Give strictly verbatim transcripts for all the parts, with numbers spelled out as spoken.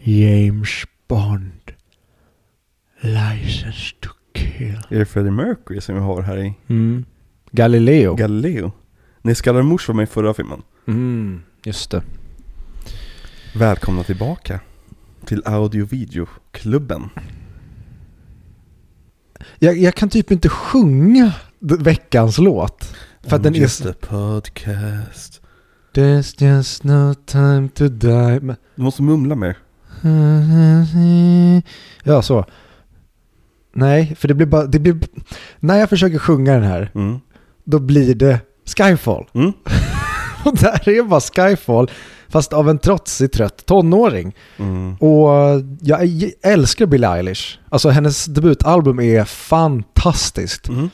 James Bond. License to kill. Är det Freddie Mercury som vi har här i? Mm. Galileo. Galileo. Ni skallade mors var med i förra filmen. Mm, just det. Välkomna tillbaka till audio-video-klubben. Jag, jag kan typ inte sjunga veckans låt. För att den är just a podcast. There's just no time to die. Men... Du måste mumla mer. Ja, så. Nej, för det blir bara... Det blir, när jag försöker sjunga den här, mm. då blir det Skyfall. Mm. Och där är bara Skyfall, fast av en trotsig, trött tonåring. Mm. Och jag älskar Billie Eilish. Alltså hennes debutalbum är fantastiskt. Mm.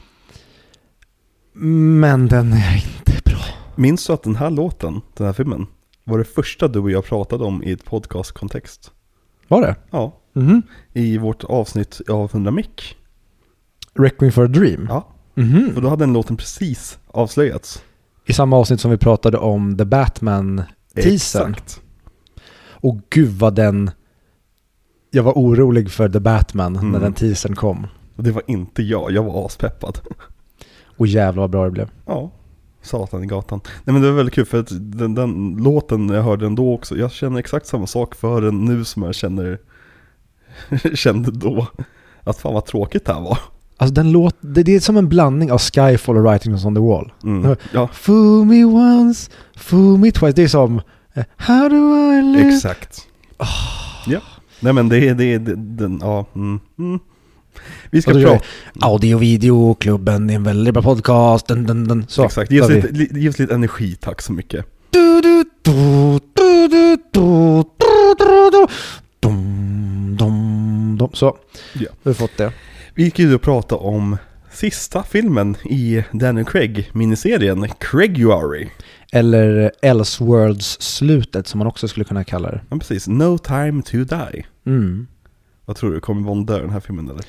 Men den är inte bra. Minns du att den här låten, den här filmen, var det första du och jag pratade om i ett podcastkontext? Var det? Ja. Mm-hmm. I vårt avsnitt av hundra mick. Requiem for a Dream? Ja. Mm-hmm. Och då hade den låten precis avslöjats. I samma avsnitt som vi pratade om The Batman-teasern. Exakt. Och gud vad den... Jag var orolig för The Batman mm. när den teasern kom. Och det var inte jag, jag var aspeppad. Och jävlar vad bra det blev. Ja, satan i gatan. Nej men det var väldigt kul för att den, den låten jag hörde den då också. Jag känner exakt samma sak för den nu som jag känner kände då. Att fan vad tråkigt det här var. Alltså den låt, det, det är som en blandning av Skyfall och Writings on the Wall. Mm. Ja. Fool me once, fool me twice. Det är som How do I live? Exakt. Oh. Ja. Nej men det är det, det, den ja. Mm. Mm. Vi ska prata audio-video-klubben är en väldigt bra podcast. Den, den, den. Så, exakt. Ge oss, lite, li, ge oss lite energi, tack så mycket. Du, du, du, du, du, du, du, du. Dum, dum, dum. Så, ja. vi har fått det. Vi gick ju och prata om sista filmen i Daniel Craig-miniserien Craiguary. Eller Elseworlds-slutet som man också skulle kunna kalla det. Ja, precis. No Time to Die. Mm. Vad tror du? Kommer Bond dö den här filmen eller?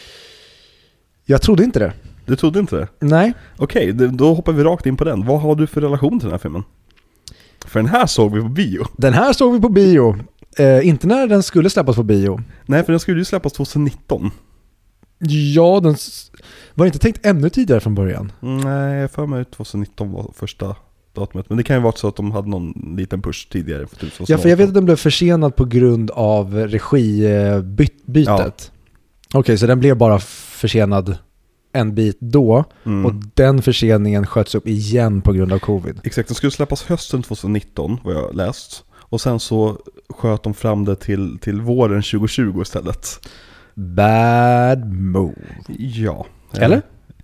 Jag trodde inte det. Du trodde inte det? Nej. Okej, okay, då hoppar vi rakt in på den. Vad har du för relation till den här filmen? För den här såg vi på bio. Den här såg vi på bio. Eh, inte när den skulle släppas på bio. Nej, för den skulle ju släppas tjugonitton. Ja, den var inte tänkt ännu tidigare från början. Nej, för mig tjugonitton var första datumet. Men det kan ju vara så att de hade någon liten push tidigare. För ja, för jag vet att den blev försenad på grund av regibytet. Ja. Okej, okay, så den blev bara försenad en bit då. Mm. Och den förseningen sköts upp igen på grund av covid. Exakt, den skulle släppas hösten tjugonitton, vad jag läst. Och sen så sköt de fram det till, till våren tjugohundratjugo istället. Bad move. Ja. Eller?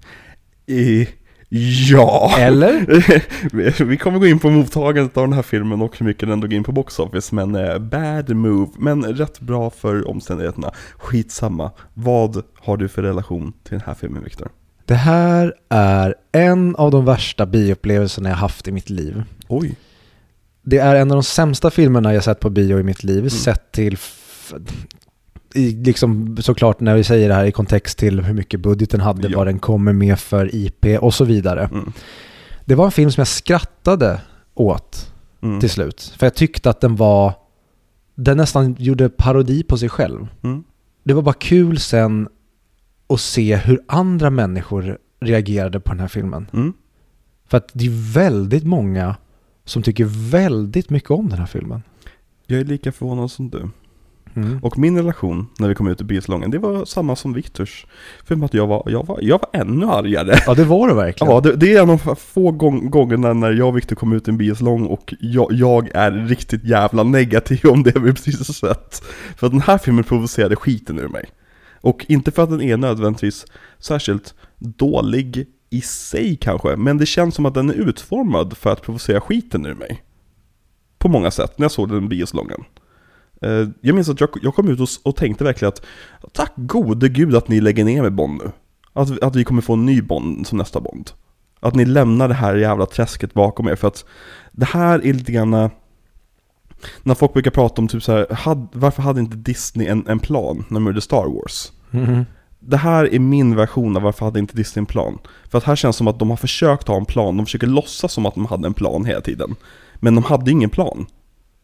I, ja. Eller? Vi kommer gå in på mottagandet av den här filmen och hur mycket den drog in på box office. Men eh, bad move. Men rätt bra för omständigheterna. Skitsamma. Vad har du för relation till den här filmen, Victor? Det här är en av de värsta bioupplevelserna jag haft i mitt liv. Oj. Det är en av de sämsta filmerna jag sett på bio i mitt liv. Mm. Sett till... F- I, liksom såklart när vi säger det här i kontext till hur mycket budgeten hade, ja. Vad den kommer med för I P och så vidare. Mm. Det var en film som jag skrattade åt mm. till slut. För jag tyckte att den var den nästan gjorde parodi på sig själv. Mm. Det var bara kul sen att se hur andra människor reagerade på den här filmen. Mm. För att det är väldigt många som tycker väldigt mycket om den här filmen. Jag är lika förvånad som du. Mm. Och min relation när vi kom ut i biosalongen, det var samma som Victors. För att jag var, jag var, jag var ännu argare. Ja, det var det verkligen. Ja, det, det är en av få gång, gångerna när jag och Victor kom ut i en biosalong och jag, jag är riktigt jävla negativ om det vi precis har sett. För att den här filmen provocerade skiten ur mig. Och inte för att den är nödvändigtvis särskilt dålig i sig kanske, men det känns som att den är utformad för att provocera skiten ur mig. På många sätt, när jag såg den i biosalongen. Jag minns att jag, jag kom ut och, och tänkte verkligen att tack gode gud att ni lägger ner med Bond nu. Att, att vi kommer få en ny Bond som nästa Bond. Att ni lämnar det här jävla träsket bakom er. För att det här är lite grann... När folk brukar prata om typ så här, had, varför hade inte Disney en, en plan när de gjorde Star Wars? Mm-hmm. Det här är min version av varför hade inte Disney en plan. För att här känns som att de har försökt ha en plan. De försöker låtsas som att de hade en plan hela tiden. Men de hade ingen plan.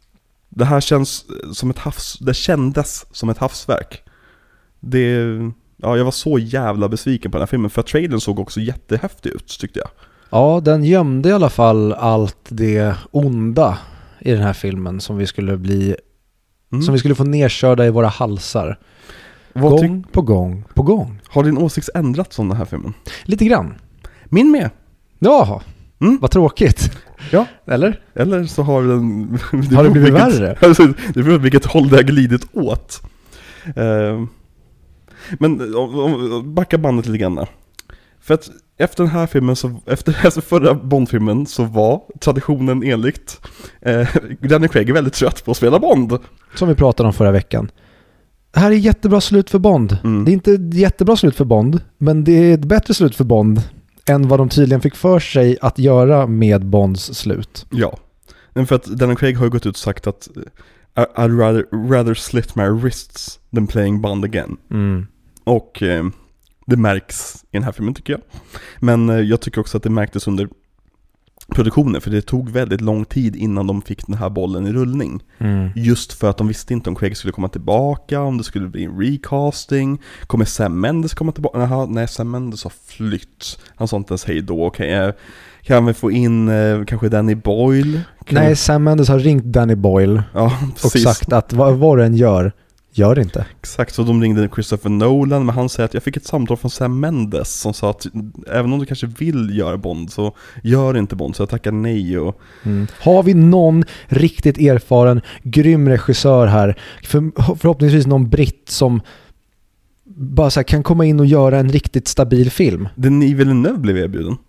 Det här känns som ett havs... Det kändes som ett havsverk. Det... Ja, jag var så jävla besviken på den här filmen. För att trailern såg också jättehäftig ut, tyckte jag. Ja, den gömde i alla fall allt det onda i den här filmen som vi skulle bli... Mm. Som vi skulle få nedkörda i våra halsar. Vad gång ty- på gång på gång. Har din åsikt ändrats om den här filmen? Lite grann. Min med. Jaha, mm. Vad tråkigt. Ja. Eller? Eller så har den... Det har det blivit vilket, värre? Alltså, det beror på vilket håll det har glidit åt. Uh, men om, backa bandet lite grann. För att efter den här filmen, så, efter alltså förra Bond-filmen så var traditionen enligt eh, Daniel Craig är väldigt trött på att spela Bond. Som vi pratade om förra veckan. Det här är jättebra slut för Bond. Mm. Det är inte ett jättebra slut för Bond, men det är ett bättre slut för Bond än vad de tydligen fick för sig att göra med Bonds slut. Ja, men för att Daniel Craig har ju gått ut och sagt att I'd rather, rather slit my wrists than playing Bond again. Mm. Och eh, det märks i den här filmen, tycker jag. Men eh, jag tycker också att det märktes under produktionen, för det tog väldigt lång tid innan de fick den här bollen i rullning. Mm. Just för att de visste inte om Craig skulle komma tillbaka, om det skulle bli en recasting. Kommer Sam Mendes komma tillbaka? Naha, nej, Sam Mendes har flytt. Han sa inte ens hej då. Okej, okay, kan vi få in eh, kanske Danny Boyle? Kan nej, vi... Sam Mendes har ringt Danny Boyle ja, och sagt att vad, vad du än gör, gör det inte. Exakt, så de ringde Christopher Nolan, men han säger att jag fick ett samtal från Sam Mendes som sa att även om du kanske vill göra Bond så gör inte Bond, så jag tackar nej. Och... Mm. Har vi någon riktigt erfaren, grym regissör här, för, förhoppningsvis någon britt som bara så här, kan komma in och göra en riktigt stabil film? Denis Villeneuve blev erbjuden.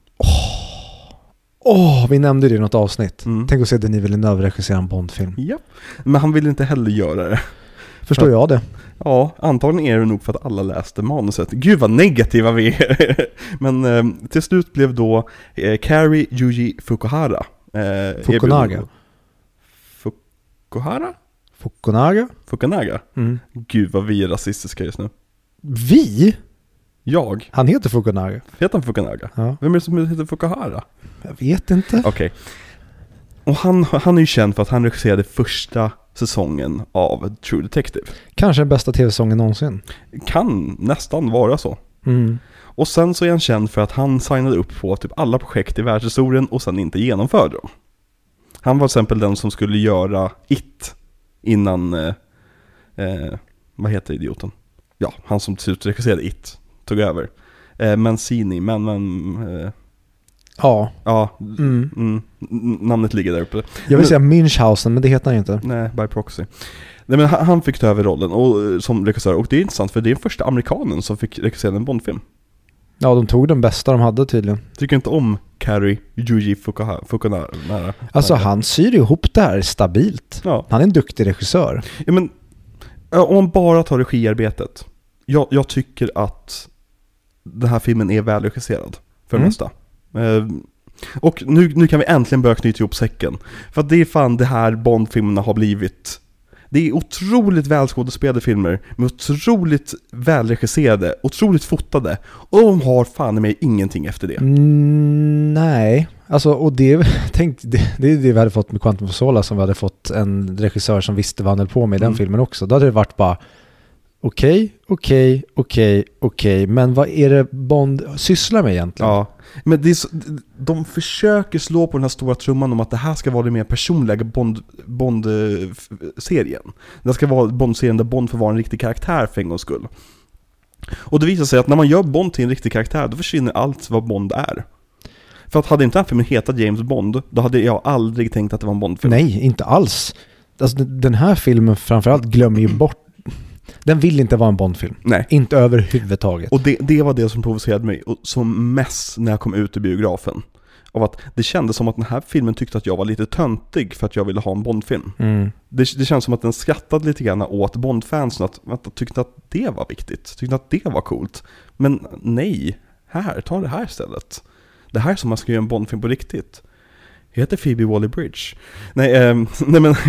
Åh, oh, vi nämnde det i något avsnitt. Mm. Tänk att se Denis Villeneuve regissera en Bond-film. Ja, men han ville inte heller göra det. Förstår för, jag det? Ja, antagligen är det nog för att alla läste manuset. Gud vad negativa vi är. Men eh, till slut blev då eh, Cary Yuji Fukuhara. Eh, Fukunaga. Fukuhara? Fukunaga? Fukunaga? Mm. Gud vad vi är rasistiska just nu. Vi? Jag? Han heter Fukunaga. Heter han Fukunaga? Ja. Vem är det som heter Fukuhara? Jag vet inte. Okej. Okay. Och han, han är ju känd för att han regisserade första säsongen av True Detective. Kanske den bästa tv-säsongen någonsin. Kan nästan vara så. Mm. Och sen så är han känd för att han signade upp på typ alla projekt i världshistorien och sen inte genomförde dem. Han var till exempel den som skulle göra It innan, eh, eh, vad heter idioten? Ja, han som till slut regisserade It tog över. Eh, Mancini, men, men eh, ja. Ja, mm. Mm, namnet ligger där uppe. Jag vill men, säga Münchhausen, men det heter han inte. Nej, by proxy. Nej, men han fick ta över rollen och, som regissör. Och det är intressant för det är den första amerikanen som fick regissera en Bondfilm. Ja, de tog den bästa de hade tydligen. Tycker inte om Cary Yuji Fukunaga. Alltså han syr ihop det här stabilt. Ja. Han är en duktig regissör. Ja, men om man bara tar regiarbetet. Jag, jag tycker att den här filmen är välregisserad för det mm. mesta. Uh, och nu, nu kan vi äntligen börja knyta ihop säcken. För att det är fan det här Bond-filmerna har blivit. Det är otroligt välskådespelade filmer med otroligt välregisserade, otroligt fotade. Och de har fan med ingenting efter det. Mm, nej, alltså och det, tänk, det, det är det vi hade fått med Quantum of Solace, som vi hade fått en regissör som visste vad han höll på med i mm. den filmen också. Då hade det varit bara okej, okej, okej, okej, men vad är det Bond sysslar med egentligen? Ja, men det är så, de försöker slå på den här stora trumman om att det här ska vara det mer personliga Bond, Bond-serien. Det ska vara Bond-serien där Bond får vara en riktig karaktär för en gångs skull. Och det visar sig att när man gör Bond till en riktig karaktär, då försvinner allt vad Bond är. För att hade inte den filmen hetat James Bond, då hade jag aldrig tänkt att det var en Bond-film. Nej, inte alls. Alltså, den här filmen framförallt glömmer ju bort. Den vill inte vara en Bondfilm. Nej. Inte överhuvudtaget. Och det, det var det som provocerade mig som mest när jag kom ut i biografen. Av att det kändes som att den här filmen tyckte att jag var lite töntig för att jag ville ha en Bondfilm. Mm. Det, det känns som att den skrattade lite grann åt Bondfansen. Att, att tyckte att det var viktigt. Tyckte att det var coolt. Men nej, här, ta det här istället. Det här är som man ska göra en Bondfilm på riktigt. Jag heter Phoebe Waller-Bridge. Nej, eh, nej men...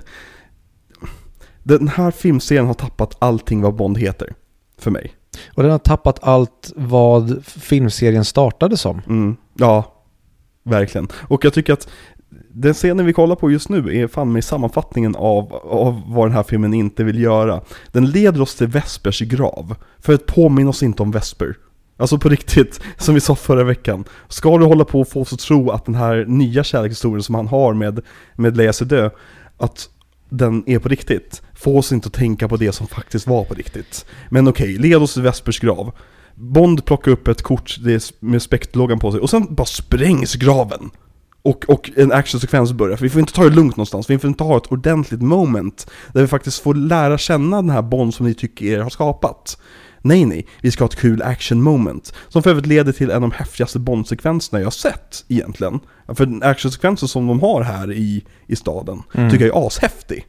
Den här filmserien har tappat allting vad Bond heter för mig. Och den har tappat allt vad filmserien startade som. Mm, ja, verkligen. Och jag tycker att den scenen vi kollar på just nu är fan med sammanfattningen av, av vad den här filmen inte vill göra. Den leder oss till Vespers grav, för att påminna oss inte om Vesper. Alltså på riktigt, som vi sa förra veckan. Ska du hålla på och få oss att tro att den här nya kärlekshistorien som han har med, med Lea Seydoux, att den är på riktigt, få oss inte att tänka på det som faktiskt var på riktigt. Men okej, okay, led oss till Vespers grav. Bond plockar upp ett kort med Spectre-loggan på sig och sen bara sprängs graven. Och, och en actionsekvens börjar. För vi får inte ta det lugnt någonstans. Vi får inte ha ett ordentligt moment där vi faktiskt får lära känna den här Bond som ni tycker er har skapat. Nej, nej. Vi ska ha ett kul action moment. Som för övrigt leder till en av de häftigaste Bond-sekvenserna jag har sett egentligen. För den actionsekvensen som de har här i, i staden mm. tycker jag är ashäftig.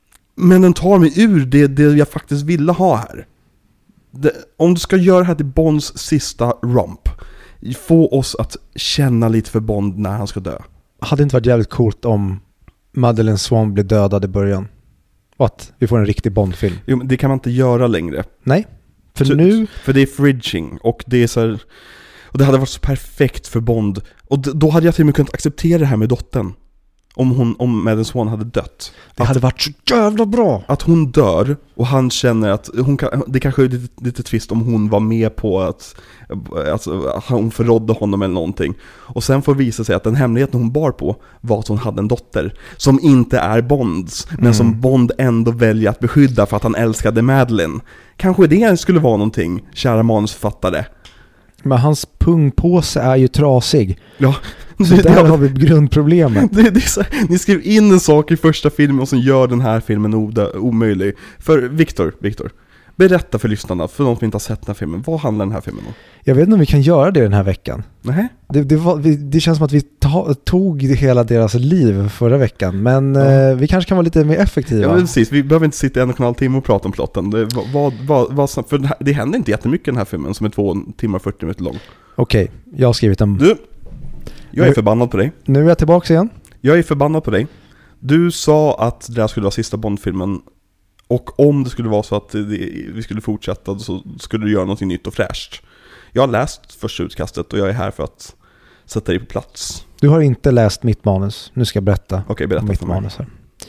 Men den tar mig ur det, det jag faktiskt ville ha här. Det, om du ska göra det här till Bonds sista romp, få oss att känna lite för Bond när han ska dö. Hade inte varit jävligt coolt om Madeleine Swan blir dödad i början? Och att vi får en riktig Bond-film. Jo, men det kan man inte göra längre. Nej, för så, nu... För det är fridging och det är så här, och det hade varit så perfekt för Bond. Och d- då hade jag till och med kunnat acceptera det här med dottern. Om hon, om Madeleine Swan hade dött. Det att, hade varit så jävla bra. Att hon dör och han känner att hon kan, det kanske är lite, lite tvist om hon var med på att, att, att hon förrådde honom eller någonting. Och sen får visa sig att den hemligheten hon bar på var att hon hade en dotter som inte är Bonds, men mm. som Bond ändå väljer att beskydda för att han älskade Madeleine. Kanske det skulle vara någonting, kära manusförfattare. Men hans pungpåse är ju trasig. Ja. Så där ja. har vi grundproblemet. Det, det är så, ni skrev in en sak i första filmen och sen gör den här filmen oda, omöjlig. För Victor, Victor, berätta för lyssnarna, för de som inte har sett den här filmen. Vad handlar den här filmen om? Jag vet inte om vi kan göra det den här veckan. Nej. Det, det, var, vi, det känns som att vi ta, tog hela deras liv förra veckan. Men ja. eh, vi kanske kan vara lite mer effektiva. Ja, men precis. Vi behöver inte sitta en och en halv timme och prata om plotten. Det, vad, vad, vad, för det, här, det händer inte jättemycket i den här filmen som är två timmar och fyrtio minuter lång. Okej, okay, jag har skrivit en... Du, jag är nu, förbannad på dig. Nu är jag tillbaka igen. Jag är förbannad på dig. Du sa att det här skulle vara sista Bond-filmen. Och om det skulle vara så att det, vi skulle fortsätta, så skulle du göra något nytt och fräscht. Jag har läst första utkastet och jag är här för att sätta dig på plats. Du har inte läst mitt manus. Nu ska jag berätta. Okej, berätta mitt för mig. Manus här.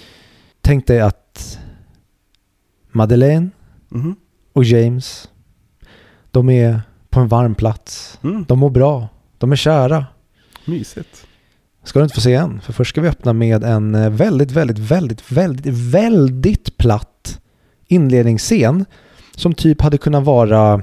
Tänk dig att Madeleine mm-hmm. och James, de är på en varm plats. Mm. De mår bra. De är kära. Mysigt. Ska du inte få se än. För först ska vi öppna med en väldigt, väldigt, väldigt, väldigt, väldigt platt inledningsscen som typ hade kunnat vara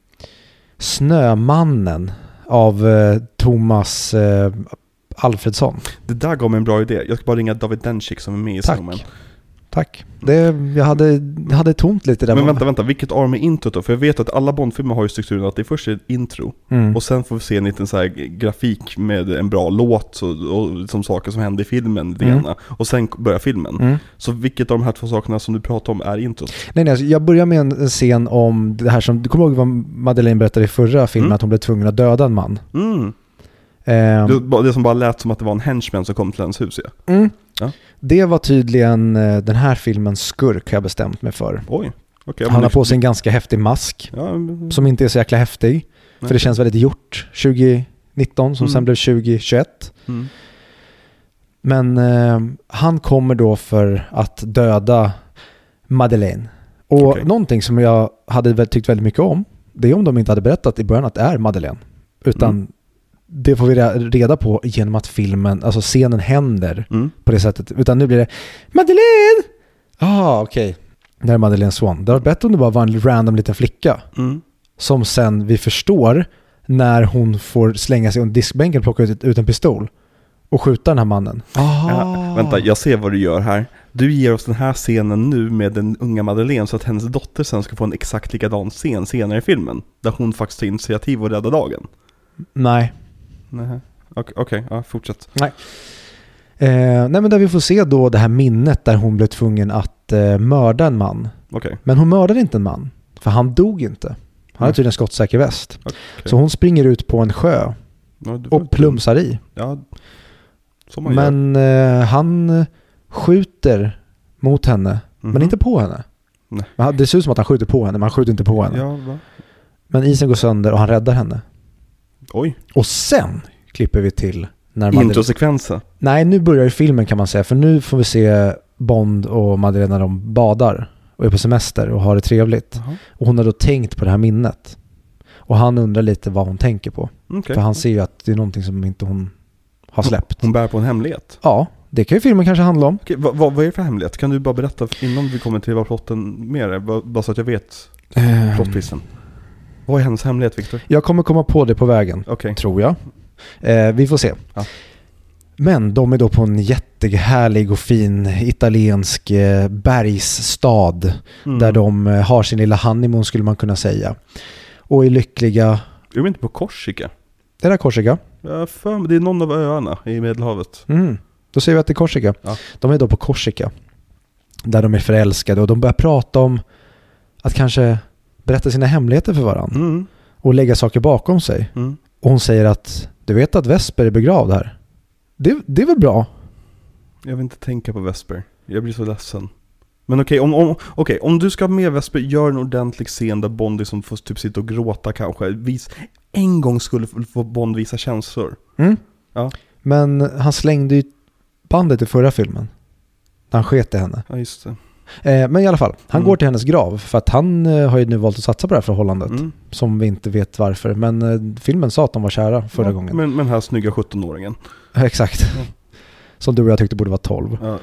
Snömannen av eh, Thomas eh, Alfredsson. Det där gav mig en bra idé. Jag ska bara ringa David Dencik som är med i Snowman. Tack. Det, jag, hade, jag hade tomt lite där. Men vänta, vänta. Vilket arm är introt då? För jag vet att alla Bondfilmer har ju strukturen att det först är ett intro. Mm. Och sen får vi se en liten så här grafik med en bra låt och, och som saker som händer i filmen. Det mm. ena. Och sen börjar filmen. Mm. Så vilket av de här två sakerna som du pratar om är introt? Nej, nej. Alltså jag börjar med en scen om det här som... Du kommer ihåg vad Madeleine berättade i förra filmen? Mm. Att hon blev tvungen att döda en man. Mm. Um, det, det som bara lät som att det var en henchman som kom till hennes hus, ja. Mm. Ja. Det var tydligen uh, den här filmens skurk har jag bestämt mig för. Oj. Okay, han har på sig en ganska häftig mask ja, men... som inte är så jäkla häftig. Nej. För det känns väldigt gjort. tjugo nitton som mm. sen blev tjugo tjugoett. Mm. Men uh, han kommer då för att döda Madeleine. Och okay. någonting som jag hade tyckt väldigt mycket om, det är om de inte hade berättat i början att det är Madeleine. Utan mm. det får vi reda på genom att filmen, alltså scenen händer mm. på det sättet. Utan nu blir det Madeleine! Ah, okej. Okay. Det är Madeleine Swan. Det var bättre om det bara var en random liten flicka. Mm. Som sen vi förstår när hon får slänga sig under diskbänken och plocka ut, ut en pistol. Och skjuta den här mannen. Ah. Ja, vänta, jag ser vad du gör här. Du ger oss den här scenen nu med den unga Madeleine så att hennes dotter sen ska få en exakt likadan scen senare i filmen. Där hon faktiskt tar initiativ och räddar dagen. Nej. Nej. Okej, okay, ja, fortsätt. Nej. Eh, nej, men där vi får se då det här minnet där hon blev tvungen att eh, mörda en man. Okay. Men hon mördade inte en man. För han dog inte. Han hade tydligen skottsäker väst. Okay. Så hon springer ut på en sjö. Ja, och plumsar i. Ja, som man men eh, han skjuter mot henne. Mm-hmm. Men inte på henne. Nej. Men det ser ut som att han skjuter på henne. Men han skjuter inte på henne. Ja, va? Men isen går sönder och han räddar henne. Oj. Och sen klipper vi till När Madeleine... Introsekvensen? Nej, nu börjar ju filmen kan man säga. För nu får vi se Bond och Madeleine när de badar och är på semester och har det trevligt. Uh-huh. Och hon har då tänkt på det här minnet. Och han undrar lite vad hon tänker på. Okay. För han ser ju att det är någonting som inte hon har släppt. Hon bär på en hemlighet? Ja, det kan ju filmen kanske handla om. Okej, vad, vad är det för hemlighet? Kan du bara berätta innan vi kommer till vad plotten mer är? Bara så att jag vet um... plottpisten. Vad är hennes hemlighet, Victor? Jag kommer komma på det på vägen, okay. tror jag. Eh, vi får se. Ja. Men de är då på en jättehärlig och fin italiensk eh, bergsstad mm. där de eh, har sin lilla honeymoon skulle man kunna säga. Och är lyckliga. Är de inte på Korsika? Det är där Korsika. Ja, för, det är någon av öarna i Medelhavet. Mm. Då ser vi att det är Korsika. Ja. De är då på Korsika. Där de är förälskade och de börjar prata om att kanske berätta sina hemligheter för varandra. Mm. Och lägga saker bakom sig. Mm. Och hon säger att du vet att Vesper är begravd här. Det, det är väl bra? Jag vill inte tänka på Vesper. Jag blir så ledsen. Men okej, okay, om, om, okay, om du ska med Vesper, gör en ordentlig scen där Bond liksom får typ sitta och gråta kanske. Vis, en gång skulle få Bond visa känslor. Mm. Ja. Men han slängde ju bandet i förra filmen. Han sket i henne. Ja, just det. Eh, men i alla fall, han mm. går till hennes grav för att han eh, har ju nu valt att satsa på det här förhållandet mm. som vi inte vet varför. Men eh, filmen sa att de var kära förra ja, gången. Men, men här snygga sjuttonåringen. Exakt. Ja. Som du och jag tyckte borde vara tolv. Ja.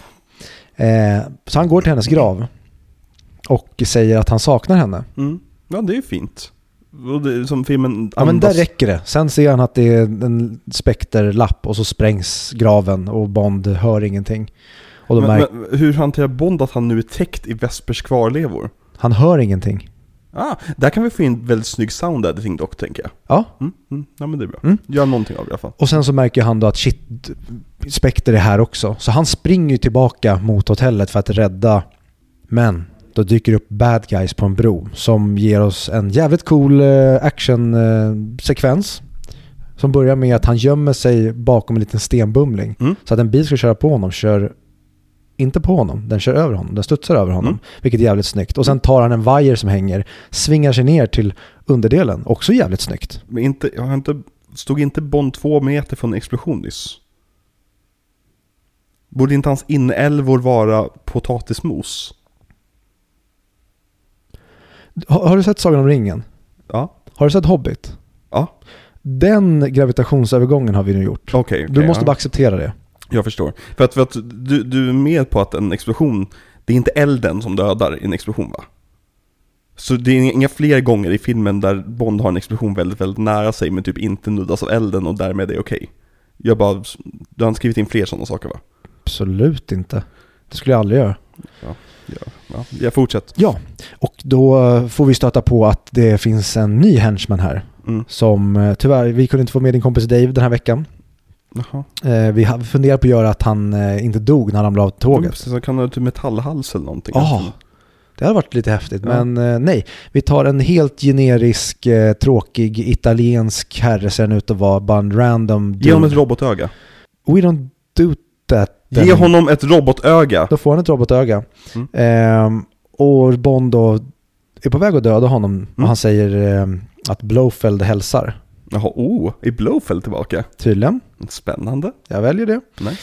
Eh, så han går till hennes grav och säger att han saknar henne. Mm. Ja, det är ju fint. Och det, som filmen andas... Ja, men där räcker det. Sen ser han att det är en spekterlapp och så sprängs graven och Bond hör ingenting. Och men, märk- men hur hanterar Bond att han nu är täckt i Vespers kvarlevor? Han hör ingenting. Ah, där kan vi få in väldigt snygg sound editing dock, tänker jag. Ja. Mm, mm, ja, men det är bra. Mm. Gör någonting av det i alla fall. Och sen så märker han då att shit, Spectre är här också. Så han springer tillbaka mot hotellet för att rädda. Men då dyker upp bad guys på en bro som ger oss en jävligt cool action-sekvens. Som börjar med att han gömmer sig bakom en liten stenbumling. Mm. Så att en bil ska köra på honom kör inte på honom, den kör över honom, den studsar över honom, mm. vilket är jävligt snyggt. Och sen tar han en vajer som hänger, svingar sig ner till underdelen, också jävligt snyggt. Men inte, jag har inte, stod inte Bond två meter från en explosion nyss? Borde inte hans inälvor vara potatismos? Har, har du sett Sagan om ringen? Ja. Har du sett Hobbit? Ja. Den gravitationsövergången har vi nu gjort. Okay, okay, du måste ja. bara acceptera det. Jag förstår. För att, för att du, du är med på att en explosion, det är inte elden som dödar i en explosion, va? Så det är inga fler gånger i filmen där Bond har en explosion väldigt, väldigt nära sig men typ inte nuddas av elden och därmed är det okej. Jag bara, du har skrivit in fler sådana saker, va? Absolut inte. Det skulle jag aldrig göra. Ja, ja, ja. Jag fortsätter. Ja, och då får vi stöta på att det finns en ny henchman här. Mm. Som tyvärr, vi kunde inte få med din kompis Dave den här veckan. Jaha. Eh, vi funderar på att göra att han eh, inte dog när han ramlade av tåget. Så kan han ha typ metallhals eller någonting. Ja, oh, det hade varit lite häftigt. Ja. Men eh, nej, vi tar en helt generisk, eh, tråkig italiensk herre ser ut att vara bara en random dude. Ge honom ett robotöga. We don't do that. Ge then. honom ett robotöga. Då får han ett robotöga. Mm. Eh, och Bond då är på väg att döda honom. Mm. Och han säger eh, att Blofeld hälsar. Jaha, oh, är Blofeld tillbaka? Tydligen. Spännande. Jag väljer det. Nej.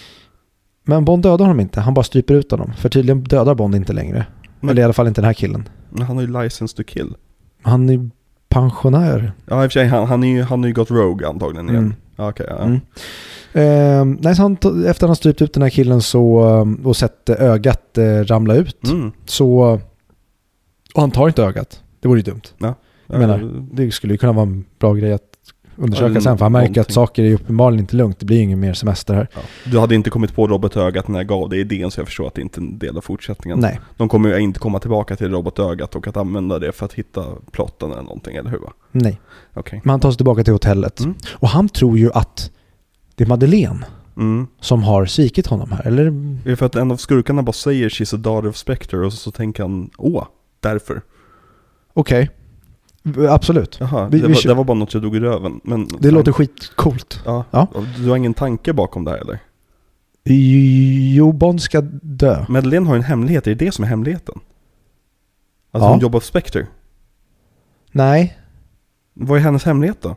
Men Bond dödar honom inte. Han bara stryper ut honom. För tydligen dödar Bond inte längre. Men, eller i alla fall inte den här killen. Men han har ju license to kill. Han är pensionär. Ja, i och för sig. Han, han, är ju, han har ju gått rogue antagligen igen. Mm. Ja, okej. Okay, ja. Mm. Eh, nej, så han, efter att han har strypt ut den här killen så, och sett ögat eh, ramla ut. Mm. Så, och han tar inte ögat. Det vore ju dumt. Ja. Jag menar, det skulle ju kunna vara en bra grej att undersöka ja, sen. För han märker någonting. Att saker är uppenbarligen inte lugnt. Det blir ingen mer semester här. Ja. Du hade inte kommit på robotögat när jag gav dig idén, så jag förstår att det inte är en del av fortsättningen. Nej. De kommer ju inte komma tillbaka till robotögat och att använda det för att hitta plotten eller någonting, eller hur, va? Nej. Okay. Men han tar sig tillbaka till hotellet. Mm. Och han tror ju att det är Madeleine mm. som har svikit honom här, eller? Det är för att en av skurkarna bara säger she's a daughter of Spectre och så, så tänker han, åh, därför. Okej. Okay. Absolut. Jaha, vi, det, vi, var, det var bara något jag dog i röven. Men, det fan. Låter skitcoolt. Ja. Ja. Du har ingen tanke bakom det här, eller? Jo, Bond ska dö. Madeleine har en hemlighet, är det det som är hemligheten? Alltså ja. Hon jobbar på Spectre? Nej. Vad är hennes hemlighet då?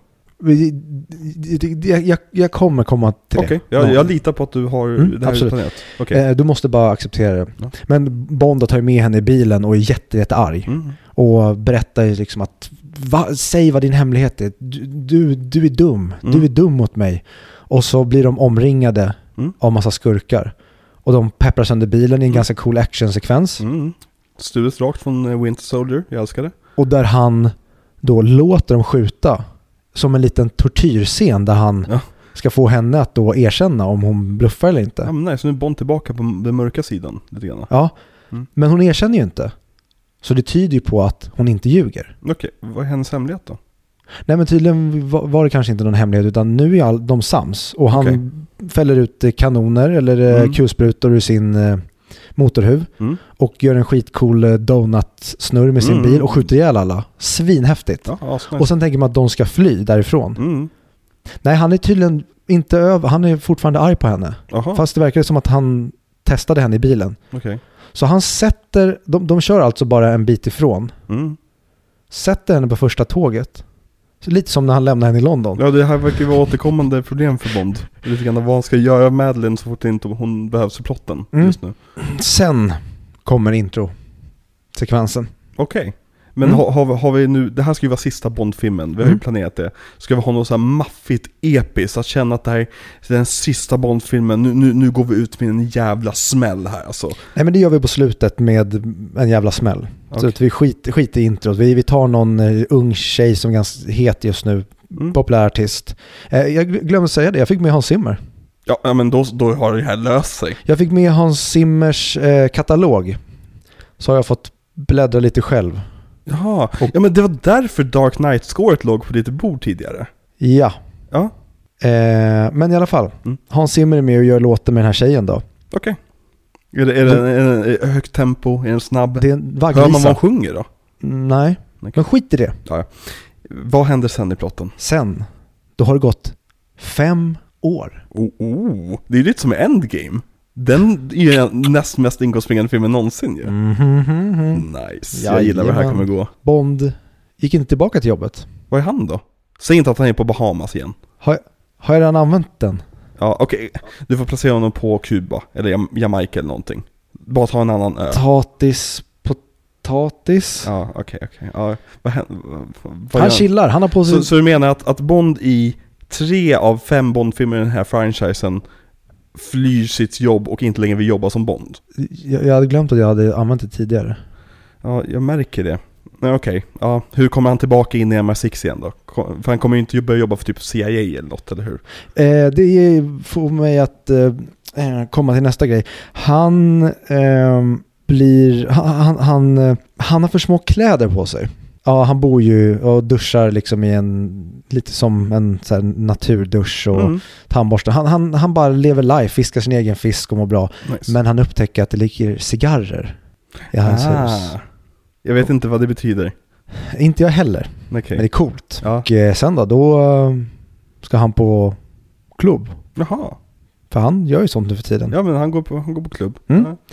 jag, jag, jag kommer komma till okay. det. Jag, jag litar på att du har mm, det här absolut. planerat. Okay. Du måste bara acceptera det. Ja. Men Bond tar med henne i bilen och är jätte, jätte arg. Mm. Och berättar liksom att va, säg vad din hemlighet är. Du, du, du är dum. Mm. Du är dum mot mig. Och så blir de omringade mm. av massa skurkar. Och de pepprar sönder bilen i en mm. ganska cool actionsekvens. Mm. Studet rakt från Winter Soldier. Jag älskar det. Och där han då låter dem skjuta som en liten tortyrscen där han ja. ska få henne att då erkänna om hon bluffar eller inte. Ja, men nej, så nu är Bond tillbaka på den mörka sidan lite grann. Ja, mm. men hon erkänner ju inte. Så det tyder ju på att hon inte ljuger. Okej, vad är hennes hemlighet då? Nej, men tydligen var det kanske inte någon hemlighet, utan nu är all, de sams. Och han okay. fäller ut kanoner eller mm. kulsprutor ur sin eh, motorhuv mm. och gör en skitcool donut-snurr med sin mm. bil och skjuter ihjäl alla. Svinhäftigt. Ja, nice. Och sen tänker man att de ska fly därifrån. Mm. Nej, han är tydligen inte över. Han är fortfarande arg på henne. Aha. Fast det verkar som att han testade henne i bilen. Okay. Så han sätter, de, de kör alltså bara en bit ifrån. Mm. Sätter henne på första tåget. Så lite som när han lämnar henne i London. Ja, det här verkar ju vara återkommande problem för Bond. Lite grann vad han ska göra med Madeleine så fort inte hon behövs i plotten mm. just nu. Sen kommer intro-sekvensen. Okej. Okay. Men mm. har, har, har vi nu, det här ska ju vara sista Bond-filmen, vi har mm. ju planerat det. Ska vi ha något så här maffigt episkt, att känna att det här är den sista Bond-filmen, nu, nu, nu går vi ut med en jävla smäll här alltså. Nej, men det gör vi på slutet med en jävla smäll. Okay. Så att vi skiter skit i introt, vi, vi tar någon uh, ung tjej som är ganska het just nu, mm. populär artist. Uh, jag glömde säga det, jag fick med Hans Zimmer. Ja, ja men då, då har det här löst sig. Jag fick med Hans Zimmers uh, katalog, så har jag fått bläddra lite själv. Jaha, och, ja men det var därför Dark Knight-scoret låg på ditt bord tidigare. Ja. Ja. Eh, men i alla fall, mm. Hans Zimmer är med och gör låter med den här tjejen då. Okej. Okay. Är det, är det en, en, en högt tempo? Är det en snabb? Det är en vagvisa. Hör man vad hon sjunger då? Nej, okay. Men skit i det. Ja, ja. Vad händer sen i plotten? Sen, då har det gått fem år. Oh, oh. Det är ju lite som Endgame. Den är ju näst mest inkomstbringande filmen någonsin ju. Mm, mm, mm. Nice, jag gillar vad det här kommer gå. Bond gick inte tillbaka till jobbet. Vad är han då? Säg inte att han är på Bahamas igen. Har, har jag redan använt den? Ja, okej. Okay. Du får placera honom på Kuba eller Jamaica eller någonting. Bara ta en annan ö. Tatis, potatis. Ja, okej, okay, okej. Okay. Ja, vad händer? Vad han chillar, han har på sig... Så, så du menar att, att Bond i tre av fem Bond-filmer i den här franchisen flyr sitt jobb och inte längre vill jobba som Bond? Jag, jag hade glömt att jag hade använt det tidigare. Ja, jag märker det. Nej, okej. Okay. Ja, hur kommer han tillbaka in i M I sex igen då? För han kommer ju inte börja jobba för typ C I A eller något, eller hur? Eh, det får mig att eh, komma till nästa grej. Han eh, blir... Han, han, han har för små kläder på sig. Ja, han bor ju och duschar liksom i en lite som en så här naturdusch och mm. tandborste. Han, han, han bara lever life, fiskar sin egen fisk och mår bra. Nice. Men han upptäcker att det ligger cigarrer i hans ah. hus. Jag vet inte vad det betyder. Inte jag heller. Okay. Men det är coolt. Ja. Och eh, sen då, då ska han på klubb. Jaha. För han gör ju sånt nu för tiden. Ja, men han går på, han går på klubb. Mm. Ja.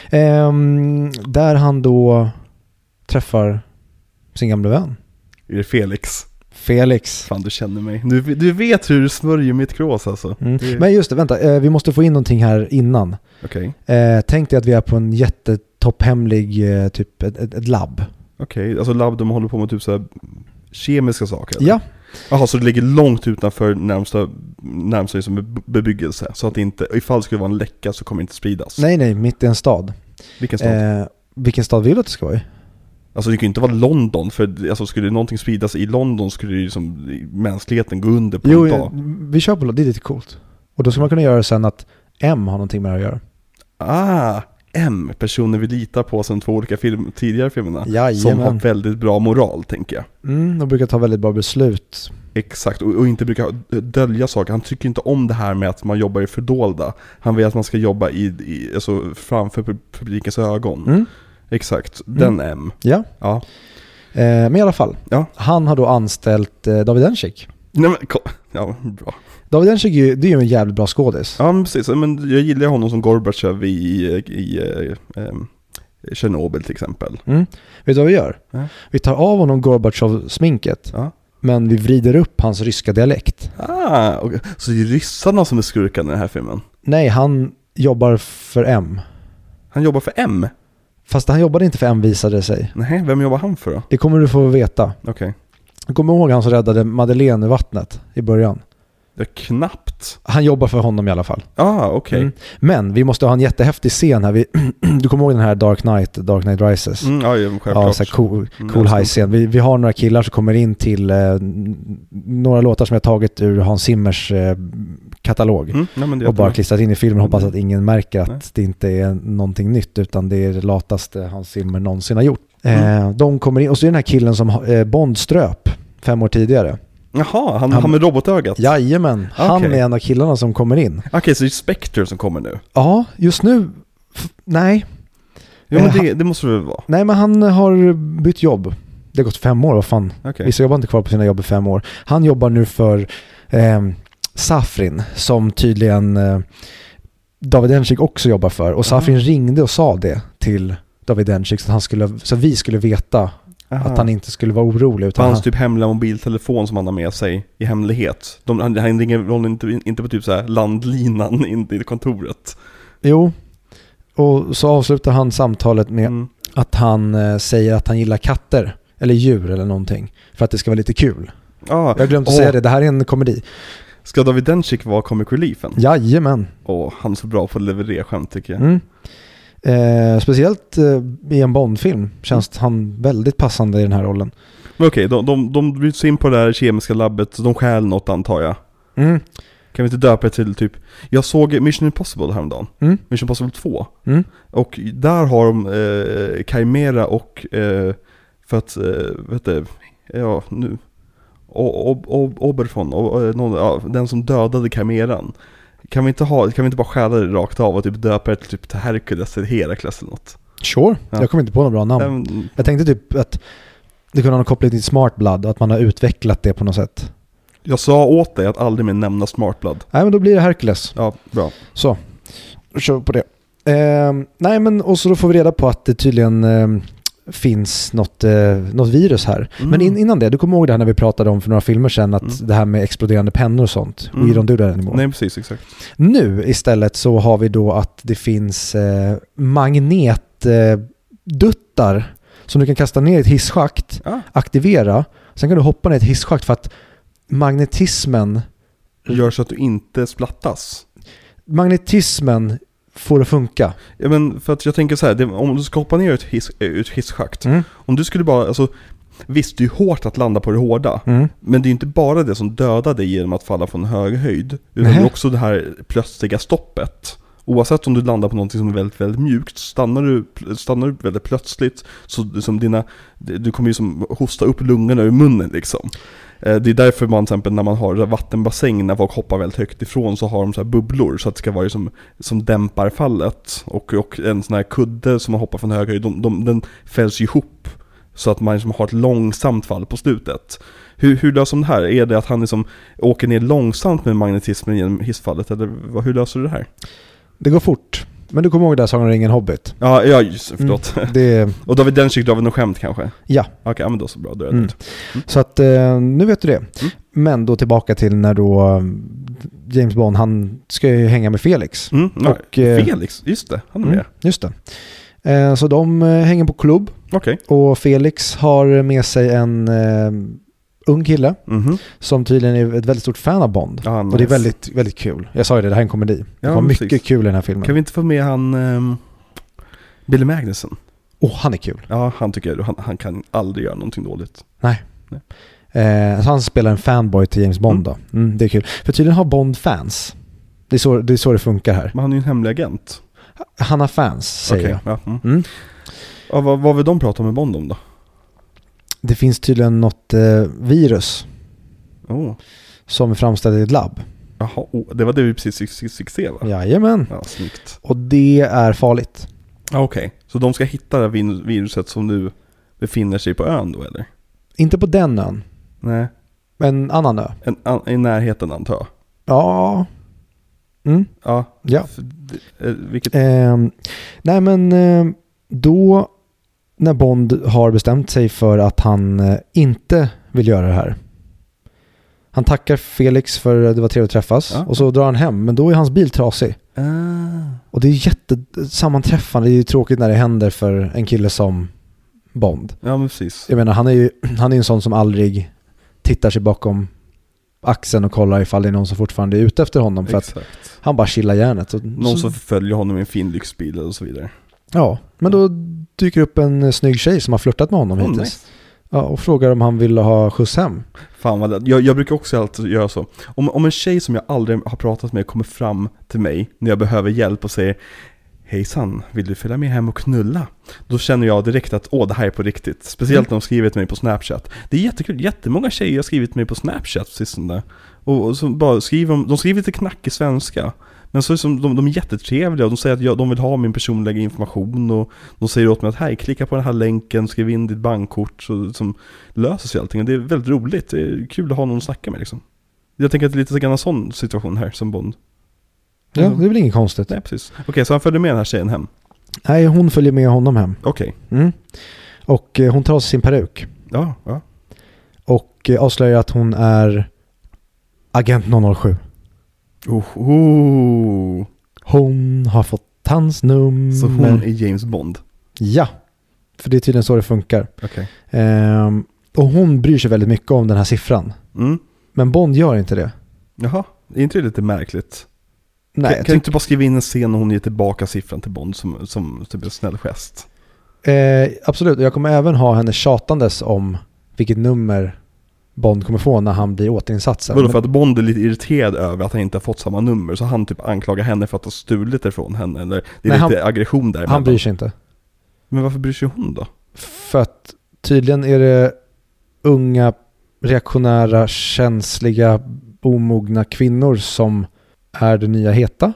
Ehm, där han då träffar sin gamla vän. Är det Felix? Felix. Fan, du känner mig. Du, du vet hur du smörjer mitt krås alltså. Mm. Det... Men just det, vänta. Eh, vi måste få in någonting här innan. Okej. Okay. Eh, tänk dig att vi är på en jättetopphemlig eh, typ ett, ett, ett labb. Okej, okay. Alltså labb, de håller på med typ så här kemiska saker? Eller? Ja. Jaha, så det ligger långt utanför närmsta, närmsta liksom bebyggelse. Så att det inte, ifall det skulle vara en läcka så kommer det inte spridas. Nej, nej, mitt i en stad. Vilken stad? Eh, vilken stad vill du att det ska vara i? Alltså det kan ju inte vara London, för alltså, skulle någonting spridas i London skulle ju liksom mänskligheten gå under på jo, en dag. Vi kör på det, det är lite coolt. Och då ska man kunna göra sen att M har någonting med det att göra. Ah, M, personer vi litar på sen två olika film, tidigare filmerna. Jajamän. Som har väldigt bra moral, tänker jag. Mm, de brukar ta väldigt bra beslut. Exakt, och, och inte brukar dölja saker. Han tycker inte om det här med att man jobbar i fördolda. Han vill att man ska jobba i, i, alltså, framför publikens ögon. Mm. Exakt, den mm. M. Ja, ja. Eh, men i alla fall. Ja. Han har då anställt eh, David Enschik. Nej, men, ja, bra. David Enschik är ju, det är ju en jävligt bra skådis. Ja, men precis. Men jag gillar honom som Gorbachev i, i, i eh, Chernobyl till exempel. Mm. Vet du vad vi gör? Ja. Vi tar av honom Gorbachev-sminket. Ja. Men vi vrider upp hans ryska dialekt. Ah, okay. Så det är ryssarna som är skurkan i den här filmen? Nej, han jobbar för M. Han jobbar för M? Fast han jobbade inte för M, visade det sig. Nej, vem jobbar han för då? Det kommer du få veta. Okej. Okay. Jag kommer ihåg han som räddade Madeleine i vattnet i början. Det är knappt. Han jobbar för honom i alla fall. Ah, okej. Okay. Mm. Men vi måste ha en jättehäftig scen här. Vi, du kommer ihåg den här Dark Knight, Dark Knight Rises? Mm, ja, självklart. Ja, så här cool, cool mm, high-scen. Vi, vi har några killar som kommer in till eh, några låtar som jag tagit ur Hans Zimmers eh, katalog. Mm, nej, och bara klistrat in i filmen. Hoppas att ingen märker att nej. det inte är någonting nytt, utan det är det lataste Hans Zimmer någonsin har gjort. Mm. Eh, de kommer in, och så är den här killen som eh, Bond ströp fem år tidigare. Jaha, han, han med robotögat? Jajamän, han okay. är en av killarna som kommer in. Okej, okay, så det är Spectre som kommer nu? Ja, just nu, f- nej. Ja, men det, det måste det väl vara? Nej, men han har bytt jobb. Det har gått fem år, vad fan. Okay. Vissa jobbar inte kvar på sina jobb i fem år. Han jobbar nu för eh, Safrin, som tydligen eh, David Dencik också jobbar för. Och Safrin uh-huh. ringde och sa det till David Dencik, så, han skulle, så vi skulle veta Aha. att han inte skulle vara orolig. Utan hans han... typ hemliga mobiltelefon som han har med sig i hemlighet. De, han, han ringer inte, inte på typ så här landlinan in i kontoret. Jo, och så avslutar han samtalet med mm. att han eh, säger att han gillar katter eller djur eller någonting, för att det ska vara lite kul. Ah. Jag glömde oh. säga det, det här är en komedi. Ska David Dencik vara comic reliefen? Jajamän. Åh, han är så bra på att leverera skämt, tycker jag. Mm. Eh, speciellt eh, i en Bond-film känns mm. han väldigt passande i den här rollen. Men okej, de, de, de bryts in på det här kemiska labbet, de stjäl något, antar jag. Mm. Kan vi inte döpa det till typ... Jag såg Mission Impossible häromdagen. Mm. Mission Impossible två. Mm. Och där har de eh, Chimera och... Eh, för att... Eh, vet du... Ja, nu... Oberfon, ja, den som dödade Chimeran. Kan vi inte ha, kan vi inte bara stjäla det rakt av och typ döpa det till typ till Hercules eller Herakles eller något? Sure, ja. Jag kommer inte på något bra namn. Um, jag tänkte typ att det kunde ha kopplat till Smart Blood, att man har utvecklat det på något sätt. Jag sa åt dig att aldrig mer nämna Smart Blood. Nej, men då blir det Hercules. Ja, bra. Så, kör på det. Eh, nej, men och så då får vi reda på att det tydligen eh, finns något, eh, något virus här. Mm. Men in, innan det, du kommer ihåg det här när vi pratade om för några filmer sedan, att mm. det här med exploderande pennor och sånt. Mm. We don't do that anymore. Nej, precis, exakt. Nu istället så har vi då att det finns eh, magnetduttar eh, som du kan kasta ner i ett hisschakt, ah. aktivera. Sen kan du hoppa ner i ett hisschakt för att magnetismen gör så att du inte splattas. Magnetismen får det funka. Ja, men för att jag tänker så här, det, om du ska hoppa ner ett, hiss, ett hisschakt, mm. om du skulle bara, alltså visst, det är hårt att landa på det hårda, mm. men det är inte bara det som dödar dig genom att falla från hög höjd, utan det är också det här plötsliga stoppet. Oavsett om du landar på något som är väldigt, väldigt mjukt, stannar du, stannar du väldigt plötsligt, så som dina, du kommer ju som hosta upp lungorna ur munnen liksom. Det är därför man till exempel när man har vattenbassäng, när folk hoppar väldigt högt ifrån, så har de så här bubblor så att det ska vara som, som dämpar fallet. Och, och en sån här kudde som man hoppar från hög höjd, de, de, den fälls ihop så att man liksom har ett långsamt fall på slutet. Hur, hur löser de det här? Är det att han liksom åker ner långsamt med magnetismen genom hissfallet? Eller hur löser du det här? Det går fort. Men du kommer ihåg där Sagan om ringen Hobbit? Ja, ja just förlåt. Mm, det... Och David Dencik drar väl något skämt kanske? Ja. Okej, okay, men då så bra. Då är det mm. mm. Så att eh, nu vet du det. Mm. Men då tillbaka till när då James Bond, han ska ju hänga med Felix. Mm. Ja, och, eh, Felix, just det. Han är med. Mm, just det. Eh, så de eh, hänger på klubb. Okej. Okay. Och Felix har med sig en... Eh, ung kille mm-hmm. som tydligen är ett väldigt stort fan av Bond. Ah, nice. Och det är väldigt, väldigt kul. Jag sa ju det, det här är en komedi. Ja, det var mycket precis. Kul i den här filmen. Kan vi inte få med han um, Billy Magnussen? Åh, oh, han är kul. Ja, han tycker jag. Han, han kan aldrig göra någonting dåligt. Nej. Nej. Eh, så han spelar en fanboy till James Bond mm. då. Mm, det är kul. För tydligen har Bond fans. Det är så det, är så det funkar här. Men han är ju en hemlig agent. Han har fans, säger okay. jag. Ja, mm. Mm. Ja, vad, vad vill de prata med Bond om då? Det finns tydligen något eh, virus oh. som är framställt i ett labb. Jaha, oh, det var det vi precis fick se, va? Jajamän. Ja, snyggt. Och det är farligt. Okej, okay. Så de ska hitta det viruset som nu befinner sig på ön då, eller? Inte på den ön. Nej. En annan ö. En, an, I närheten, antar jag. Ja. Mm. Ja. Ja. Eh, vilket... Eh, nej, men eh, då... När Bond har bestämt sig för att han inte vill göra det här, Han tackar Felix för att det var trevligt att träffas. Ja. Och så drar han hem. Men då är hans bil trasig. Ah. Och det är jättesammanträffande. Det är ju tråkigt när det händer för en kille som Bond. Ja, men precis. Jag menar, han är ju han är en sån som aldrig tittar sig bakom axeln och kollar ifall det är någon som fortfarande är ute efter honom. För Exakt. Att han bara chillar järnet. Och någon så... som följer honom i en fin lyxbil och så vidare. Ja, men då dyker upp en snygg tjej som har flirtat med honom oh, hittills. Nice. Ja, och frågar om han vill ha skjuts hem. Fan vad det. Jag, jag brukar också alltid göra så. Om, om en tjej som jag aldrig har pratat med kommer fram till mig när jag behöver hjälp och säger hejsan, vill du följa med hem och knulla? Då känner jag direkt att åh, det här är på riktigt. Speciellt mm. när de skrivit till mig på Snapchat. Det är jättekul. Jättemånga tjejer har skrivit till mig på Snapchat sistone. Och, och så bara skriver de, de skriver lite knackig svenska. Men så är som, de, de är jättetrevliga och de säger att jag, de vill ha min personliga information och de säger åt mig att hej, klicka på den här länken, skriv in ditt bankkort så som löser sig allting. Och det är väldigt roligt. Det är kul att ha någon att snacka med liksom. Jag tänker att det är lite grann sån situation här som Bond. Ja, det är väl inget konstigt. Nej, precis. Okej, okay, så han följer med den här tjejen hem? Nej, hon följer med honom hem. Okej. Okay. Mm. Och eh, hon tar av sig sin peruk. Ja, ja. Och eh, avslöjar att hon är agent noll noll sju. Oh, oh. Hon har fått hans nummer. Så hon är James Bond? Ja, för det är tydligen så det funkar. Okay. Ehm, och hon bryr sig väldigt mycket om den här siffran. Mm. Men Bond gör inte det. Jaha, är inte det lite märkligt? Nej, kan kan du inte bara skriva in en scen och hon ger tillbaka siffran till Bond som, som typ en snäll gest? Eh, absolut, jag kommer även ha henne tjatandes om vilket nummer Bond kommer få när han blir återinsatt sen. Vadå, för att Bond är lite irriterad över att han inte har fått samma nummer, så han typ anklagar henne för att ha stulit ifrån henne, eller det är Nej, lite han, aggression där. Han bryr sig inte. Men varför bryr sig hon då? För att tydligen är det unga, reaktionära, känsliga, omogna kvinnor som är det nya heta.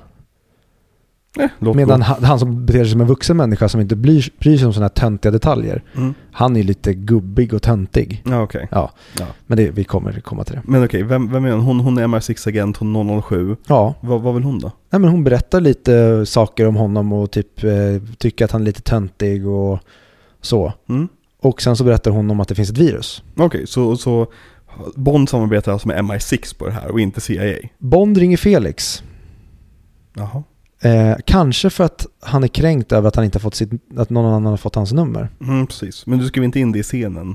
Eh, Medan han, han som beter sig som en vuxen människa som inte bryr, bryr sig om sådana här töntiga detaljer. Mm. Han är lite gubbig och töntig. Ja, okej. Okay. Ja. Ja. Men det, vi kommer komma till det. Men okej, okay, vem, vem är hon? hon? Hon är M I sex-agent, hon noll noll sju. Ja. Va, vad vill hon då? Nej, men hon berättar lite saker om honom och typ eh, tycker att han är lite töntig och så. Mm. Och sen så berättar hon om att det finns ett virus. Okej, okay, så, så Bond samarbetar alltså med M I sex på det här och inte C I A? Bond ringer Felix. Jaha. Eh, kanske för att han är kränkt över att han inte har fått sitt, att någon annan har fått hans nummer. Mm, precis. Men du skrev inte in det i scenen?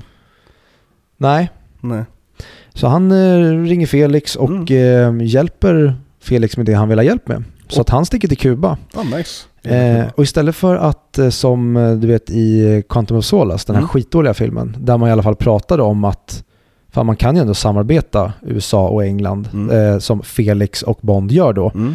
Nej. Nej. Så han eh, ringer Felix och mm. eh, hjälper Felix med det han vill ha hjälp med. Så oh. att han sticker till Kuba. Ja, oh, nice. Eh, och istället för att eh, som du vet i Quantum of Solace, den här mm. skitdåliga filmen, där man i alla fall pratade om att fan, man kan ju ändå samarbeta U S A och England mm. eh, som Felix och Bond gör då. Mm.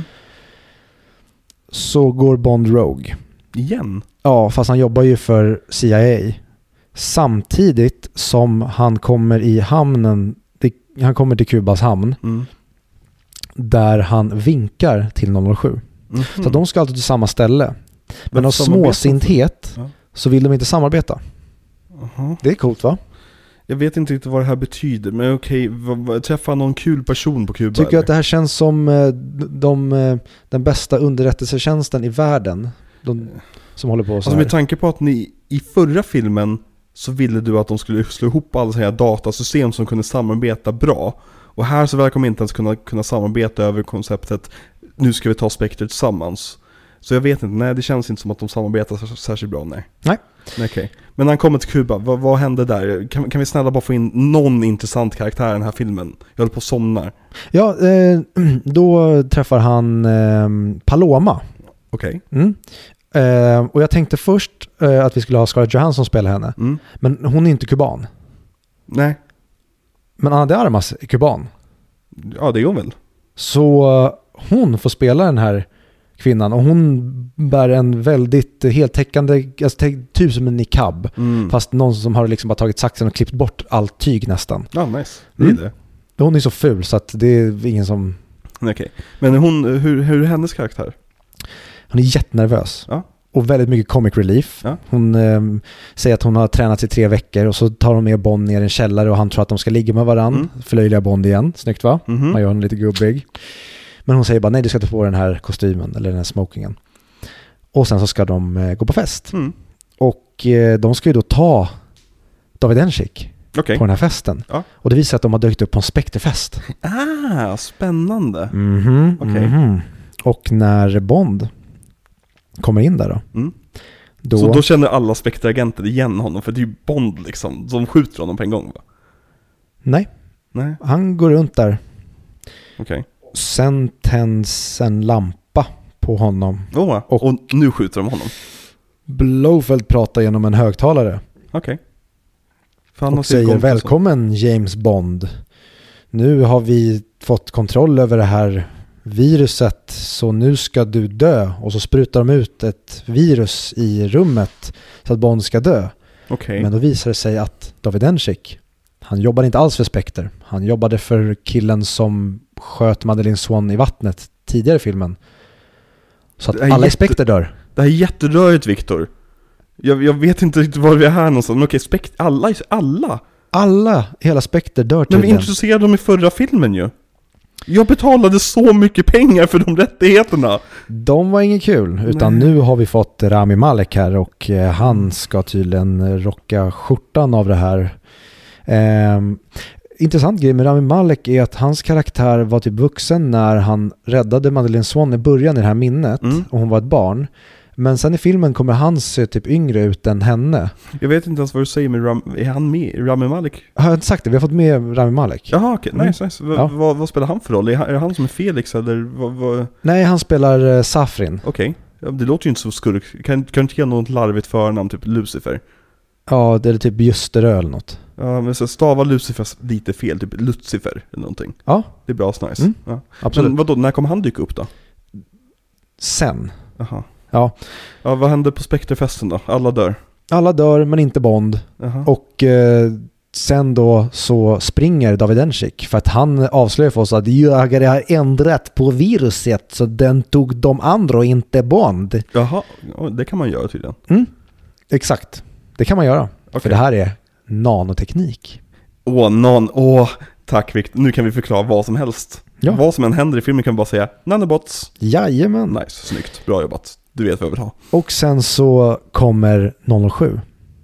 Så går Bond rogue. Igen? Ja, fast han jobbar ju för C I A. Samtidigt som han kommer i hamnen, det, han kommer till Kubas hamn, mm. där han vinkar till noll noll sju. Mm-hmm. Så de ska alltid till samma ställe. Men av småsinthet ja. så vill de inte samarbeta. Uh-huh. Det är coolt, va? Jag vet inte riktigt vad det här betyder, men okej, okay, träffa någon kul person på Kuba. Tycker du att det här känns som de, de, den bästa underrättelsetjänsten i världen? De, som håller på så alltså här. Med tanke på att ni i förra filmen så ville du att de skulle slå ihop alla sådana här datasystem som kunde samarbeta bra. Och här så verkar de inte ens kunna, kunna samarbeta över konceptet nu ska vi ta Spectre tillsammans. Så jag vet inte, nej det känns inte som att de samarbetar särskilt bra, nej. Nej. Okej. Okay. Men när han kommer till Kuba, vad, vad hände där? Kan, kan vi snälla bara få in någon intressant karaktär i den här filmen? Jag håller på att somna. Ja, eh, då träffar han eh, Paloma. Okej. Okay. Mm. Eh, och jag tänkte först eh, att vi skulle ha Scarlett Johansson spela henne. Mm. Men hon är inte kuban. Nej. Men Ana de Armas är kuban. Ja, det är hon väl. Så hon får spela den här kvinnan och hon bär en väldigt heltäckande, alltså typ som en niqab, mm. fast någon som har liksom bara tagit saxen och klippt bort allt tyg nästan. Ja, nice. Det är mm. det. Hon är så ful så att det är ingen som... Okej. Okay. Men hon, hur, hur är hennes karaktär? Hon är jättennervös. Ja. Och väldigt mycket comic relief. Ja. Hon eh, säger att hon har tränat i tre veckor och så tar hon med Bond ner i en källare och han tror att de ska ligga med varandra. Mm. Förlöjliga Bond igen. Snyggt, va? Mm-hmm. Man gör hon lite gubbig. Men hon säger bara, nej du ska ta på den här kostymen eller den här smokingen. Och sen så ska de eh, gå på fest. Mm. Och eh, de ska ju då ta David Enschik. okay. på den här festen. Ja. Och det visar att de har dykt upp på en Spectre-fest. Ah, spännande. Mhm, okay. mhm. Och när Bond kommer in där då. Mm. då Så då känner alla Spectre-agenter igen honom, för det är ju Bond liksom. De skjuter honom på en gång, va? Nej. Nej. Han går runt där. Okej. Okay. Sen tänds en lampa på honom. Oh, och, och nu skjuter de honom. Blofeld pratar genom en högtalare. Okej. Okay. Och säger välkommen James Bond. Nu har vi fått kontroll över det här viruset, så nu ska du dö. Och så sprutar de ut ett virus i rummet så att Bond ska dö. Okay. Men då visar det sig att David Enschik, han jobbade inte alls för Spectre. Han jobbade för killen som sköt Madeleine Swan i vattnet tidigare i filmen. Så att alla jätte... i Spectre dör. Det här är jätterörigt, Victor. Jag, jag vet inte riktigt var vi är här någonstans. Men okej, Spectre, alla, alla. Alla, hela Spectre dör tydligen. Men vi introducerade dem i förra filmen ju. Jag betalade så mycket pengar för de rättigheterna. De var inget kul, utan Nej. Nu har vi fått Rami Malek här och eh, han ska tydligen rocka skjortan av det här. Eh, intressant grej med Rami Malek är att hans karaktär var typ vuxen när han räddade Madeleine Swan i början i det här minnet mm. och hon var ett barn. Men sen i filmen kommer han se typ yngre ut än henne. Jag vet inte ens vad du säger med Ram, är han med Rami Malek? Jag har inte sagt det, vi har fått med Rami Malek. Jaha, okej, okay. nice, nice. V- ja. vad, vad spelar han för roll? Är han, är han som är Felix eller vad? vad? Nej, han spelar uh, Safrin. Okej, okay. ja, det låter ju inte så skurk. Kan, kan du inte ge något larvigt förnamn, typ Lucifer? Ja, det är typ Ljusterö eller något. Ja, men så stava Lucifer lite fel, typ Lucifer eller någonting. Ja. Det är bra nice. Mm. Ja. Absolut. Men vadå, när kommer han dyka upp då? Sen. Jaha. Ja. Ja, vad händer på Spectrefesten då? Alla dör. Alla dör, men inte Bond. Jaha. Och eh, sen då så springer David Enschik för att han avslöjar för oss att jag har ändrat på viruset så den tog de andra och inte Bond. Jaha, det kan man göra tydligen. Mm. Exakt, det kan man göra. Okay. För det här är nanoteknik. Åh, non, åh, tack Victor. Nu kan vi förklara vad som helst. Ja. Vad som än händer i filmen kan vi bara säga nanobots. Jajamän. Nice, snyggt, bra jobbat. Du vet vad jag vill ha. Och sen så kommer noll noll sju.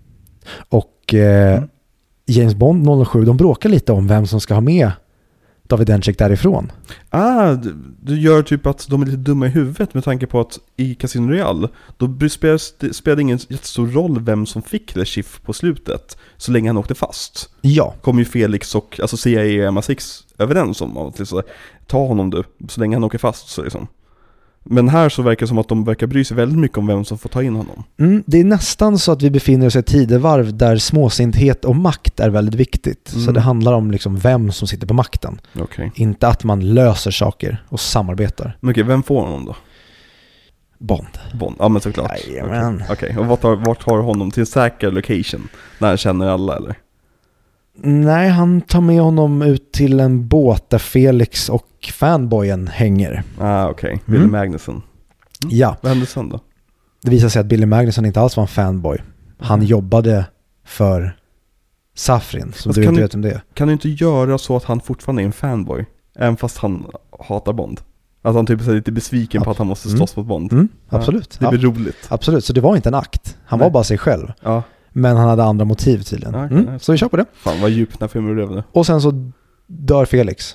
Och eh, mm. James Bond noll noll sju, de bråkar lite om vem som ska ha med David Enschik därifrån. Ah, du, du gör typ att de är lite dumma i huvudet med tanke på att i Casino Royale då spelade det ingen jättestor roll vem som fick Le Chiffre på slutet så länge han åkte fast. Ja. Kom ju Felix och alltså C I A och M I sex överens om att liksom, ta honom du så länge han åker fast så liksom. Men här så verkar det som att de verkar bry sig väldigt mycket om vem som får ta in honom. Mm, det är nästan så att vi befinner oss i ett tidevarv där småsinthet och makt är väldigt viktigt. Mm. Så det handlar om liksom vem som sitter på makten. Okay. Inte att man löser saker och samarbetar. Men okej, vem får honom då? Bond. Bond, ja men såklart. Jajamän. Okej, okay. Och vart tar, vart tar honom till en säker location? När han känner alla eller? Nej, han tar med honom ut till en båt där Felix och fanboyen hänger. Ah, okej. Okay. Billy mm. Magnuson. Mm. Ja. Vad hände sen då? Det visar sig att Billy Magnuson inte alls var en fanboy. Han mm. jobbade för Safrin, som alltså, du inte vet om det är. Kan du inte göra så att han fortfarande är en fanboy? Även fast han hatar Bond? Att han typ är lite besviken Ab- på att han måste slåss mm. mot Bond. Mm. Absolut. Ja, det blir ja. roligt. Absolut, så det var inte en akt. Han Nej. var bara sig själv. Ja. Men han hade andra motiv tydligen. Okay, mm. Så vi kör på det. Fan vad djupt när filmen blev det. Och sen så dör Felix.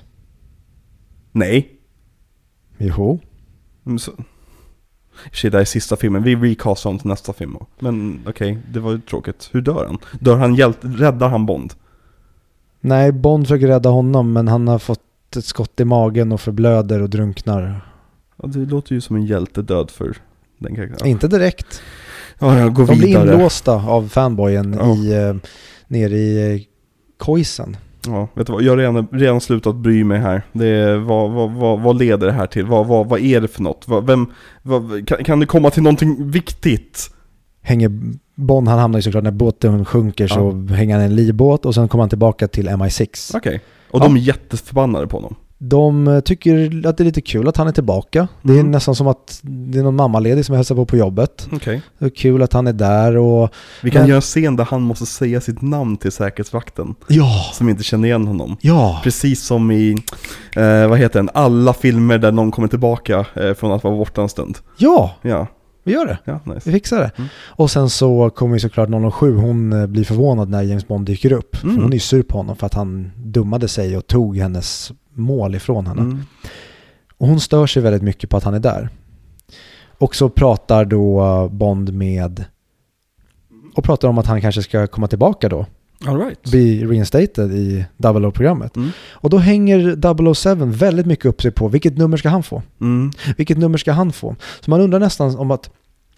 Nej. Jo. Så. Shit, det är sista filmen. Vi recastar honom till nästa film. Men okej, okay, det var ju tråkigt. Hur dör han? Dör han hjält- räddar han Bond? Nej, Bond försöker rädda honom, men han har fått ett skott i magen och förblöder och drunknar. Ja, det låter ju som en hjältedöd för den karaktären. Inte direkt. Ja, jag går De vidare. blir inlåsta av fanboyen ja. i, eh, nere i eh, kojsen. Ja, vet du vad? Jag har redan, redan slutat bry mig här. Det är, vad, vad, vad, vad leder det här till? Vad, vad, vad är det för något? Vad, vem, vad, kan, kan det komma till någonting viktigt? Hänger Bond, han hamnar ju såklart när båten sjunker ja. så hänger han i en livbåt och sen kommer han tillbaka till M I sex. Okej, okay. och ja. de är jätteförbannade på honom. De tycker att det är lite kul att han är tillbaka. Det är mm. nästan som att det är någon mammaledig som hälsar på på jobbet. Okay. Det är kul att han är där. Och vi kan men... göra en scen där han måste säga sitt namn till säkerhetsvakten. Ja. Som inte känner igen honom. Ja. Precis som i, eh, vad heter den? Alla filmer där någon kommer tillbaka eh, från att vara borta en stund. Ja. Ja. Vi gör det. Ja, nice. Vi fixar det. Mm. Och sen så kommer ju såklart noll noll sju. Hon blir förvånad när James Bond dyker upp. Mm. För hon är sur på honom för att han dummade sig och tog hennes mål ifrån henne. Mm. Och hon stör sig väldigt mycket på att han är där. Och så pratar då Bond med och pratar om att han kanske ska komma tillbaka då. All right. Bli reinstated i double O-programmet. Mm. Och då hänger double O sju väldigt mycket upp sig på vilket nummer ska han få? Mm. Vilket nummer ska han få? Så man undrar nästan om att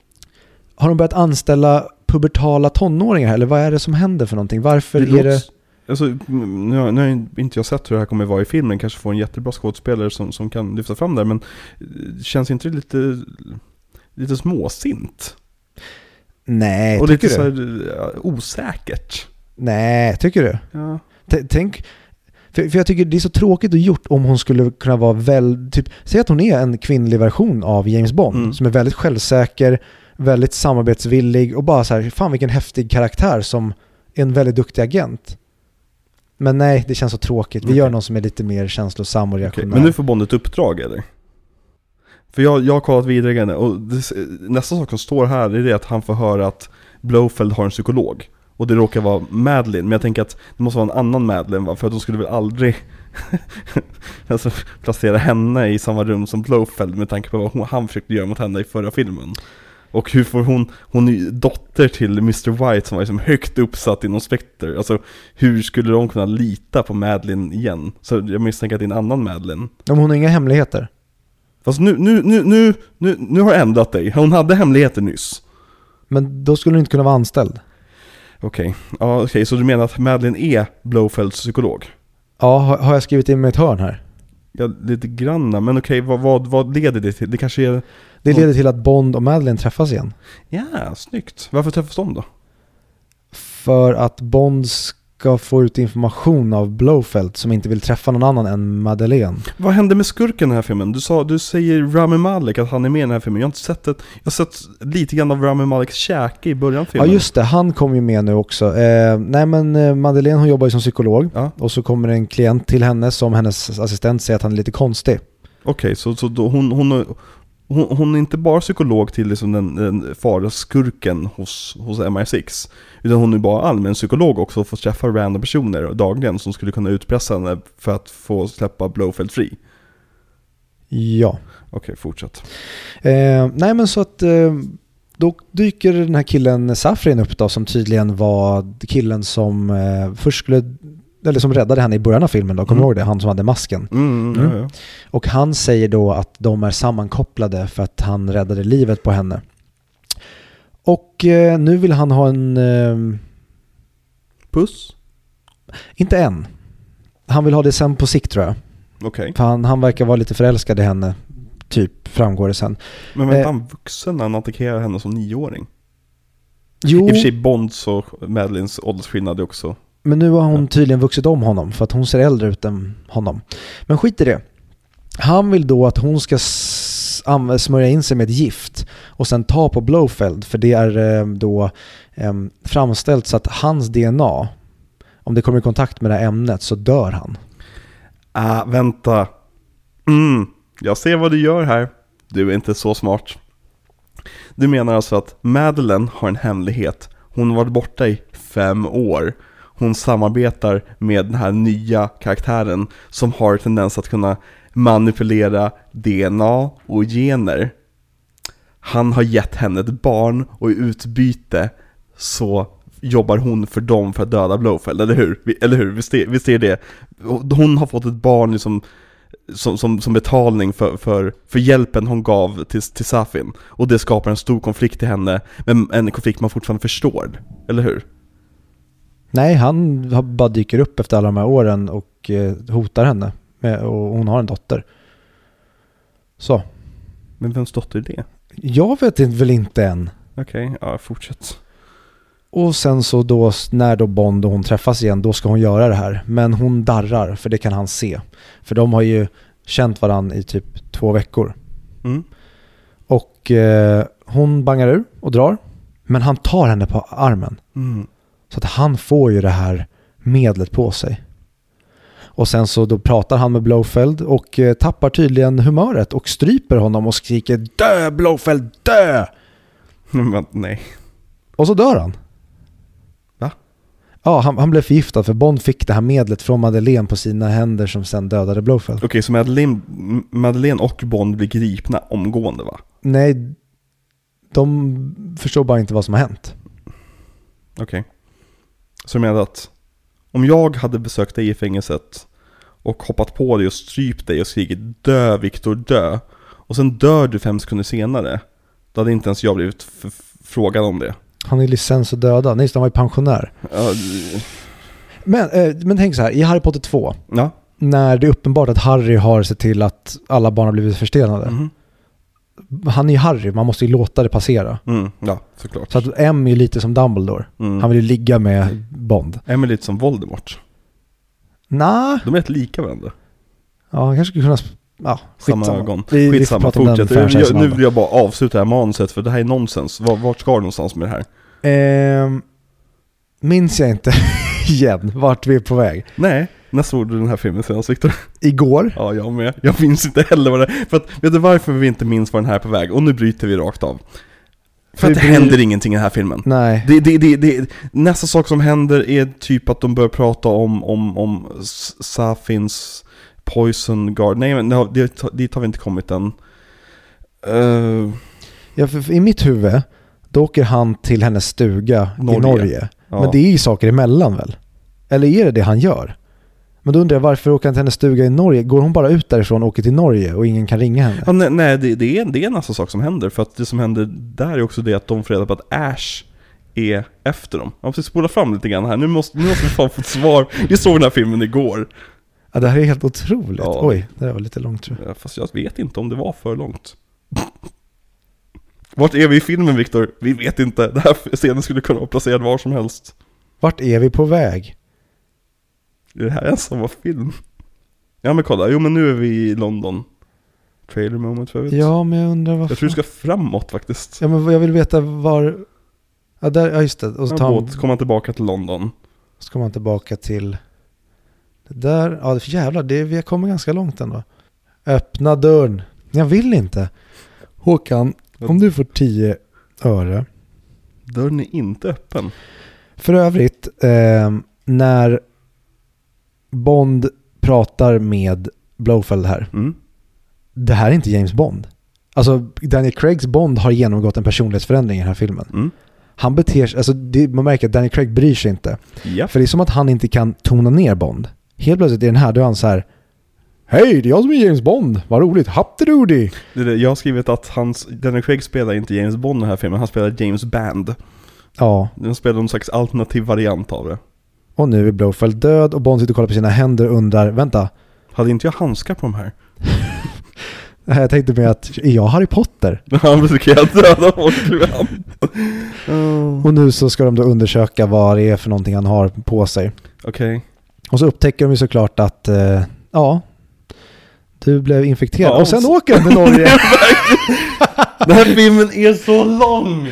har de börjat anställa pubertala tonåringar eller vad är det som händer för någonting? Varför det är det... Alltså, nu har, nu har jag inte jag sett hur det här kommer vara i filmen. Kanske få en jättebra skådespelare som, som kan lyfta fram det. Men känns inte det lite, lite småsint? Nej, och tycker lite du? Så här, osäkert. Nej, tycker du? Ja. T- tänk, för, för jag tycker det är så tråkigt att gjort om hon skulle kunna vara väl, typ, säg att hon är en kvinnlig version av James Bond mm. som är väldigt självsäker, väldigt samarbetsvillig och bara så här, fan vilken häftig karaktär som en väldigt duktig agent. Men nej, det känns så tråkigt. Vi okay. gör någon som är lite mer känslosam och reaktionär. Okay. Men nu får Bond ett uppdrag, eller? För jag, jag har kollat vidare och det, nästa sak som står här är det att han får höra att Blofeld har en psykolog. Och det råkar vara Madeleine. Men jag tänker att det måste vara en annan Madeleine, va? För att de skulle väl aldrig alltså, placera henne i samma rum som Blofeld med tanke på vad hon, han försökte göra mot henne i förra filmen. Och hur får hon, hon är dotter till mister White som var liksom högt uppsatt inom Spectre. Alltså hur skulle de kunna lita på Madeleine igen? Så jag misstänker att det är en annan Madeleine. Om hon har inga hemligheter. Fast nu, nu, nu, nu, nu, nu har jag ändrat dig. Hon hade hemligheter nyss. Men då skulle hon inte kunna vara anställd. Okej, okay. Ja, okay. Så du menar att Madeleine är Blofelds psykolog? Ja, har, har jag skrivit in med ett hörn här? Ja, lite granna, men okej, okay, vad, vad, vad leder det till? Det kanske är... Det leder till att Bond och Madeleine träffas igen. Ja, snyggt. Varför träffas de då? För att Bond ska få ut information av Blofeld som inte vill träffa någon annan än Madeleine. Vad hände med skurken i den här filmen? Du sa, du säger Rami Malek att han är med i den här filmen. Jag har inte sett det. Jag har sett lite grann av Rami Maleks käke i början av filmen. Ja just det, han kom ju med nu också. Eh, nej men eh, Madeleine hon jobbar ju som psykolog. Ja. Och så kommer en klient till henne som hennes assistent säger att han är lite konstig. Okej, okay, så, så då, hon... hon Hon, hon är inte bara psykolog till liksom den, den fara skurken hos, hos M I sex, utan hon är bara allmän psykolog också och får träffa random personer dagligen som skulle kunna utpressa henne för att få släppa Blofeld fri. Ja. Okej, okay, fortsätt. Eh, nej men så att eh, då dyker den här killen Safrin upp då, som tydligen var killen som eh, först skulle eller som räddade henne i början av filmen då, kommer du mm. ihåg det? Han som hade masken. Mm, mm. Ja, ja. Och han säger då att de är sammankopplade för att han räddade livet på henne. Och eh, nu vill han ha en... Eh, puss? Inte än. Han vill ha det sen på sikt tror jag. Okej. Okay. För han, han verkar vara lite förälskad i henne. Typ, framgår det sen. Men vänta, eh, han vuxen när han attackerar henne som nioåring? Jo. I och för sig Bonds och Madeleines åldersskillnad också. Men nu har hon tydligen vuxit om honom för att hon ser äldre ut än honom. Men skit i det. Han vill då att hon ska s- smörja in sig med ett gift och sen ta på Blofeld, för det är eh, då eh, framställt så att hans D N A, om det kommer i kontakt med det här ämnet så dör han. Ah, vänta. Mm, jag ser vad du gör här. Du är inte så smart. Du menar alltså att Madeleine har en hemlighet. Hon har varit borta i fem år. Hon samarbetar med den här nya karaktären som har tendens att kunna manipulera D N A och gener. Han har gett henne ett barn och i utbyte så jobbar hon för dem för att döda Blofeld, eller hur? Eller hur? Visst är, visst är det? Hon har fått ett barn liksom, som, som, som betalning för, för, för hjälpen hon gav till, till Safin. Och det skapar en stor konflikt i henne, men en konflikt man fortfarande förstår, eller hur? Nej, han bara dyker upp efter alla de här åren och eh, hotar henne. Med, och hon har en dotter. Så. Men vems dotter är det? Jag vet inte, väl inte än. Okej, okay, ja, fortsätt. Och sen så då, när då Bond och hon träffas igen, då ska hon göra det här. Men hon darrar, för det kan han se. För de har ju känt varann i typ två veckor. Mm. Och eh, hon bangar ur och drar. Men han tar henne på armen. Mm. Så att han får ju det här medlet på sig. Och sen så då pratar han med Blofeld och eh, tappar tydligen humöret och stryper honom och skriker dö Blofeld, dö! Men, nej. Och så dör han. Va? Ja, han, han blev förgiftad för Bond fick det här medlet från Madeleine på sina händer som sen dödade Blofeld. Okej, okay, så Madeleine, Madeleine och Bond blir gripna omgående, va? Nej, de förstår bara inte vad som har hänt. Okej. Okay. Så jag menar att om jag hade besökt dig i fängelset och hoppat på dig och strypt dig och skrikit dö Victor dö, och sen dör du fem sekunder senare, då hade inte ens jag blivit f- frågad om det. Han är licens och döda. Nej, han var ju pensionär. Ja. Men, eh, men tänk så här, i Harry Potter två, ja. när det är uppenbart att Harry har sett till att alla barn har blivit förstenade. Mm. Han är ju Harry, man måste ju låta det passera. Mm, ja, såklart. Så att M är ju lite som Dumbledore. Mm. Han vill ju ligga med Bond. M är lite som Voldemort. Nej. De är ett lika varandra. Ja, han kanske skulle kunna... Ja, samma ögon. Skitsamma, fortsätt. Jag, nu vill jag bara avsluta det här manuset, för det här är nonsens. Vart, vart ska du någonstans med det här? Eh, minns jag inte igen vart vi är på väg. Nej, när såg du den här filmen senast, Victor? Igår. Ja, jag med. Jag minns inte heller vad det är. För att, vet du varför vi inte minns vad den här är på väg? Och nu bryter vi rakt av. För, för att det blir... händer ingenting i den här filmen. Nej. Det, det, det, det, nästa sak som händer är typ att de börjar prata om, om, om Safins Poison Guard. Nej, men det, dit har vi inte kommit än. Uh... Ja, för, för i mitt huvud då åker han till hennes stuga Norge. i Norge. Ja. Men det är ju saker emellan väl? Eller är det det han gör? Men då undrar jag, varför åker han till hennes stuga i Norge? Går hon bara ut därifrån och åker till Norge och ingen kan ringa henne? Ja, nej, nej det, det, är, det är en nästa sak som händer. För att det som händer där är också det att de får reda på att Ash är efter dem. Jag måste spola fram lite grann här. Nu måste, nu måste vi få ett svar. Vi såg den här filmen igår. Ja, det här är helt otroligt. Ja. Oj, det var lite långt tror jag. Ja, fast jag vet inte om det var för långt. Vart är vi i filmen, Victor? Vi vet inte. Den här scenen skulle kunna vara placerad var som helst. Vart är vi på väg? Det här är en samma film. Ja, men kolla. Jo, men nu är vi i London. Trailer moment för jag vet. Ja, men jag undrar varför. Jag tror du ska framåt faktiskt. Ja, men jag vill veta var... Ja, där, ja just det. Och så tar man... kommer man tillbaka till London. Så kommer man tillbaka till... Det där... Ja, det är för jävlar. Det, vi kommer ganska långt ändå. Öppna dörren. Jag vill inte. Håkan, om du får tio öre. Dörren är inte öppen. För övrigt, eh, när Bond pratar med Blofeld här. Mm. Det här är inte James Bond. Alltså, Daniel Craigs Bond har genomgått en personlighetsförändring i den här filmen. Mm. Han beter sig, alltså det, man märker att Daniel Craig bryr sig inte. Yep. För det är som att han inte kan tona ner Bond. Helt plötsligt är den här, då är han så här: hej, det är jag som är James Bond. Vad roligt. Haptedoody. Det är det. Jag har skrivit att hans, Daniel Craig spelar inte James Bond i den här filmen. Han spelar James Band. Ja. Han spelar någon slags alternativ variant av det. Och nu är Blofeld död och Bond sitter och kollar på sina händer och undrar, vänta. Hade inte jag handskar på de här? Jag tänkte med att, är jag Harry Potter? Han försöker döda folk. Och nu så ska de då undersöka vad det är för någonting han har på sig. Okej. Okay. Och så upptäcker de ju såklart att, eh, ja, du blev infekterad. Ja, och sen så... åker de till Norge. Den här filmen är så lång.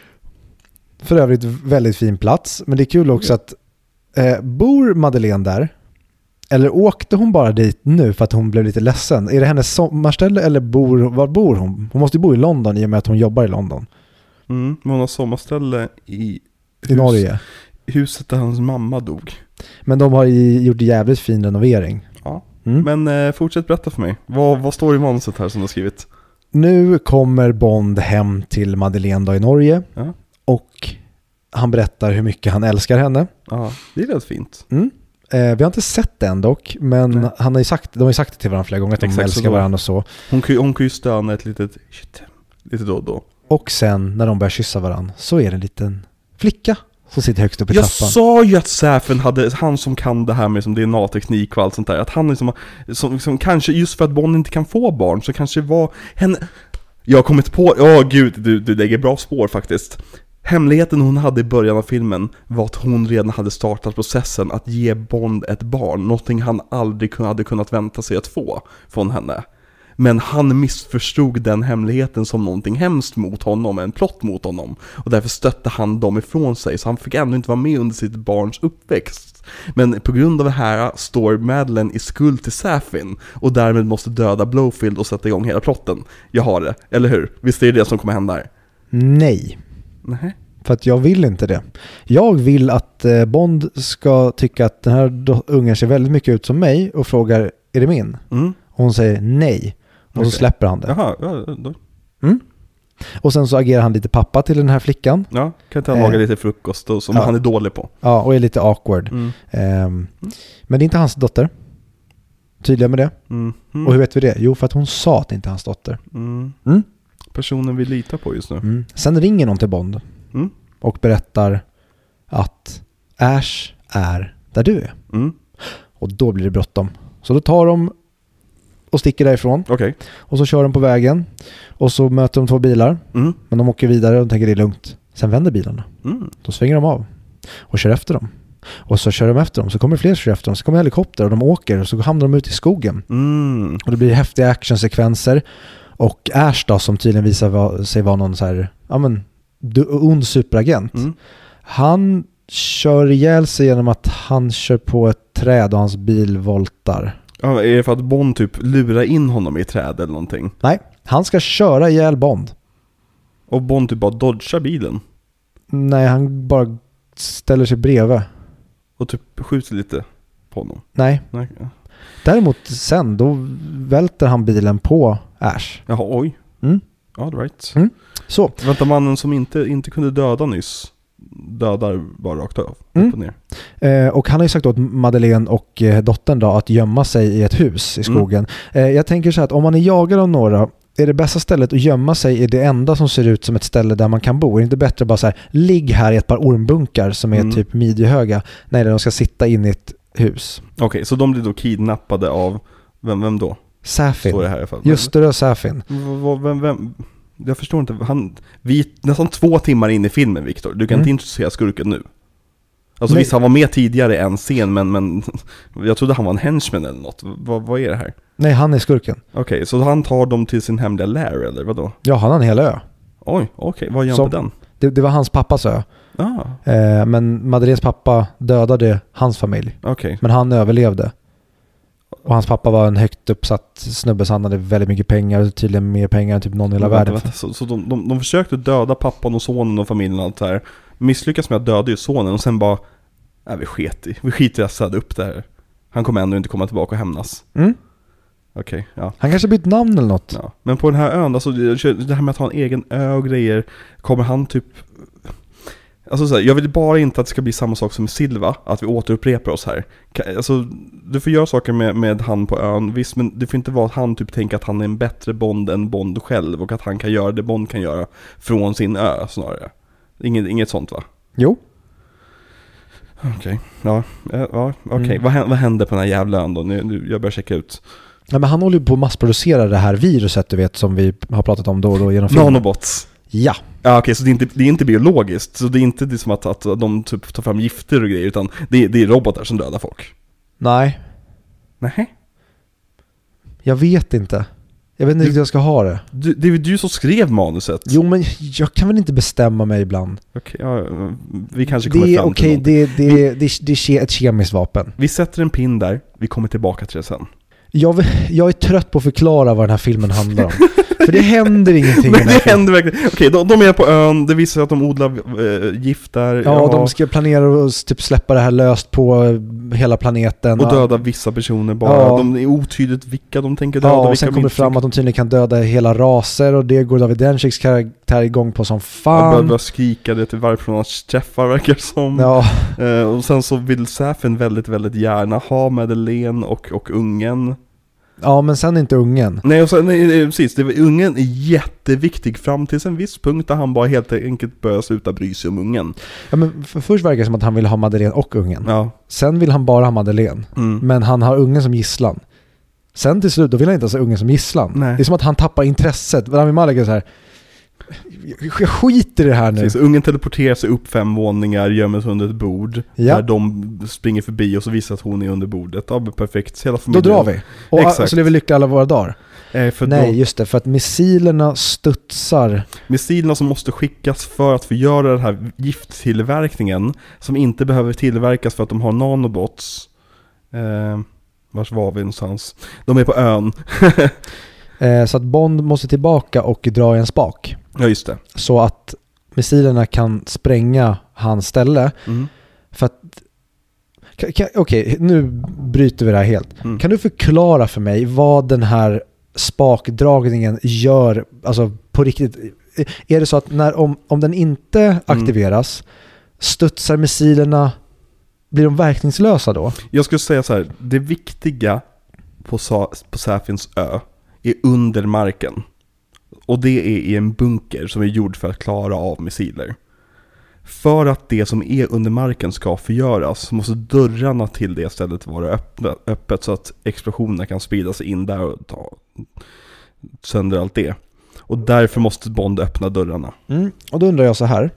För övrigt väldigt fin plats. Men det är kul också att eh, bor Madeleine där? Eller åkte hon bara dit nu för att hon blev lite ledsen? Är det hennes sommarställe eller bor, var bor hon? Hon måste ju bo i London i och med att hon jobbar i London. Mm, men hon har sommarställe i, I hus, Norge. Huset där hans mamma dog. Men de har ju gjort jävligt fin renovering. Ja, mm. men eh, fortsätt berätta för mig. Vad, vad står i manuset här som du har skrivit? Nu kommer Bond hem till Madeleine då i Norge. Ja. Och han berättar hur mycket han älskar henne. Ja, det är rätt fint. Mm. Eh, vi har inte sett det än dock, men han har ju sagt, de har ju sagt det till varandra flera gånger att de Exakt, älskar varandra och så. Hon kan, hon kan ju stöna ett litet lite då och då. Och sen när de börjar kyssa varandra så är det en liten flicka som sitter högst upp i jag trappan. Jag sa ju att Safin hade, han som kan det här med som D N A-teknik och allt sånt där, att han liksom, som, som kanske just för att Bond inte kan få barn så kanske var henne. Jag har kommit på, ja oh, gud, du, du lägger bra spår faktiskt. Hemligheten hon hade i början av filmen var att hon redan hade startat processen att ge Bond ett barn. Någonting han aldrig hade kunnat vänta sig att få från henne. Men han missförstod den hemligheten som någonting hemskt mot honom, en plott mot honom. Och därför stötte han dem ifrån sig, så han fick ändå inte vara med under sitt barns uppväxt. Men på grund av det här står Madeleine i skuld till Safin och därmed måste döda Blofeld och sätta igång hela plotten. Jag har det, eller hur? Visst är det det som kommer hända här? Nej. Nej. För att jag vill inte det. Jag vill att eh, Bond ska tycka att den här do- ungen ser väldigt mycket ut som mig och frågar, är det min? Mm. Och hon säger nej. Och Okay. så släpper han det. Jaha, ja, då. Mm. Och sen så agerar han lite pappa till den här flickan. Ja, kan inte han eh. laga lite frukost och, som ja. han är dålig på. Ja, och är lite awkward. Mm. Um, men det är inte hans dotter. Tydliga med det. Mm. Mm. Och hur vet vi det? Jo, för att hon sa att det inte är hans dotter. Mm. Mm. Personen vi litar på just nu. Mm. Sen ringer någon till Bond. Mm. Och berättar att Ash är där du är. Mm. Och då blir det bråttom. Så då tar de och sticker därifrån. Okej. Okay. Och så kör de på vägen. Och så möter de två bilar. Mm. Men de åker vidare och tänker det är lugnt. Sen vänder bilarna. Mm. Då svänger de av. Och kör efter dem. Och så kör de efter dem. Så kommer fler kör efter dem. Så kommer helikopter och de åker. Och så hamnar de ut i skogen. Mm. Och det blir häftiga actionsekvenser. Och Ash då, som tydligen visar va- sig vara någon så här, ja men, du, ond superagent. Mm. Han kör ihjäl sig genom att han kör på ett träd och hans bil voltar. Ja, är det för att Bond typ lurar in honom i ett träd eller någonting? Nej, han ska köra ihjäl Bond. Och Bond typ bara dodgar bilen? Nej, han bara ställer sig bredvid. Och typ skjuter lite på honom? Nej. Nej. Ja. Däremot sen, då välter han bilen på Ash. Jaha, oj. Mm. All right. Mm. Så. Vänta, mannen som inte, inte kunde döda nyss dödar bara rakt av. Mm. Upp och ner. Eh, och han har ju sagt åt Madeleine och eh, dottern då att gömma sig i ett hus i skogen. Mm. Eh, jag tänker så här att om man är jagad av några, är det bästa stället att gömma sig är det enda som ser ut som ett ställe där man kan bo. Är det inte bättre att bara så här, ligg här i ett par ormbunkar som är mm. typ midjehöga när de ska sitta in i ett hus? Okej, okay, så de blir då kidnappade av vem, vem då? Safin. Står det här i alla fall. Just det, Safin. Vem, vem, vem? Jag förstår inte. Han, vi nästan två timmar in i filmen, Victor. Du kan mm. inte introducera skurken nu. Alltså visst, han var med tidigare än scen, men, men jag trodde han var en henchman eller något. Vad, vad är det här? Nej, han är skurken. Okej, okay, så han tar dem till sin hemliga lair, eller vadå? Ja, han har en hel ö. Oj, okej. Okay. Vad gör han på den? Det, det var hans pappas ö. Ah. Eh, men Madeleines pappa dödade hans familj. Okay. Men han överlevde. Och hans pappa var en högt uppsatt snubbe, så han hade väldigt mycket pengar, tydligen mer pengar än typ någon i hela världen. Vänta, så så de, de, de försökte döda pappan och sonen och familjen och allt det här. Misslyckas med att döda ju sonen och sen bara, nej, vi sket i. Vi skiter i att sätta upp det här. Han kommer ändå inte komma tillbaka och hämnas. Mm. Okej, okay, ja. Han kanske bytt namn eller något. Ja. Men på den här ön, alltså det här med att ha en egen ö och grejer, kommer han typ... Alltså så här, jag vill bara inte att det ska bli samma sak som med Silva, att vi återupprepar oss här. Alltså, du får göra saker med, med han på ön, visst, men det får inte vara att han typ tänker att han är en bättre Bond än Bond själv och att han kan göra det Bond kan göra från sin ö snarare. Inget, inget sånt, va? Jo. Okej, okay. ja, ja okej. Okay. Mm. Vad, vad händer på den här jävla ön då? Nu, nu, jag börjar checka ut. Nej, men han håller ju på att massproducera det här viruset, du vet, som vi har pratat om då och då genom filmen. Nanobots. Ja. Ja, okej, okay, så det är, inte, det är inte biologiskt. Så det är inte det som att, att de typ tar fram gifter och grejer, utan det är, det är robotar som dödar folk. Nej. Nej. Jag vet inte. Jag vet inte hur jag ska ha det. Du, det är du som skrev manuset. Jo, men jag kan väl inte bestämma mig ibland. Okej, okay, ja, vi kanske kommer det är, fram okay, till något. det, det, det, det, det är ett kemiskt vapen. Vi sätter en pin där, vi kommer tillbaka till det sen. Jag, jag är trött på att förklara vad den här filmen handlar om. För det händer ingenting. Men det händer verkligen. Okej, okay, de, de är på ön, det visar sig att de odlar äh, gift där. Ja, Jaha. de ska planera att typ släppa det här löst på hela planeten. Och döda vissa personer bara. Ja. De är otydligt vilka de tänker döda. Ja, och sen kommer det fram att de tydligen kan döda hela raser, och det går David Dencicks karaktär igång på som fan. Jag börjar skrika det till varför han träffar, verkar som. Ja. Uh, och sen så vill Safin väldigt, väldigt gärna ha Madeleine och, och ungen. Ja, men sen inte ungen. Nej, och sen, nej, precis. Det var, ungen är jätteviktig fram till en viss punkt där han bara helt enkelt börjar sluta bry sig om ungen. Ja, men för först verkar det som att han vill ha Madeleine och ungen. Ja. Sen vill han bara ha Madeleine. Mm. Men han har ungen som gisslan. Sen till slut, då vill han inte ha ungen som gisslan. Nej. Det är som att han tappar intresset. Rami Malek är så här, jag skiter i det här nu. Så ungen teleporterar sig upp fem våningar, gömmer sig under ett bord. Ja. Där de springer förbi och så visar att hon är under bordet. Ja, perfekt. Hela familjen. Då drar vi. Och Exakt. Så lever vi lyckliga alla våra dagar. Eh, för Nej, då, just det. För att missilerna studsar. Missilerna som måste skickas för att få göra den här gifttillverkningen, som inte behöver tillverkas för att de har nanobots. Eh, vars var vi någonstans? De är på ön. Eh, så att Bond måste tillbaka och dra i en spak. Ja, just det. Så att missilerna kan spränga hans ställe. Mm. För att... Okej, okay, nu bryter vi det här helt. Mm. Kan du förklara för mig vad den här spakdragningen gör, alltså på riktigt? Är det så att när, om, om den inte aktiveras, mm. studsar missilerna, blir de verkningslösa då? Jag skulle säga så här, det viktiga på, Sa- på Safins ö är under marken. Och det är i en bunker som är gjord för att klara av missiler. För att det som är under marken ska förgöras så måste dörrarna till det stället vara öppna, öppet så att explosionerna kan sprida sig in där och ta sönder allt det. Och därför måste Bond öppna dörrarna. Mm. Och då undrar jag så här.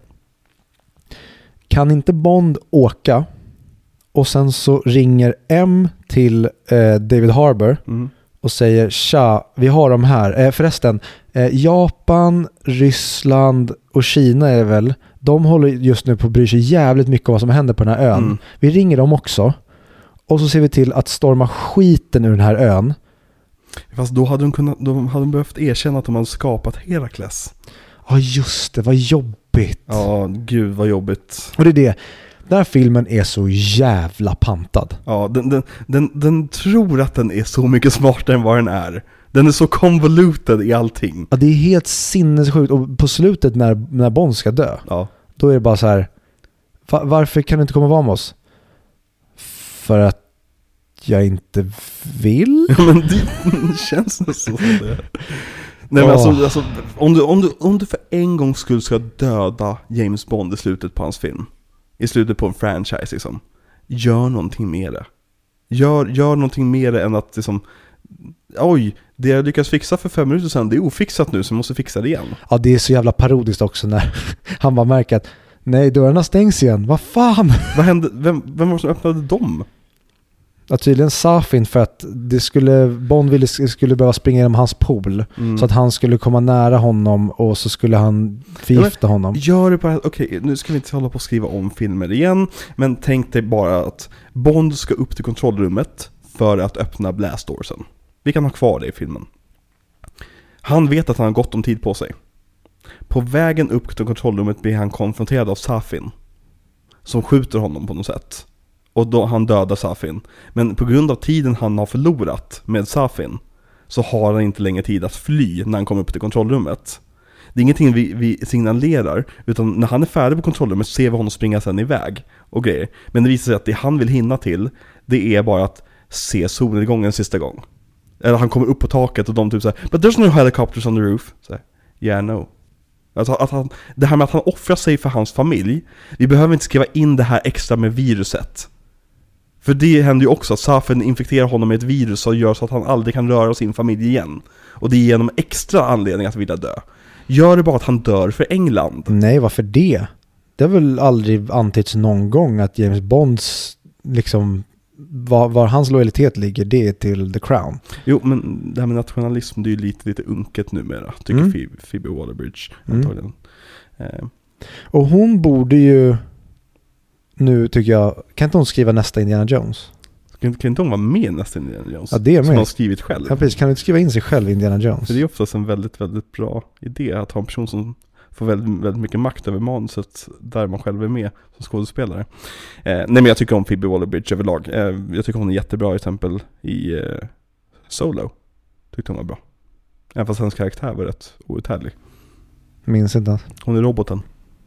Kan inte Bond åka och sen så ringer M till eh, David Harbour mm. och säger tja, vi har dem här. Eh, förresten, eh, Japan, Ryssland och Kina är väl, de håller just nu på att bry sig jävligt mycket om vad som händer på den här ön. Mm. Vi ringer dem också och så ser vi till att storma skiten ur den här ön. Fast då hade de, kunnat, de hade behövt erkänna att de hade skapat Herakles. Ja just det, vad jobbigt. Ja, gud vad jobbigt. Och det är det. Den här filmen är så jävla pantad. Ja, den, den, den, den tror att den är så mycket smartare än vad den är. Den är så convoluted i allting. Ja, det är helt sinnessjukt. Och på slutet när, när Bond ska dö, ja. Då är det bara så här, va, varför kan du inte komma och vara med oss? För att jag inte vill? Ja, men det känns det så. Det. Nej, men oh. alltså, alltså, om, du, om, du, om du för en gångs skull ska döda James Bond i slutet på hans film, i slutet på en franchise liksom, gör någonting med det. Gör, gör någonting med det än att liksom, oj, det jag lyckats fixa för fem minuter sedan, det är ofixat nu så jag måste fixa det igen. Ja, det är så jävla parodiskt också när han bara märker att nej, dörrarna stängs igen. Vad fan? Vad hände? Vem, vem var det som öppnade dem? Ja, tydligen Safin, för att det skulle, Bond ville, skulle behöva springa genom hans pool mm. så att han skulle komma nära honom och så skulle han förgifta ja, honom. Gör det bara, okej, okay, nu ska vi inte hålla på att skriva om filmer igen, men tänk dig bara att Bond ska upp till kontrollrummet för att öppna blastdoorsen. Vi kan ha kvar det i filmen. Han vet att han har gott om tid på sig. På vägen upp till kontrollrummet blir han konfronterad av Safin som skjuter honom på något sätt. Och då han dödar Safin. Men på grund av tiden han har förlorat med Safin så har han inte längre tid att fly när han kommer upp till kontrollrummet. Det är ingenting vi, vi signalerar, utan när han är färdig på kontrollrummet ser vi honom springa sedan iväg och grejer. Men det visar sig att det han vill hinna till, det är bara att se solnedgången en sista gång. Eller han kommer upp på taket och de typ såhär, but there's no helicopters on the roof. Så här, yeah, no. Alltså att han, det här med att han offrar sig för hans familj, vi behöver inte skriva in det här extra med viruset. För det händer ju också att Safin infekterar honom med ett virus och gör så att han aldrig kan röra sin familj igen. Och det är genom extra anledning att vilja dö. Gör det bara att han dör för England. Nej, varför det? Det har väl aldrig antytts någon gång att James Bonds liksom, var, var hans lojalitet ligger, det är till The Crown. Jo, men det här med nationalism, det är ju lite, lite unket numera, tycker mm. Phoebe, Phoebe Waller-Bridge antagligen. Mm. Eh. Och hon borde ju nu, tycker jag, kan inte hon skriva nästa Indiana Jones? Kan, kan inte hon vara med nästa Indiana Jones? Ja, det är med. Som hon har skrivit själv. Ja, precis. Kan du inte skriva in sig själv i Indiana Jones? För det är oftast en väldigt, väldigt bra idé att ha en person som får väldigt, väldigt mycket makt över manuset där man själv är med som skådespelare. Eh, nej, men jag tycker om Phoebe Waller-Bridge överlag. Eh, jag tycker hon är jättebra i exempel i eh, Solo. Tyckte hon var bra. Även fast hennes karaktär var rätt outhärdlig. Minns inte. Hon är roboten.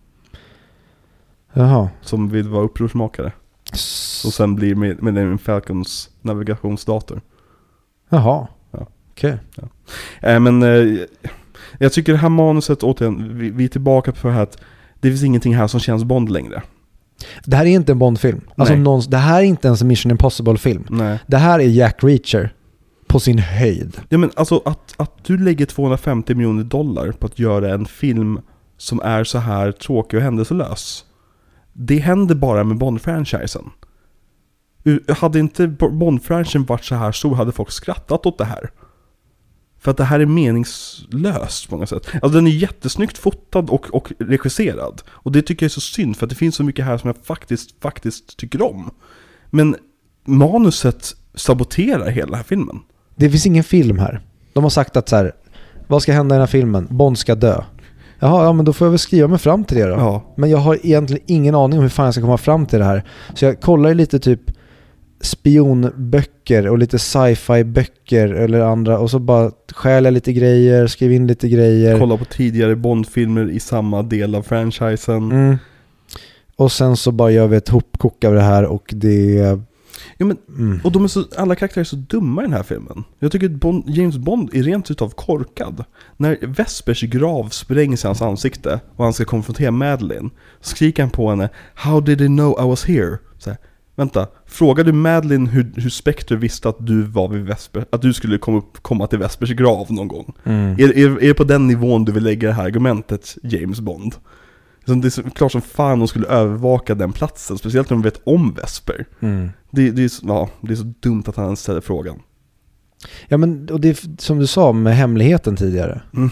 Jaha. Som vill vara upprorsmakare. S- och sen blir med, med en Falcons navigationsdator. Jaha. Ja. Okej. Okay. Ja. Eh, men eh, jag tycker det här manuset, återigen, vi, vi är tillbaka på det här att det finns ingenting här som känns Bond längre. Det här är inte en Bond-film. Alltså någon, det här är inte ens en Mission Impossible-film. Nej. Det här är Jack Reacher på sin höjd. Ja, men alltså att, att du lägger tvåhundrafemtio miljoner dollar på att göra en film som är så här tråkig och händelselös. Det händer bara med Bond-franchisen. Hade inte Bond-franchisen varit så här stor hade folk skrattat åt det här. För att det här är meningslöst på många sätt. Alltså den är jättesnyggt fotad och, och regisserad. Och det tycker jag är så synd, för att det finns så mycket här som jag faktiskt, faktiskt tycker om. Men manuset saboterar hela den här filmen. Det finns ingen film här. De har sagt att så här, vad ska hända i den här filmen? Bond ska dö. Jaha, ja men då får jag väl skriva mig fram till det då. Ja. Men jag har egentligen ingen aning om hur fan jag ska komma fram till det här. Så jag kollar lite typ spionböcker och lite sci-fi böcker eller andra och så bara stjäl jag lite grejer, skriv in lite grejer. Kolla på tidigare Bond-filmer i samma del av franchisen. Mm. Och sen så bara gör vi ett hopkok av det här och det... Ja, men, mm. och de är så, alla karaktärer är så dumma i den här filmen. Jag tycker att Bond, James Bond är rent utav korkad. När Vespers grav sprängs i hans ansikte och han ska konfrontera Madeleine, skriker han på henne: How did they know I was here? Så här, vänta, frågade Madeleine hur, hur Spectre visste att du var vid Vesper, att du skulle komma, upp, komma till Vespers grav någon gång? Mm. Är, är, är det på den nivån du vill lägga det här argumentet, James Bond? Det är så klart som fan de skulle övervaka den platsen, speciellt när de vet om Vesper. Mm. Det, det, är så, ja, det är så dumt att han ställer frågan. Ja, men och det är som du sa med hemligheten tidigare. Mm.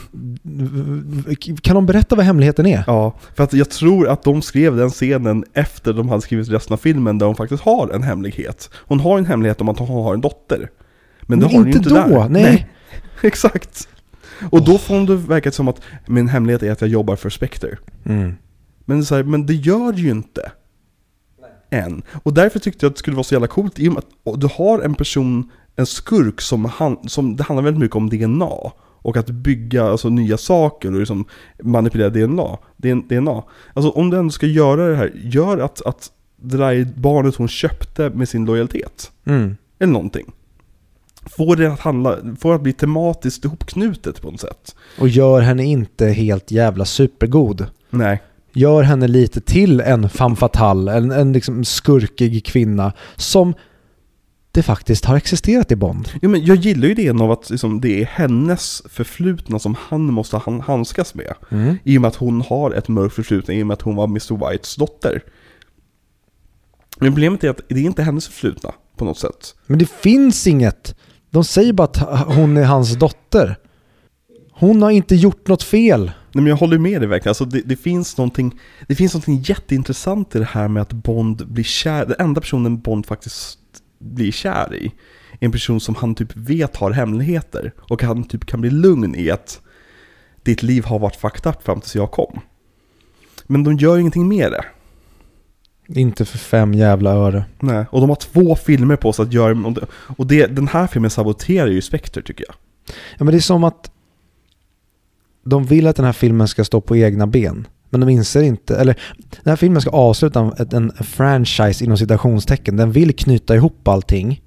Kan de berätta vad hemligheten är? Ja, för att jag tror att de skrev den scenen efter de hade skrivit resten av filmen där hon faktiskt har en hemlighet. Hon har en hemlighet om att hon har en dotter. Men, men det har inte, inte då, där. nej. nej. Exakt. Och oh. då får det verka som att min hemlighet är att jag jobbar för Spectre. Mm. Men, så här, men det gör ju inte. Nej. Än. Och därför tyckte jag att det skulle vara så jävla coolt i och med att du har en person, en skurk som, han, som det handlar väldigt mycket om D N A och att bygga alltså, nya saker och liksom manipulera D N A. D N A. Alltså om du ändå ska göra det här, gör att, att det där barnet hon köpte med sin lojalitet. Mm. Eller någonting. Får det att handla, får det att bli tematiskt ihopknutet på något sätt. Och gör henne inte helt jävla supergod. Nej. Gör henne lite till en femme fatale, en, en liksom skurkig kvinna som det faktiskt har existerat i Bond. Ja, men jag gillar ju det av att liksom, det är hennes förflutna som han måste handskas med. Mm. I och med att hon har ett mörkt förflutna, i och med att hon var mister Whites dotter. Men problemet är att det är inte hennes förflutna på något sätt. Men det finns inget. De säger bara att hon är hans dotter. Hon har inte gjort något fel. Nej, men jag håller med dig verkligen. Alltså det, det, finns någonting, det finns någonting jätteintressant i det här med att Bond blir kär. Den enda personen Bond faktiskt blir kär i är en person som han typ vet har hemligheter. Och han typ kan bli lugn i att ditt liv har varit fucked up fram tills jag kom. Men de gör ingenting med det. Inte för fem jävla öre. Nej, och de har två filmer på sig att göra. Och det, den här filmen saboterar ju Spectre tycker jag. Ja, men det är som att de vill att den här filmen ska stå på egna ben. Men de inser inte, eller den här filmen ska avsluta en, en franchise inom citationstecken. Den vill knyta ihop allting.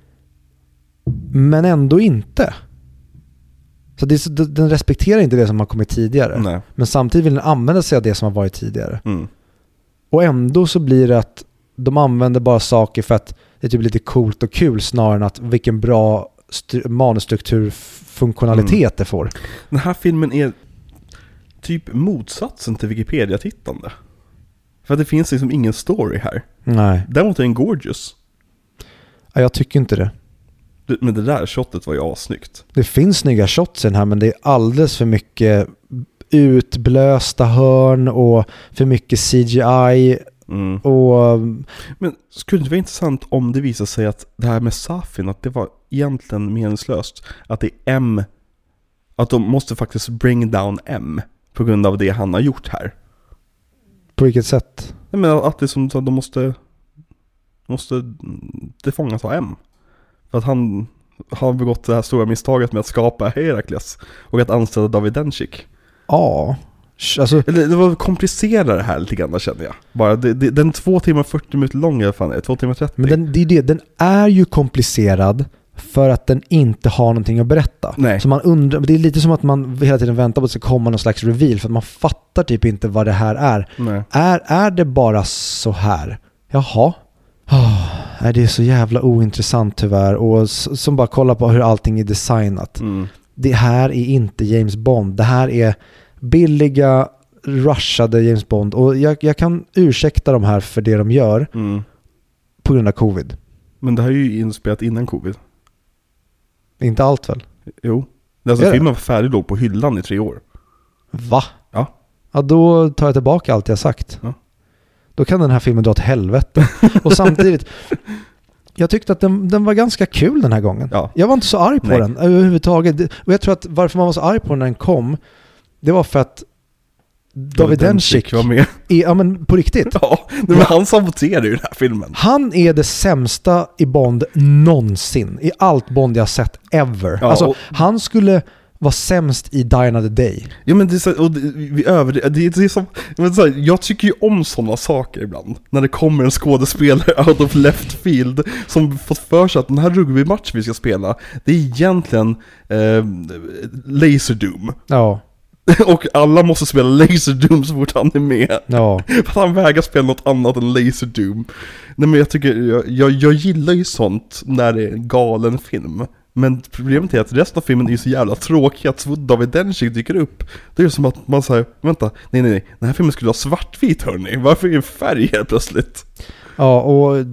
Men ändå inte. Så det är, den respekterar inte det som har kommit tidigare. Nej. Men samtidigt vill den använda sig av det som har varit tidigare. Mm. Och ändå så blir det att de använder bara saker för att det är typ lite coolt och kul snarare än att vilken bra st- manusstrukturfunktionalitet mm. det får. Den här filmen är typ motsatsen till Wikipedia-tittande. För att det finns liksom ingen story här. Nej. Däremot är den gorgeous. Ja, jag tycker inte det. det. Men det där shotet var ju assnyggt. Det finns snygga shots i den här, men det är alldeles för mycket utblösta hörn och för mycket C G I. Mm. Och... Men skulle det vara intressant om det visar sig att det här med Safin, att det var egentligen meningslöst. Att det är M, att de måste faktiskt bring down M på grund av det han har gjort här. På vilket sätt? Jag menar att det är som att de måste måste det fångas av M. För att han har begått det här stora misstaget med att skapa Herakles och att anställa David Dencik. Ja. Alltså, Eller det var komplicerat det här lite grann, känner jag. Bara det, det, den är två timmar fyrtio minuter lång i alla fall, två timmar trettio. Men den, det är det, den är ju komplicerad för att den inte har någonting att berätta. Nej. Så man undrar, det är lite som att man hela tiden väntar på att det ska komma någon slags reveal för att man fattar typ inte vad det här är. Nej. Är, är det bara så här? Jaha. Oh, är det är så jävla ointressant tyvärr. Och som bara kollar på hur allting är designat. Mm. Det här är inte James Bond. Det här är billiga, rushade James Bond. Och jag, jag kan ursäkta de här för det de gör mm. på grund av covid. Men det här är ju inspelat innan covid. Inte allt väl? Jo. Alltså är filmen var färdig, låg på hyllan i tre år. Va? Ja. Ja, då tar jag tillbaka allt jag sagt. Ja. Då kan den här filmen dra till helvete. Och samtidigt, Jag tyckte att den, den var ganska kul den här gången. Ja. Jag var inte så arg på Nej. den överhuvudtaget. Och jag tror att varför man var så arg på den när den kom, det var för att David Dencik var med. Är, ja men på riktigt. Ja, men han saboterar ju den här filmen. Han är det sämsta i Bond någonsin. I allt Bond jag sett ever. Ja, alltså, och, han skulle vara sämst i Die Another Day. Ja, men det är så, och det, vi över det, det, det är som, men så här, jag tycker ju om sådana saker ibland. När det kommer en skådespelare out of left field som fått för sig att den här rugbymatch vi ska spela, det är egentligen eh, Laserdoom. Ja. Och alla måste spela Laserdoom så fort han är med. Ja. För att han vägrar spela något annat än Laserdoom. Nej, men jag tycker, jag, jag, jag gillar ju sånt när det är en galen film. Men problemet är att resten av filmen är så jävla tråkig att så David Dencik dyker upp. Det är som att man säger, vänta, nej nej nej, den här filmen skulle ha svartvit hörni. Varför är det färg här plötsligt? Ja, och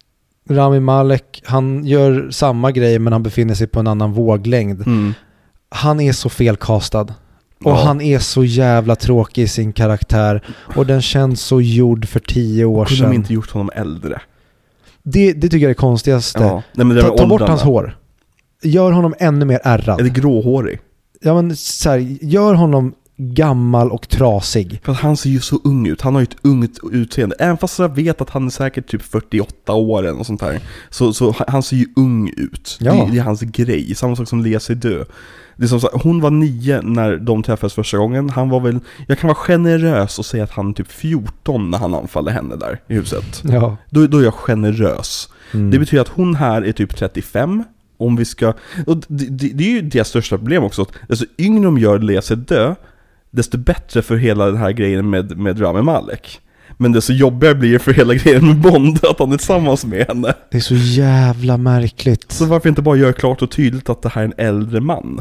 Rami Malek, han gör samma grej men han befinner sig på en annan våglängd. Mm. Han är så felkastad. Och Ja. han är så jävla tråkig i sin karaktär. Och den känns så gjord för tio år Kunde sedan. de inte gjort honom äldre? Det, det tycker jag är det konstigaste. Ja. Nej, men det ta ta bort hans hår. Gör honom ännu mer ärrad. Är det gråhårig? Ja, men så här, gör honom gammal och trasig. För att han ser ju så ung ut. Han har ju ett ungt utseende. Även fast jag vet att han är säkert typ fyrtioåtta år eller något sånt här. Så, så han ser ju ung ut. Ja. Det, det är hans grej. Samma sak som Lea Seydoux. Det är som så, hon var nio när de träffades första gången. Han var väl, jag kan vara generös och säga att han är typ fjorton när han anfaller henne där i huset. Ja. Då, då är jag generös. Mm. Det betyder att hon här är typ trettiofem. Om vi ska, och det, det, det är ju deras största problem också. Alltså yngre de gör Lea Seydoux, desto bättre för hela den här grejen med, med Rami Malek. Men det så jobbigare blir det för hela grejen med Bond att han är tillsammans med henne. Det är så jävla märkligt. Så varför inte bara göra klart och tydligt att det här är en äldre man?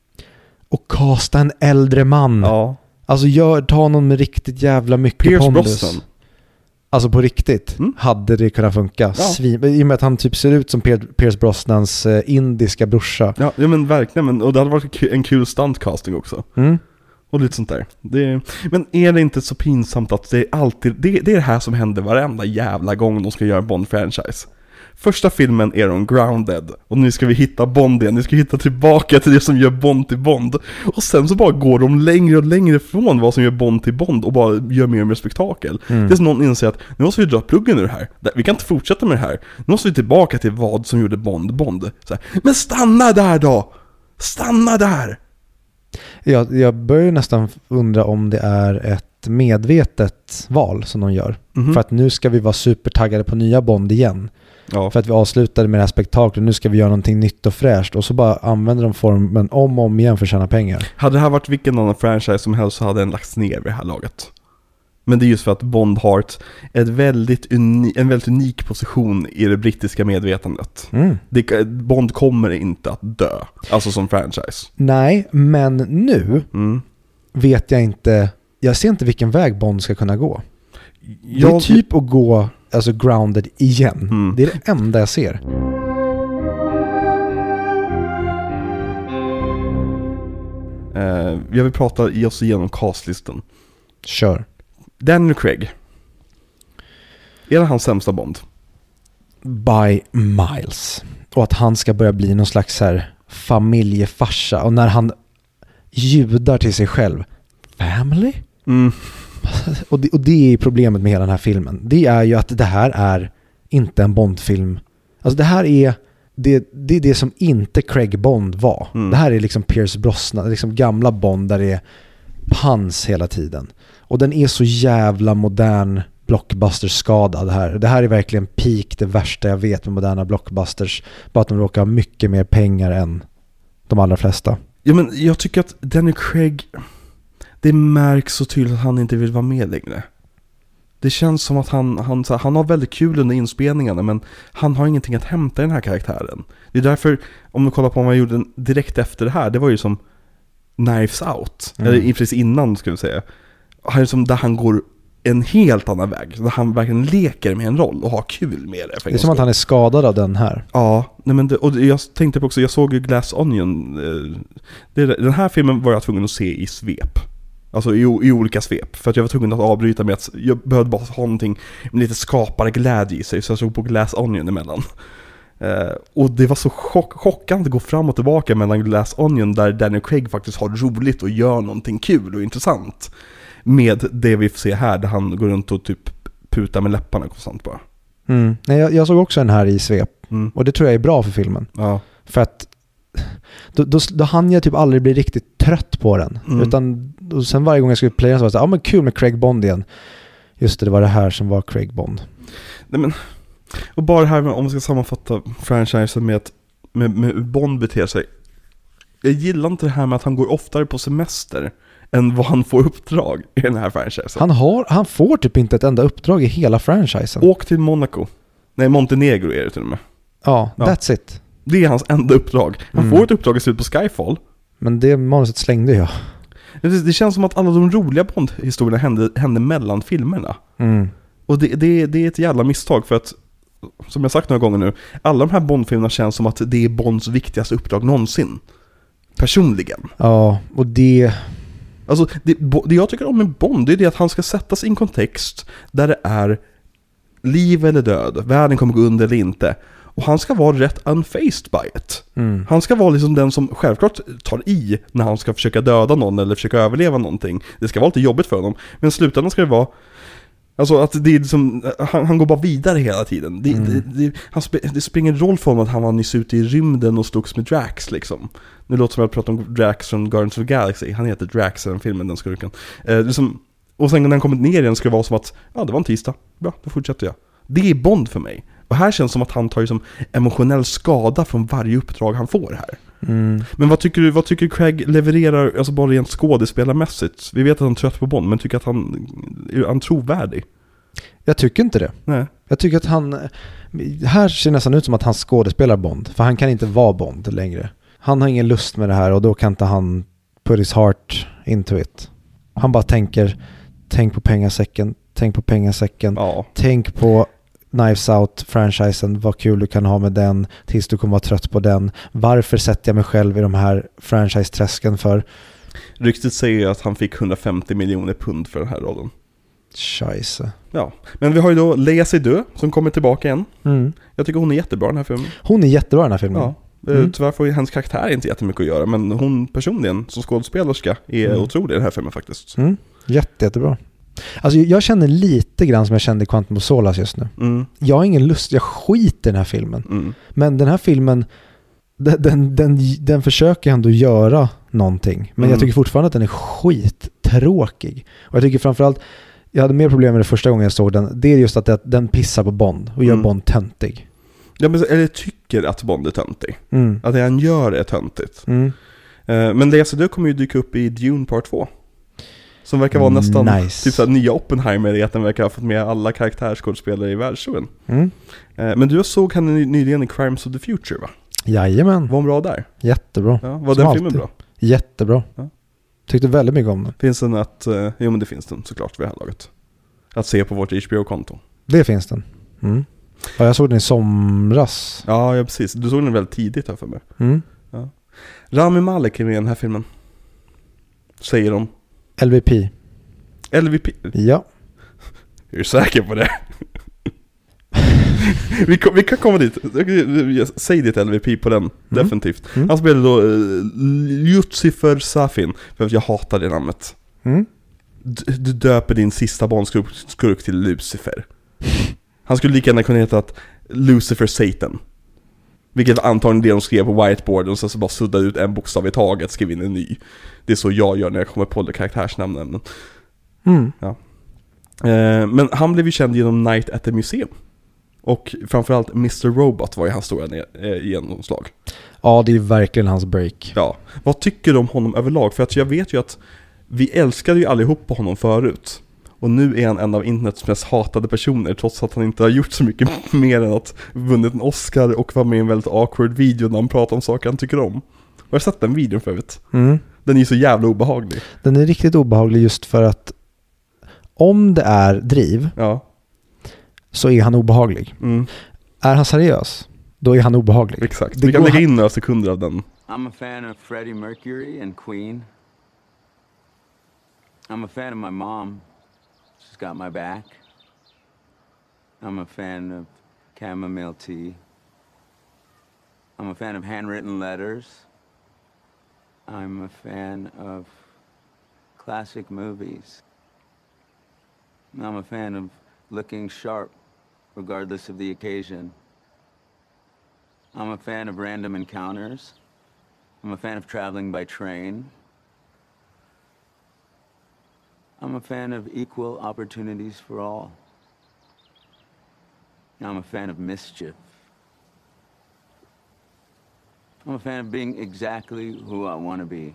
Och kasta en äldre man. Ja. Alltså gör, ta någon med riktigt jävla mycket Pierce pondus. Brosnan. Alltså på riktigt Mm. hade det kunnat funka. Ja. Svin, i och med att han typ ser ut som Pierce Brosnans eh, indiska brorsa. Ja, ja men verkligen. Men, och det hade varit en kul stuntcasting också. Mm. Och lite sånt där. Det, men är det inte så pinsamt att det är alltid, det, det är det här som händer varenda jävla gång de ska göra Bond-franchise. Första filmen är de grounded. Och nu ska vi hitta Bond igen. Nu ska vi hitta tillbaka till det som gör Bond till Bond. Och sen så bara går de längre och längre från vad som gör Bond till Bond. Och bara gör mer och mer spektakel. Mm. Det är som någon inser att nu måste vi dra pluggen ur det här. Vi kan inte fortsätta med det här. Nu måste vi tillbaka till vad som gjorde Bond Bond. Så här, men stanna där då! Stanna där! Jag, jag börjar nästan undra om det är ett medvetet val som de gör. Mhm. För att nu ska vi vara supertaggade på nya Bond igen. Ja. För att vi avslutade med det här spektaklet. Nu ska vi göra någonting nytt och fräscht. Och så bara använder de formen om och om igen för att tjäna pengar. Hade det här varit vilken annan franchise som helst så hade den lagts ner vid det här laget. Men det är just för att Bond har ett, ett väldigt uni, en väldigt unik position i det brittiska medvetandet. Mm. Det, Bond kommer inte att dö, alltså som franchise. Nej, men nu Mm. vet jag inte. Jag ser inte vilken väg Bond ska kunna gå. Det är Jag, typ att gå alltså grounded igen. Mm. Det är det enda jag ser. eh, jag vill prata i oss igenom castlisten. Kör. Daniel Craig. Är det hans sämsta Bond? By miles. Och att han ska börja bli någon slags här familjefarsa. Och när han ljudar till sig själv. Family? Mm. Och det, och det är problemet med hela den här filmen. Det är ju att det här är inte en Bond-film. Alltså det här är det, det är det som inte Craig Bond var. Mm. Det här är liksom Pierce Brosnan, liksom gamla Bond där det är pans hela tiden. Och den är så jävla modern blockbuster-skadad här. Det här är verkligen peak, det värsta jag vet med moderna blockbusters. Bara att de råkar ha mycket mer pengar än de allra flesta. Ja, men jag tycker att Daniel Craig, det märks så tydligt att han inte vill vara med längre. Det känns som att han, han, så här, han har väldigt kul under inspelningarna, men han har ingenting att hämta i den här karaktären. Det är därför, om du kollar på vad man gjorde direkt efter det här, det var ju som Knives Out. Mm. Eller precis innan, skulle jag säga. Han är som där han går en helt annan väg. Där han verkligen leker med en roll och har kul med det. Det är som att han är skadad av den här. Ja, nej men det, och jag tänkte på också, jag såg ju Glass Onion. eh, Det, den här filmen var jag tvungen att se i svep. Alltså i, i olika svep. För att jag var tvungen att avbryta med att jag behövde bara ha någonting med lite skaparglädje i sig. Så jag såg på Glass Onion emellan. Uh, och det var så chock- chockande att gå fram och tillbaka mellan Glass Onion, där Daniel Craig faktiskt har roligt och gör någonting kul och intressant, med det vi får se här där han går runt och typ putar med läpparna konstant bara. Mm. Nej, jag, jag såg också den här i svep. Mm. Och det tror jag är bra för filmen. Ja. För att då, då, då hann jag typ aldrig bli riktigt trött på den. Mm. Utan och sen varje gång jag skulle playa så var det så ja men kul med Craig Bond igen. Just det, det var det här som var Craig Bond. Nej men, och bara det här med, om vi ska sammanfatta franchisen med att med, med Bond beter sig. Jag gillar inte det här med att han går oftare på semester än vad han får uppdrag i den här franchisen. Han, har, han får typ inte ett enda uppdrag i hela franchisen. Åk till Monaco. Nej, Montenegro är det till och med. Ja, ja. That's it. Det är hans enda uppdrag. Han mm. får ett uppdrag i slutet på Skyfall. Men det manuset slängde jag. Det, det känns som att alla de roliga Bond-historierna hände, hände mellan filmerna. Mm. Och det, det, det är ett jävla misstag för att, som jag sagt några gånger nu, alla de här Bond-filmerna känns som att det är Bonds viktigaste uppdrag någonsin. Personligen. Ja, och det... Alltså, det, det jag tycker om med Bond är det att han ska sättas i en kontext där det är liv eller död, världen kommer gå under eller inte. Och han ska vara rätt unfazed by it. Mm. Han ska vara liksom den som självklart tar i när han ska försöka döda någon eller försöka överleva någonting. Det ska vara lite jobbigt för honom. Men i slutändan ska det vara, alltså att det är liksom, han, han går bara vidare hela tiden. Det, mm. det, det, han spe, det spelar ingen roll för honom att han var nyss ute i rymden och slogs med Drax liksom. Nu låter som att jag pratar om Drax från Guardians of the Galaxy. Han heter Drax i den filmen, den skurken. Eh, liksom, och sen när han kommit ner igen ska det vara som att, ja det var en tisdag, bra, då fortsätter jag. Det är Bond för mig. Och här känns det som att han tar ju som emotionell skada från varje uppdrag han får här. Mm. Men vad tycker du, vad tycker Craig levererar, alltså bara rent skådespelarmässigt? Vi vet att han är trött på Bond, men tycker att han är han trovärdig? Jag tycker inte det. Nej. Jag tycker att han, här ser det nästan ut som att han skådespelar Bond, för han kan inte vara Bond längre. Han har ingen lust med det här och då kan inte han put his heart into it. Han bara tänker, tänk på pengasäcken, tänk på pengasäcken, ja. Tänk på Knives Out-franchisen, vad kul du kan ha med den tills du kommer vara trött på den. Varför sätter jag mig själv i de här franchise-träsken för? Ryktet säger att han fick hundrafemtio miljoner pund för den här rollen. Scheisse. Ja, men vi har ju då Lea Seydoux som kommer tillbaka igen. Mm. Jag tycker hon är jättebra i den här filmen. Hon är jättebra i den här filmen. Ja. Mm. Tyvärr får ju hennes karaktär inte jättemycket att göra, men hon personligen som skådespelerska är mm. otrolig i den här filmen faktiskt. Mm. Jätte, jättebra. Alltså jag känner lite grann som jag kände i Quantum of Solace just nu. Mm. Jag har ingen lust, jag skiter i den här filmen. Mm. Men den här filmen, den, den, den, den försöker ändå göra någonting. Men mm. jag tycker fortfarande att den är skittråkig. Och jag tycker framförallt, jag hade mer problem med det första gången jag såg den. Det är just att, det, att den pissar på Bond och gör mm. Bond töntig. Ja, men, eller tycker att Bond är töntig. Mm. Att det han gör är töntigt. Mm. Uh, men Lea Seydoux kommer ju dyka upp i Dune Part två. Som verkar vara nästan nice. typ så här, nya Oppenheimer i att den verkar ha fått med alla karaktärsskådespelare i världshowen. Mm. Uh, men du såg henne nyligen i Crimes of the Future, va? Jajamän. Var hon bra där? Jättebra. Ja, var Som den filmen alltid. Bra? Jättebra. Ja. Tyckte väldigt mycket om den. Finns den att, uh, jo men det finns den såklart vid det här laget. Att se på vårt H B O-konto. Det finns den. Mm. Ja, jag såg den i somras. Ja, ja, precis. Du såg den väldigt tidigt här för mig. Mm. Ja. Rami Malek är med i den här filmen. Säger de. L V P. L V P? Ja. Är du säker på det? vi, kom, vi kan komma dit. Säg ditt L V P på den, mm. definitivt. Mm. Han spelade då uh, Lucifer Safin. För att jag hatar det namnet. Mm. Du, du döper din sista barnskurk till Lucifer. Han skulle lika gärna kunna heta att Lucifer Satan. Vilket antagligen det de skrev på whiteboarden och så, så bara suddade ut en bokstav i taget, skrev in en ny. Det är så jag gör när jag kommer på det karaktärsnamnen. Mm. Ja. Eh, men han blev ju känd genom Night at the Museum. Och framförallt mister Robot var ju hans stora eh, genomslag. Ja, det är verkligen hans break. Ja. Vad tycker du om honom överlag? För att jag vet ju att vi älskade ju allihop på honom förut. Och nu är han en av internets mest hatade personer, trots att han inte har gjort så mycket mer än att vunnit en Oscar och var med i en väldigt awkward video när han pratar om saker han tycker om. Har du sett den videon för övrigt? Mm. Den är ju så jävla obehaglig. Den är riktigt obehaglig just för att om det är driv, ja. så är han obehaglig. Mm. Är han seriös, då är han obehaglig. Exakt. Det Vi kan lägga in några sekunder av den. I'm a fan of Freddie Mercury and Queen. I'm a fan of my mom. She's got my back. I'm a fan of chamomile tea. I'm a fan of handwritten letters. I'm a fan of classic movies. I'm a fan of looking sharp regardless of the occasion. I'm a fan of random encounters. I'm a fan of traveling by train. I'm a fan of equal opportunities for all. I'm a fan of mischief. I'm a fan of being exactly who I want to be.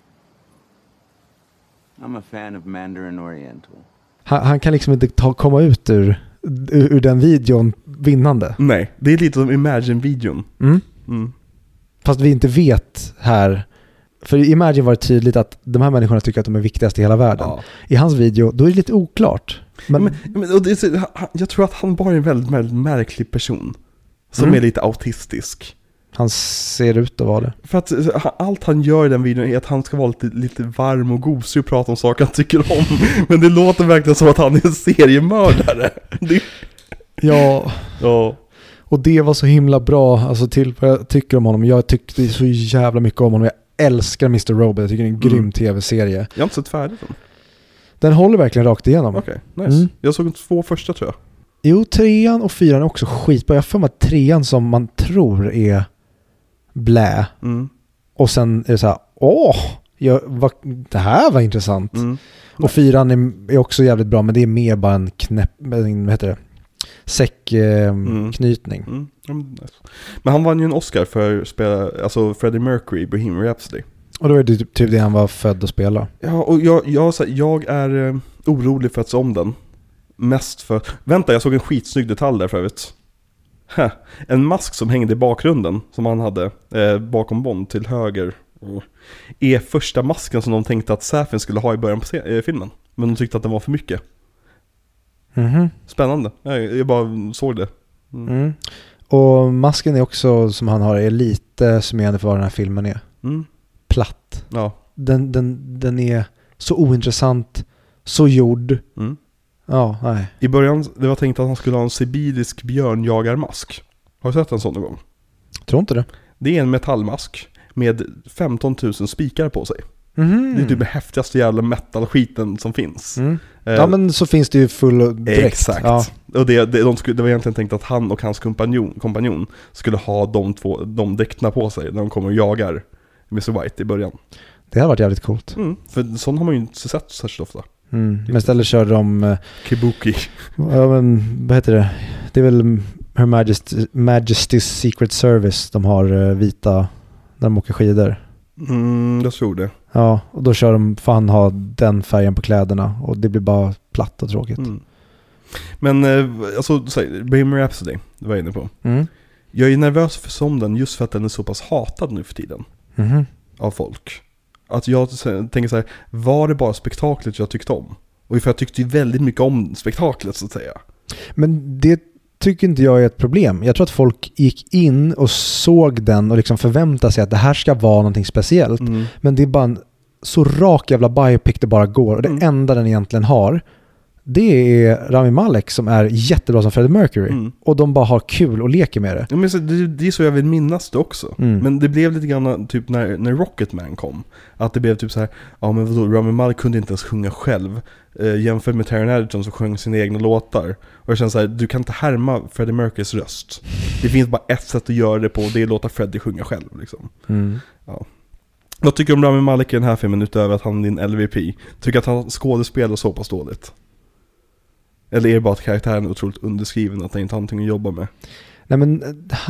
I'm a fan of Mandarin Oriental. Han, han kan liksom inte ta, komma ut ur, ur, ur den videon vinnande. Nej, det är lite som Imagine-videon. Mm. Mm. Fast vi inte vet här. För i Imagine var det tydligt att de här människorna tycker att de är viktigast i hela världen. Ja. I hans video, då är det lite oklart. Men, men, men och det är så, jag tror att han bara är en väldigt, väldigt märklig person. Som Mm. är lite autistisk. han ser ut att vara det. För att allt han gör i den videon är att han ska vara lite, lite varm och gosig och prata om saker han tycker om. Men det låter verkligen som att han är en seriemördare. Det... Ja. Ja. Och det var så himla bra, alltså till vad jag tycker om honom. Jag tyckte så jävla mycket om honom. Jag älskar mister Robot. Jag tycker det är en Mm. grym tv-serie. Jag har inte sett färdigt den. Den håller verkligen rakt igenom. Okej, okay, nice. Mm. Jag såg de två första tror jag. Jo, trean och fyran är också skitbra. Jag får mig att trean som man tror är blä. Mm. Och sen är det så här, åh, jag, vad, det här var intressant. Mm. Och fyran är, är också jävligt bra, men det är mer bara en knäpp, en, vad heter det? Säckknytning. Mm. Mm. Mm. Nice. Men han vann ju en Oscar för spela, alltså Freddie Mercury, Bohemian Rhapsody. Och då är det typ, typ det han var född att spela. Ja, och jag, jag, jag är eh, orolig för att se om den. Mest för... Vänta, jag såg en skitsnygg detalj där för övrigt. Ha, en mask som hängde i bakgrunden, som han hade eh, bakom Bond till höger, oh, är första masken som de tänkte att Safin skulle ha i början på se- eh, filmen. Men de tyckte att den var för mycket. Mhm. Spännande. Jag, jag bara såg det. Mm. Mm. Och masken är också, som han har, är lite summerande för vad den här filmen är. Mm. Platt. Ja. Den, den, den är så ointressant, så gjord. Mm. Ja, nej. I början, det var tänkt att han skulle ha en sibirisk björnjagarmask. Har du sett en sån någon gång? Tror inte det. Det är en metallmask med femton tusen spikar på sig. Mhm. Det är typ det häftigaste jävla metal-skiten som finns. Mm. Eh, Ja, men så finns det ju full dräkt. Exakt. Ja. Och det, det, de skulle, det var egentligen tänkt att han och hans kompanjon, kompanjon skulle ha de två, de dräkterna på sig när de kommer och jagar mister White i början. Det har varit jävligt coolt. Mm, för sån har man ju inte sett särskilt ofta. Mm. Men istället körde de, eh, Kibuki. ja, men, vad heter det? Det är väl Her Majesty, Majesty's Secret Service de har eh, vita när de åker skidor. Mm, jag tror det. Ja, och då kör de, fan ha den färgen på kläderna och det blir bara platt och tråkigt. Mm. Men eh, alltså, Bohemian Rhapsody, det var jag inne på. Mm. Jag är nervös för som den just för att den är så pass hatad nu för tiden Mhm. av folk. Att jag tänker så här, var det bara spektaklet jag tyckte om? Och för jag tyckte ju väldigt mycket om spektaklet så att säga. Men det tycker inte jag är ett problem. Jag tror att folk gick in och såg den och liksom förväntade sig att det här ska vara någonting speciellt. Mm. Men det är bara en så rak jävla biopic det bara går. Och det Mm. enda den egentligen har, det är Rami Malek som är jättebra som Freddie Mercury. Mm. Och de bara har kul och leker med det. Ja, men så, det, det är så jag vill minnas det också. Mm. Men det blev lite grann typ när, när Rocketman kom. Att det blev typ så här, ja men vadå, Rami Malek kunde inte ens sjunga själv. Eh, jämfört med Taron Egerton som sjöng sina egna låtar. Och jag känner så här, du kan inte härma Freddie Mercurys röst. Det finns bara ett sätt att göra det på och det är att låta Freddie sjunga själv liksom. Mm. Ja. Vad tycker du om Rami Malek i den här filmen utöver att han är din L V P? Tycker att han skådespelar så pass dåligt? Eller är det bara att karaktären är otroligt underskriven att han inte har någonting att jobba med? Nej, men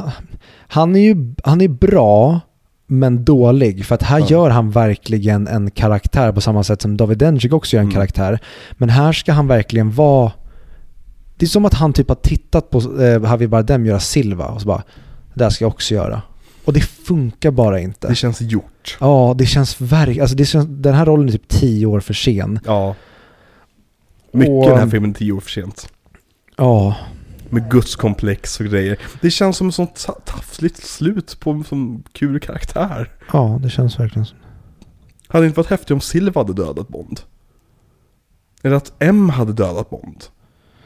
han är ju han är bra men dålig, för att här Ja. gör han verkligen en karaktär på samma sätt som David Dencik också gör en Mm. karaktär. Men här ska han verkligen vara, det är som att han typ har tittat på eh, Javier Bardem göra Silva och så bara, det där ska jag också göra. Och det funkar bara inte. Det känns gjort. Ja, det känns verkligen, alltså det känns, den här rollen är typ tio år för sen. Ja. Mycket Och- den här filmen tio år för sent. Ja, Med gudskomplex och grejer. Det känns som ett sånt ta- taffligt slut på en sån kul karaktär. ja, det känns verkligen så. Hade det inte varit häftigt om Silva hade dödat Bond? Eller att M hade dödat Bond?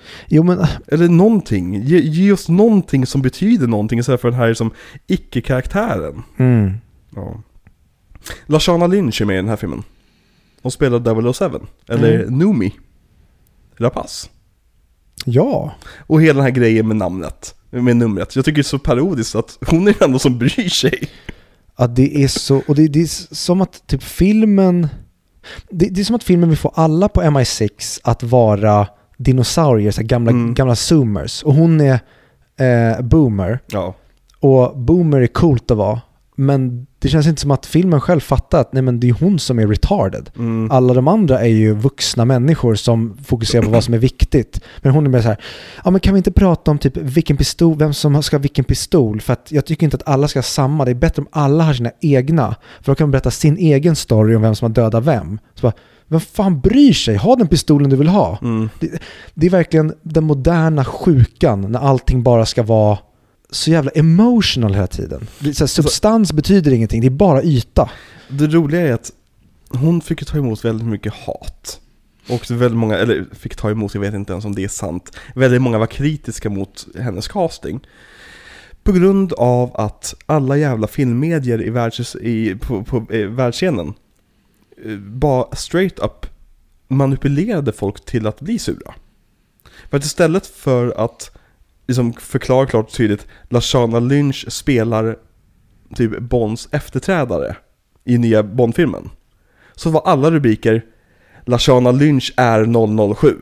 Jo, men... Eller någonting. Ge, ge oss någonting som betyder någonting istället för den här som icke-karaktären. Mm. Ja. Lashana Lynch är med i den här filmen. Hon spelar double oh seven. Eller mm. Noomi Rapace. Ja. Och hela den här grejen med namnet, med numret. Jag tycker det är så parodiskt att hon är den enda som bryr sig. Ja, det är så... Och det, det är som att typ filmen... Det, det är som att filmen vill få alla på M I sex att vara dinosaurier, så här gamla, mm. gamla zoomers. Och hon är eh, boomer. Ja. Och boomer är coolt att vara. Men det känns inte som att filmen själv fattar att nej, men det är hon som är retarded. Mm. Alla de andra är ju vuxna människor som fokuserar på vad som är viktigt. Men hon är mer så här, ja men kan vi inte prata om typ vilken pistol, vem som ska ha vilken pistol? För att jag tycker inte att alla ska ha samma. Det är bättre om alla har sina egna. För då kan man berätta sin egen story om vem som har dödat vem. Så bara, vem fan bryr sig? Ha den pistolen du vill ha. Mm. Det, det är verkligen den moderna sjukan när allting bara ska vara så jävla emotional hela tiden. Det, så här, substans så, betyder ingenting, det är bara yta. Det roliga är att hon fick ta emot väldigt mycket hat. Och väldigt många, eller fick ta emot, jag vet inte ens om det är sant. Väldigt många var kritiska mot hennes casting. På grund av att alla jävla filmmedier i, världs, i på, på, på världsscenen bara straight up manipulerade folk till att bli sura. För att istället för att liksom förklara klart och tydligt, Lashana Lynch spelar typ Bonds efterträdare i nya Bond-filmen, så var alla rubriker Lashana Lynch är noll noll sju.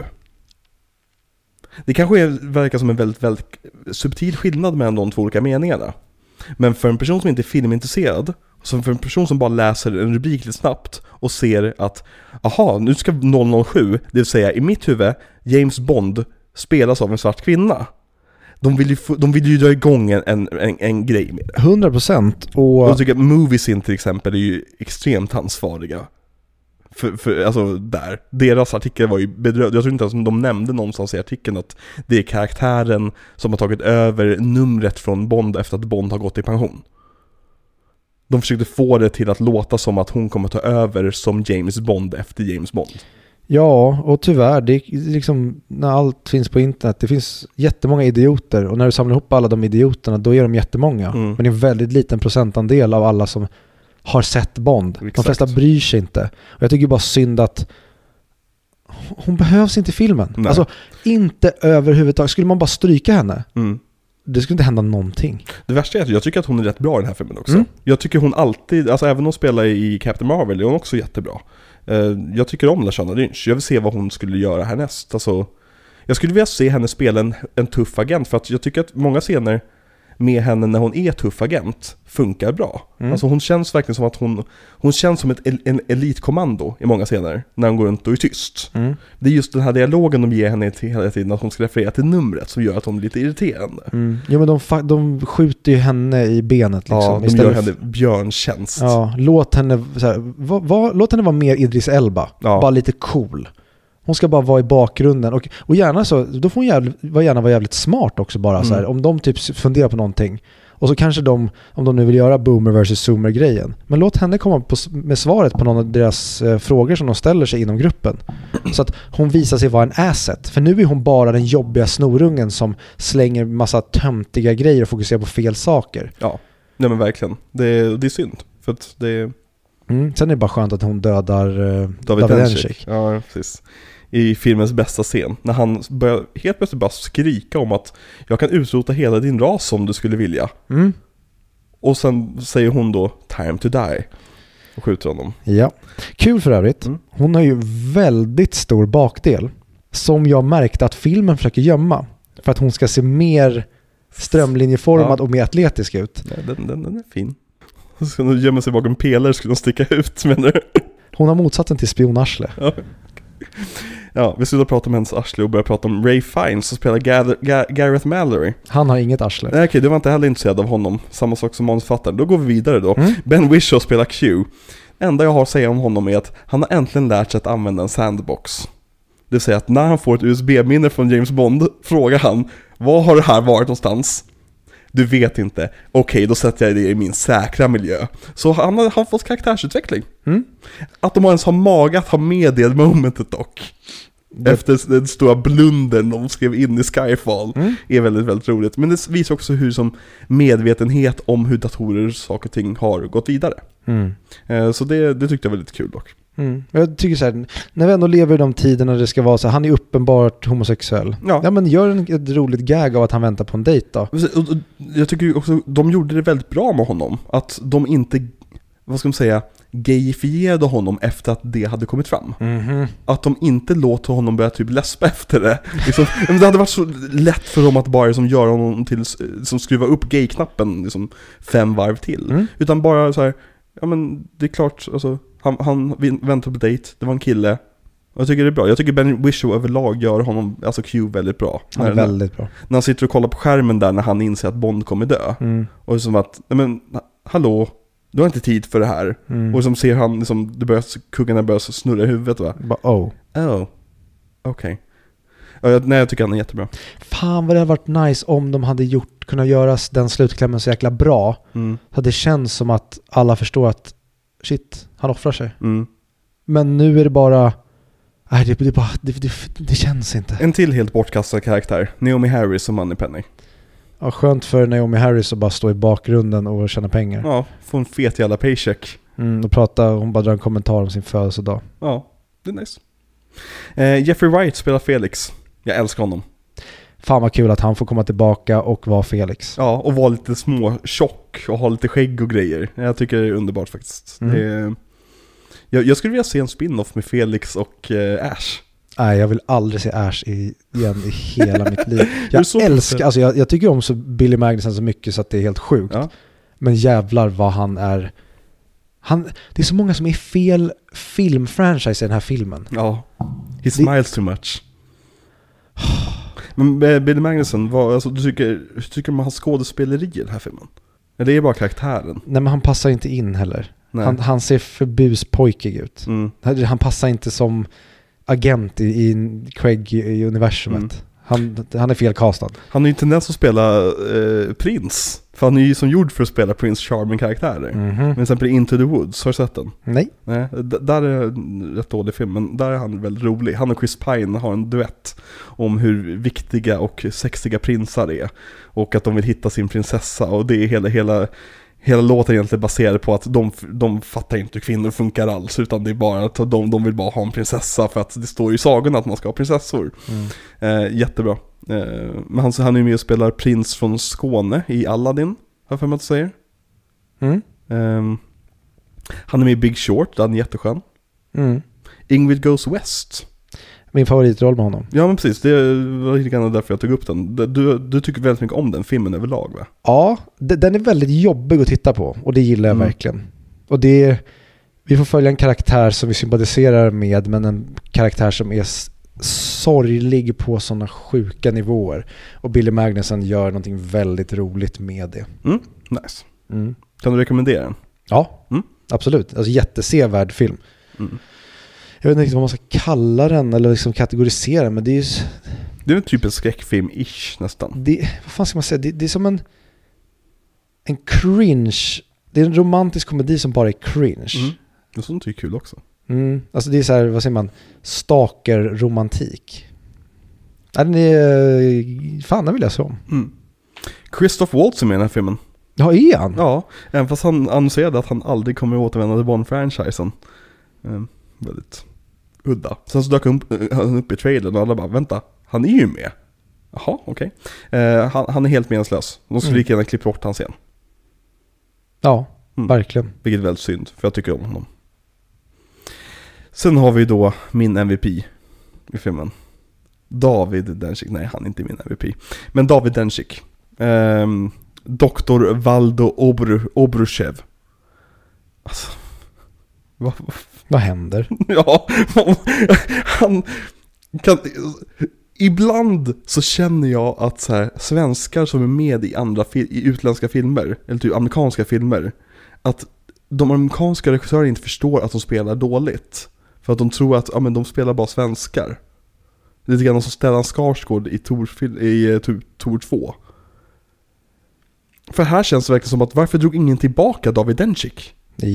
Det kanske är, verkar som en väldigt, väldigt subtil skillnad mellan de två olika meningarna. Men för en person som inte är filmintresserad, som för en person som bara läser en rubrik lite snabbt och ser att aha, nu ska noll noll sju, det vill säga i mitt huvud James Bond spelas av en svart kvinna. De vill ju, de vill ju dra igång en, en, en, en grej med det. hundra procent. Och jag tycker att Moviesin till exempel är ju extremt ansvariga. För, för, alltså där. Deras artikel var ju bedrövd. Jag tror inte ens att de nämnde någonstans i artikeln att det är karaktären som har tagit över numret från Bond efter att Bond har gått i pension. De försökte få det till att låta som att hon kommer ta över som James Bond efter James Bond. Ja, och tyvärr, det är liksom när allt finns på internet, det finns jättemånga idioter, och när du samlar ihop alla de idioterna, då är de jättemånga. Mm. Men det är en väldigt liten procentandel av alla som har sett Bond. Exakt. De flesta bryr sig inte. Och jag tycker bara synd att hon behövs inte i filmen. Nej. Alltså, inte överhuvudtaget. Skulle man bara stryka henne, mm. det skulle inte hända någonting. Det värsta är att jag tycker att hon är rätt bra i den här filmen också. Mm. Jag tycker hon alltid, alltså även om hon spelar i Captain Marvel, är hon också jättebra. Jag tycker om Lashana Lynch. Jag vill se vad hon skulle göra härnäst. Alltså, jag skulle vilja se henne spela en, en tuff agent. För att jag tycker att många scener med henne när hon är tuff agent funkar bra. Mm. Alltså hon känns verkligen som att hon Hon känns som ett el, en elitkommando i många scener när hon går runt och är tyst. Mm. Det är just den här dialogen de ger henne till hela tiden, att hon ska referera till numret, som gör att hon är lite irriterande. Mm. Ja, men de, fa- de skjuter ju henne i benet liksom. Ja, de gör henne björntjänst. Ja, låt henne så här, va, va, låt henne vara mer Idris Elba. Ja. Bara lite cool. Hon ska bara vara i bakgrunden. Och, och gärna så, då får hon jävligt, gärna vara jävligt smart också bara. Mm. Så här, om de typ funderar på någonting. Och så kanske de, om de nu vill göra boomer versus zoomer-grejen. Men låt henne komma på, med svaret på någon av deras eh, frågor som de ställer sig inom gruppen. Så att hon visar sig vara en asset. För nu är hon bara den jobbiga snorungen som slänger massa töntiga grejer och fokuserar på fel saker. Ja, nej men verkligen. Det, det är synd. För att det... Mm. Sen är det bara skönt att hon dödar eh, David, David Enschik. Ja, precis. I filmens bästa scen, när han börjar helt plötsligt bara skrika om att jag kan utrota hela din ras om du skulle vilja. Mm. Och sen säger hon då time to die och skjuter honom. Ja, kul för övrigt. Mm. Hon har ju väldigt stor bakdel som jag märkte att filmen försöker gömma för att hon ska se mer strömlinjeformad ja. och mer atletisk ut. Ja, den, den, den är fin. Ska hon gömma sig bakom pelare, skulle hon sticka ut, menar du? Hon har motsatsen till spionarsle. Ja. Ja, vi slutar prata om hennes arsle och börjar prata om Ray Fiennes som spelar Gar- Gar- Gareth Mallory. Han har inget arsle. Nej, okej, det var inte heller intresserad av honom. Samma sak som manusfattaren. Då går vi vidare då. Mm. Ben Whishaw spelar Q. Enda jag har att säga om honom är att han har äntligen lärt sig att använda en sandbox. Det vill säga att när han får ett U S B-minne från James Bond frågar han, vad har det här varit någonstans? Du vet inte. Okej, då sätter jag det i min säkra miljö. Så han har, han har fått karaktärsutveckling. Mm. Att de ens har mag att ha med det momentet dock. Det... Efter den stora blunden de skrev in i Skyfall mm. är väldigt, väldigt roligt. Men det visar också hur som medvetenhet om hur datorer saker och ting har gått vidare. Mm. Så det, det tyckte jag var lite kul dock. Mm. Jag tycker så här, när vi ändå lever i de tiderna det ska vara så här, han är uppenbart homosexuell. Ja, ja men gör en, ett roligt gag av att han väntar på en dejt då. Jag tycker också, de gjorde det väldigt bra med honom. Att de inte, vad ska man säga, gayifierade honom efter att det hade kommit fram. Mm-hmm. Att de inte låter honom börja typ läspa efter det. Liksom, det hade varit så lätt för dem att bara liksom, göra honom till, som skruva upp gay-knappen liksom, fem varv till. Mm. Utan bara så här, ja men det är klart, alltså, han, han väntar på dejt, det var en kille. Och jag tycker det är bra. Jag tycker Ben Whishaw överlag gör honom, alltså Q, väldigt bra. Han är när, väldigt bra. När han sitter och kollar på skärmen där när han inser att Bond kommer dö. Mm. Och det är som att, nej men, hallå, du har inte tid för det här. Mm. Och som ser han, liksom, det börjar, kuggarna börjar snurra i huvudet va? Bara, oh. Oh, okej. Okay. Nej, jag tycker han är jättebra. Fan vad det hade varit nice om de hade gjort, kunnat göra den slutklämmen så jäkla bra. Mm. Så det känns som att alla förstår att shit, han offrar sig. Mm. Men nu är det bara, nej, det, det, bara det, det, det känns inte. En till helt bortkastad karaktär, Naomi Harris som Moneypenny. Ja, skönt för Naomi Harris att bara stå i bakgrunden och tjäna pengar. Ja, få en fet jävla paycheck. Mm, och prata, hon bara drar en kommentar om sin födelsedag. Ja, det är nice. Eh, Jeffrey Wright spelar Felix. Jag älskar honom. Fan vad kul att han får komma tillbaka och vara Felix. Ja, och vara lite små tjock och ha lite skägg och grejer. Jag tycker det är underbart faktiskt. Mm. Det är, jag, jag skulle vilja se en spin-off med Felix och eh, Ash. Nej, jag vill aldrig se Ash i, igen i hela mitt liv. Jag älskar, alltså jag, jag tycker om så Billy Magnussen så mycket så att det är helt sjukt. Ja. Men jävlar vad han är. Han, det är så många som är fel filmfranchise i den här filmen. Ja, he smiles det... too much. Men Billy Magnussen, vad, alltså, du tycker, hur tycker man har skådespeleri i den här filmen? Eller det är bara karaktären? Nej, men han passar inte in heller. Han, han ser för buspojkig ut. Mm. Han passar inte som agent i, i Craig i universumet. Mm. Han, han är felkastad. Han har ju tendens att spela eh, Prince. För han är ju som gjord för att spela Prince Charming-karaktärer. Mm-hmm. Men till exempel Into the Woods, har du sett den? Nej. Nej. D- där är en rätt dålig film, men där är han väldigt rolig. Han och Chris Pine har en duett om hur viktiga och sexiga prinsar är. Och att de vill hitta sin prinsessa. Och det är hela... hela Hela låten är egentligen baserad på att de, de fattar inte hur kvinnor funkar alls, utan det är bara att de, de vill bara ha en prinsessa för att det står i sagan att man ska ha prinsessor. Mm. Eh, jättebra. Eh, men han, han är ju med och spelar prins från Skåne i Aladdin, har jag för mig att säga. Mm. Eh, han är med i Big Short, den är jätteskön. Mm. Ingrid Goes West. Min favoritroll med honom. Ja, men precis. Det var lite grann därför jag tog upp den. Du, du tycker väldigt mycket om den filmen överlag, va? Ja, den är väldigt jobbig att titta på. Och det gillar jag mm. verkligen. Och det, vi får följa en karaktär som vi sympatiserar med, men en karaktär som är sorglig på sådana sjuka nivåer. Och Billy Magnussen gör någonting väldigt roligt med det. Mm, nice. Mm. Kan du rekommendera den? Ja, mm. absolut. Alltså jättesevärd film. Mm. Jag vet inte riktigt vad man ska kalla den eller liksom kategorisera den, men det är ju... Det är en typ av skräckfilm-ish nästan. Det, vad fan ska man säga? Det, det är som en en cringe. Det är en romantisk komedi som bara är cringe. Mm. Det är sånt är kul också. Mm. Alltså det är så här, vad säger man? Stalker-romantik. Ja, den är... Fan, den vill jag se om. Mm. Christoph Waltz är med i den här filmen. Ja, är han? Ja, även fast han annonserade att han aldrig kommer återvända till Bond-franchisen. Mm. Väldigt udda. Sen så dök han upp, han upp i trailern och alla bara, vänta, han är ju med. Jaha, okej. Okay. Eh, han, han är helt meningslös. De skulle mm. lika gärna klippa bort hans scen. Ja, mm. verkligen. Vilket är väldigt synd, för jag tycker om honom. Sen har vi då min M V P i filmen. David Dencik. Nej, han är inte min M V P. Men David Dencik. Eh, doktor Valdo Obru, Obrushev. Alltså, vad... Vad händer? Ja, han kan... Ibland så känner jag att så här, svenskar som är med i andra fil- i utländska filmer, eller typ amerikanska filmer, att de amerikanska regissörer inte förstår att de spelar dåligt. För att de tror att ja, men de spelar bara svenskar. Det är lite grann som Stellan Skarsgård i Tor, i Tor två. För här känns det verkligen som att varför drog ingen tillbaka David Dencik? Det är jätte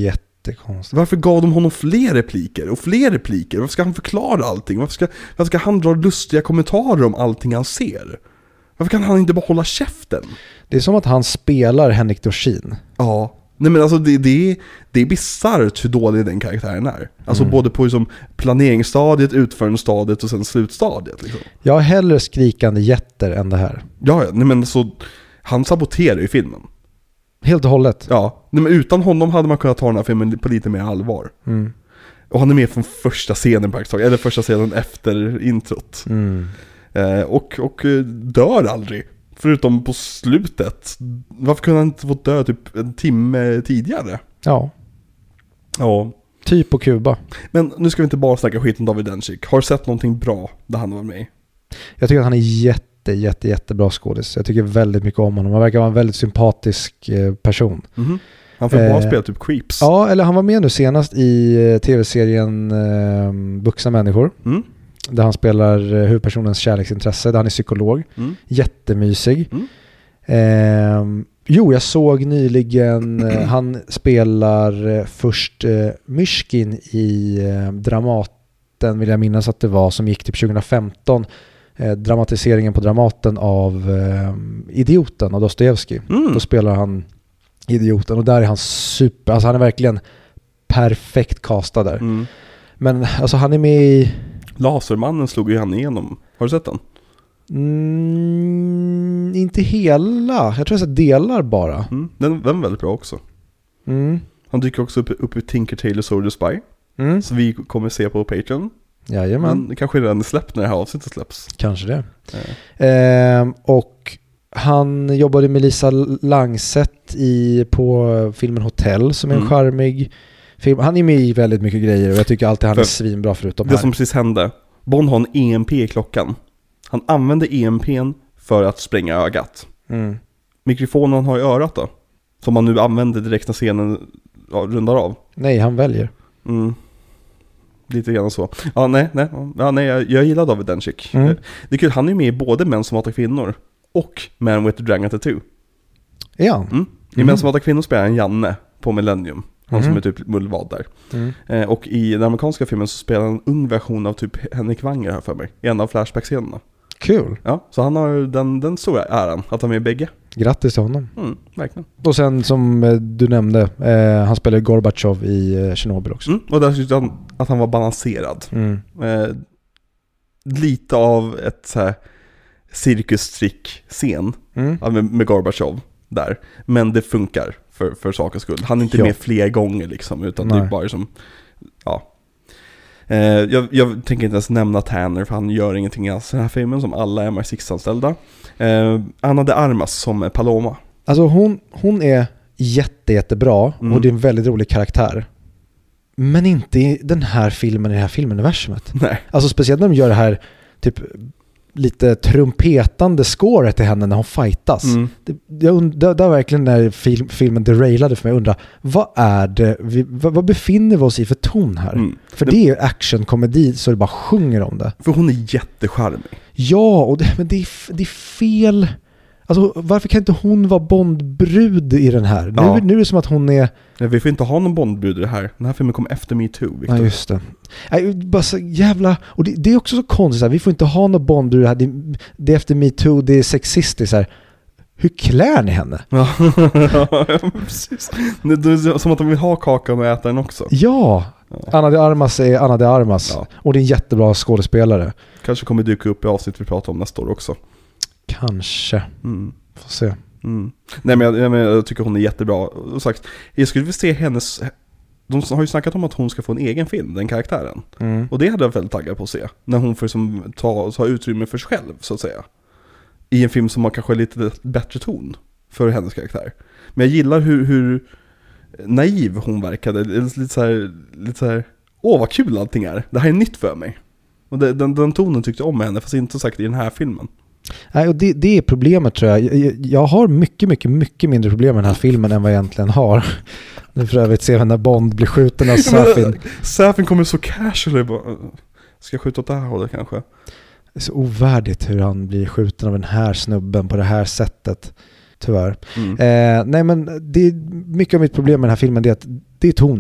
jättekonstigt. Varför gav de honom fler repliker och fler repliker? Varför ska han förklara allting? Varför ska, varför ska han dra lustiga kommentarer om allting han ser? Varför kan han inte bara hålla käften? Det är som att han spelar Henrik Dorsin. Ja, nej men alltså det, det, är, det är bizarrt hur dålig den karaktären är. Alltså mm. både på liksom planeringsstadiet, utförandestadiet och sen slutstadiet. Liksom. Jag har hellre skrikande jätter än det här. Ja, nej men så han saboterar ju filmen. Helt och hållet. Ja, nej men utan honom hade man kunnat ta den här filmen på lite mer allvar. Mm. Och han är med från första scenen praktiskt taget, eller första scenen efter introt. Mm. Eh, och, och dör aldrig. Förutom på slutet. Varför kunde han inte få dö typ en timme tidigare? Ja. Ja. Typ på Kuba. Men nu ska vi inte bara snacka skit om David Dencik. Har du sett någonting bra där han var med? Jag tycker att han är jätte, jätte, jättebra skådis. Jag tycker väldigt mycket om honom. Han verkar vara en väldigt sympatisk person. Mm-hmm. Han får bara eh, spela typ Creeps. Ja, eller han var med nu senast i tv-serien eh, Vuxna människor. Mm. Där han spelar huvudpersonens kärleksintresse. Där han är psykolog. Mm. Jättemysig. Mm. Eh, jo, jag såg nyligen eh, han spelar eh, först eh, Myrskin i eh, Dramaten, vill jag minnas att det var, som gick typ tjugo femton. Eh, dramatiseringen på Dramaten av eh, Idioten av Dostojevskij. Mm. Då spelar han Idioten och där är han super, alltså han är verkligen perfekt castad där. Mm. Men alltså han är med i Lasermannen slog ju han igenom. Har du sett den? Mm, inte hela. Jag tror jag sett delar bara. Mm. Den, den är väldigt bra också. Mm. Han dyker också upp, upp i Tinker Tailor Soldier Spy. Mm. Så vi kommer se på Patreon. Jajamän. Men det kanske redan är släppt när det här avsnittet släpps. Kanske det. Ja. Ehm, och han jobbade med Lisa Langset i, på filmen Hotel som är en Mm. charmig film. Han är med i väldigt mycket grejer och jag tycker alltid han är För svinbra förutom det här. som precis hände. Bond har en E M P i klockan. Han använder E M P:n för att spränga ögat. Mm. Mikrofonen har i örat då. Som man nu använder direkt när scenen ja, rundar av. Nej, han väljer. Mm. Lite grann så. Ja, nej, nej. Ja, nej jag, jag gillar David Dencik. Mm. Det är kul, han är med i både Män som hatar kvinnor och Man with the Dragon Tattoo. Ja. Mm. I Mm. Män som hatar kvinnor spelar en Janne på Millennium. Han Mm. som är typ mullvad där. Mm. Eh, och i den amerikanska filmen så spelar han en ung version av typ Henrik Wanger här för mig. I en av Flashback-scenerna. Kul. Ja, så han har den, den stora äran att ha med bägge. Grattis till honom. Mm, verkligen. Och sen som eh, du nämnde, eh, han spelade Gorbachev i eh, Chernobyl också. Mm, och där tyckte han att han var balanserad. Mm. Eh, lite av ett så här cirkustrick-scen Mm. ja, med, med Gorbachev där. Men det funkar för, för sakens skull. Han är inte Ja. med fler gånger liksom, utan Nej. det är bara som, ja. Eh, jag, jag tänker inte ens nämna Tanner för han gör ingenting alls i den här filmen som alla M I sex-anställda. Eh, Ana de Armas som är Paloma. Alltså hon, hon är jätte, jättebra Mm. och det är en väldigt rolig karaktär. Men inte i den här filmen, i det här filmuniversumet. Nej. Alltså speciellt när de gör det här typ lite trumpetande scoret till henne när hon fightas. Mm. Det, jag und- det, det var verkligen när film, filmen derailade för mig. Jag undrar, vad är det, vi, vad, vad befinner vi oss i för ton här? Mm. För det är ju actionkomedi så det bara sjunger om det. För hon är jättecharmig. Ja, och det, men det är, f- det är fel. Alltså varför kan inte hon vara Bondbrud i den här? Ja. Nu, nu är det som att hon är... Nej, vi får inte ha någon Bondbrud i det här. Den här filmen kom efter Me Too, Victor. Ja, just det. Nej, bara så jävla... Och det, det är också så konstigt. Så här, vi får inte ha någon Bondbrud här. Det, det är efter Me Too, det är sexistiskt. Så här. Hur klär ni henne? Ja, precis. Det, det är som att de vill ha kakan och äta den också. Ja, Ja. Ana de Armas är Ana de Armas. Ja. Och det är en jättebra skådespelare. Kanske kommer dyka upp i avsnitt vi pratar om nästa år också. Kanske. Mm. Får se. Mm. Nej, men jag, jag, men jag tycker hon är jättebra. Och sagt, jag skulle vilja se hennes... De har ju snackat om att hon ska få en egen film, den karaktären. Mm. Och det hade jag väldigt taggad på att se. När hon får som, ta, ta utrymme för sig själv, så att säga. I en film som har kanske lite bättre ton för hennes karaktär. Men jag gillar hur, hur naiv hon verkade. Lite så här, lite så här, åh vad kul allting är. Det här är nytt för mig. Och det, den, den tonen tyckte jag om med henne, fast inte sagt i den här filmen. Nej, och det, det är problemet tror jag. jag. Jag har mycket, mycket, mycket mindre problem med den här filmen än vad jag egentligen har. Nu för övrigt ser vi när Bond blir skjuten av Safin. Safin kommer så casually bara, ska jag skjuta åt det här hållet kanske? Det är så ovärdigt hur han blir skjuten av den här snubben på det här sättet. Tyvärr. Mm. Eh, nej men det är mycket av mitt problem med den här filmen, det är att det är tonen.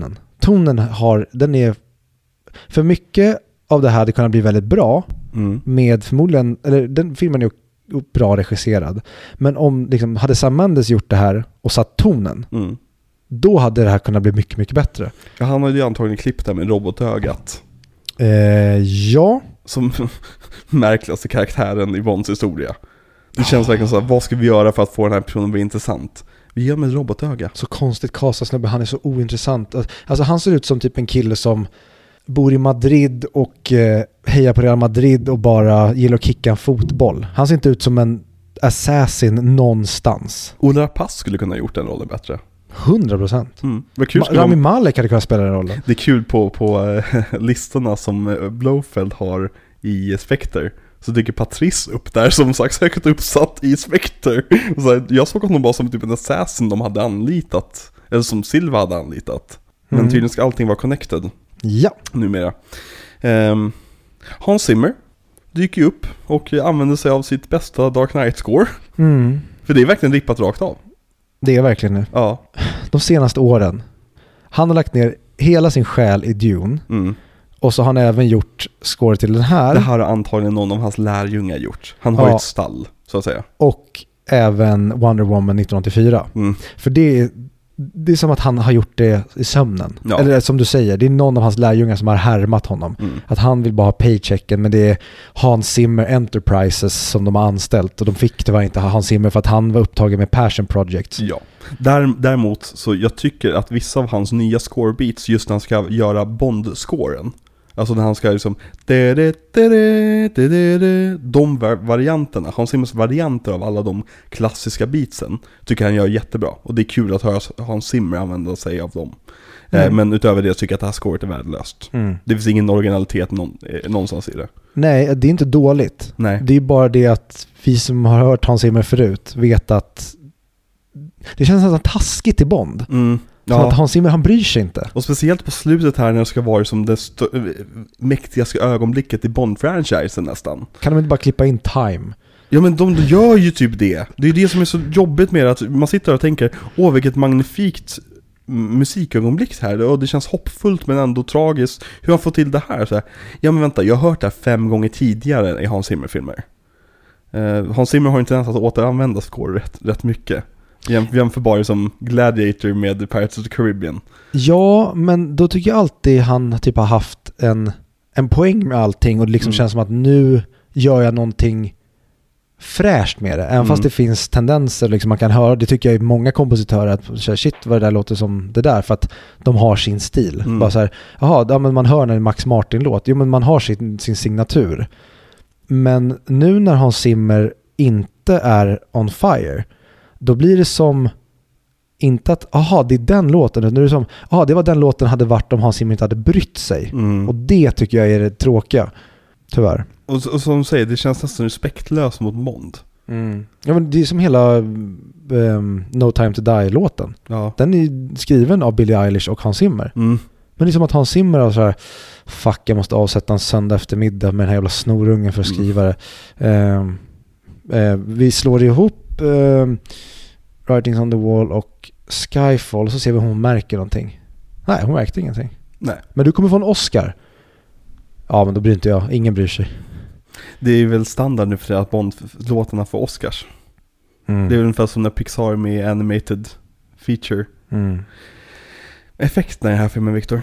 tonen har, den är, för mycket av det här hade kunnat bli väldigt bra mm. med förmodligen, eller den filmen är bra regisserad, men om liksom, hade Sam Mendes gjort det här och satt tonen, mm. då hade det här kunnat bli mycket, mycket bättre. Ja, han har ju antagligen klippt det med robotögat. Eh, ja. Som märkligaste karaktären i Bonds historia. Det känns verkligen så här, vad ska vi göra för att få den här personen att bli intressant? Vi gör med ett robotöga. Så konstigt kastat snubbe, han är så ointressant. Alltså han ser ut som typ en kille som bor i Madrid och eh, hejar på Real Madrid och bara gillar att kicka en fotboll. Han ser inte ut som en assassin någonstans. Ola Rapace skulle kunna ha gjort den rollen bättre. hundra procent. Mm. Ma- Rami Malek hade kunnat spela den rollen. Det är kul på, på äh, listorna som Blofeld har i Spectre. Så dyker Patrice upp där som sagt säkert uppsatt i Spectre. Så här, jag såg honom bara som typ en assassin de hade anlitat. Eller som Silva hade anlitat. Men mm. tydligen ska allting vara connected. Ja. Numera. Um, Hans Zimmer dyker ju upp och använder sig av sitt bästa Dark Knight-score. Mm. För det är verkligen rippat rakt av. Det är verkligen nu. Ja. De senaste åren. Han har lagt ner hela sin själ i Dune. Mm. Och så har han även gjort score till den här. Det här har antagligen någon av hans lärjungar gjort. Han har ja. ett stall, så att säga. Och även Wonder Woman nittonhundraåttiofyra. Mm. För det är, det är som att han har gjort det i sömnen. Ja. Eller som du säger, det är någon av hans lärjungar som har härmat honom. Mm. Att han vill bara ha paychecken, men det är Hans Zimmer Enterprises som de har anställt. Och de fick tyvärr inte ha Hans Zimmer för att han var upptagen med passion projects. Ja. Däremot så jag tycker att vissa av hans nya scorebeats, just när han ska göra Bond-scoren, alltså när han ska liksom de varianterna, Hans Zimmers varianter av alla de klassiska beatsen tycker han gör jättebra. Och det är kul att höra Hans Zimmer använda sig av dem. Mm. Men utöver det tycker jag att det här scoret är värdelöst. Mm. Det finns ingen originalitet någon, någonstans i det. Nej, det är inte dåligt. Nej. Det är bara det att vi som har hört Hans Zimmer förut vet att det känns nästan taskigt i Bond. Mm. Ja. För att Hans Zimmer, han bryr sig inte. Och speciellt på slutet här när det ska vara som det stö- mäktigaste ögonblicket i Bond-franchisen nästan. Kan de inte bara klippa in time? Ja, men de gör ju typ det. Det är det som är så jobbigt med det, att man sitter och tänker, åh vilket magnifikt musikögonblick här. Och det känns hoppfullt men ändå tragiskt. Hur han får till det här? Så här, ja men vänta, jag har hört det här fem gånger tidigare i Hans Zimmer-filmer. Uh, Hans Zimmer har inte ens att återanvända score rätt, rätt mycket. Jämför bara som Gladiator med Pirates of the Caribbean. Ja, men då tycker jag alltid han typ har haft en, en poäng med allting. Och det liksom mm. känns som att nu gör jag någonting fräscht med det. Även mm. fast det finns tendenser liksom man kan höra. Det tycker jag är många kompositörer att shit vad det där låter som det där. För att de har sin stil. Mm. Bara så här, jaha, ja, men man hör när Max Martin-låt. Jo, men man har sin, sin signatur. Men nu när Hans Zimmer inte är on fire, då blir det som inte att, aha, det är den låten. Nu är det som, aha, det var den låten hade varit om Hans Zimmer inte hade brytt sig. Mm. Och det tycker jag är det tråkiga, tyvärr. Och, och som du säger, det känns nästan respektlöst mot Bond. Mm. Ja, men det är som hela um, No Time to Die-låten. Ja. Den är skriven av Billie Eilish och Hans Zimmer. Mm. Men det är som att Hans Zimmer har så här, fuck, jag måste avsätta en söndag eftermiddag med den här jävla snorungen för att skriva det. Um, uh, vi slår ihop uh, Writings on the Wall och Skyfall, så ser vi om hon märker någonting. Nej, hon märkte ingenting. Nej. Men du kommer få en Oscar. Ja, men då bryr inte jag. Ingen bryr sig. Det är väl standard nu för att Bond-låtarna får Oscars. Mm. Det är ungefär som när Pixar med animated feature. Mm. Effekterna i den här filmen, Victor.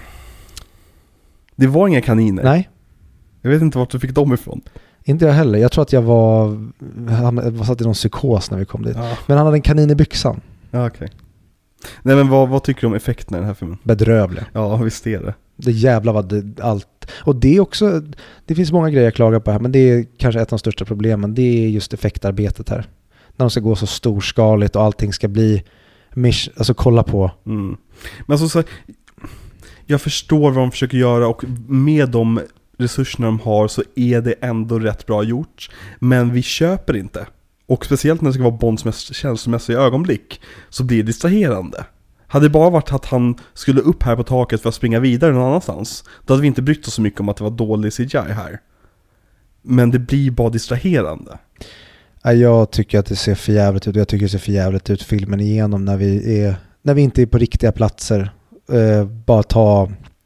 Det var inga kaniner. Nej. Jag vet inte vart du fick dem ifrån. Inte jag heller. Jag tror att jag var, jag var satt i någon psykos när vi kom dit. Ja. Men han hade en kanin i byxan. Ja, okej. Okay. Nej, men vad, vad tycker du om effekterna i den här filmen? Bedrövliga. Ja, visst är det. Det jävla var det allt. Och det är också, det finns många grejer jag klagar på här, men det är kanske ett av de största problemen. Det är just effektarbetet här. När de ska gå så storskaligt och allting ska bli, alltså kolla på. Mm. Men alltså så, jag förstår vad de försöker göra, och med de resurserna de har så är det ändå rätt bra gjort. Men vi köper inte. Och speciellt när det ska vara Bonds mest känslomässiga ögonblick så blir det distraherande. Hade det bara varit att han skulle upp här på taket för att springa vidare någon annanstans, då hade vi inte brytt oss så mycket om att det var dålig C G I här. Men det blir bara distraherande. Jag tycker att det ser för jävligt ut. Jag tycker det ser för jävligt ut filmen igenom när vi, är, när vi inte är på riktiga platser. eh, bara ta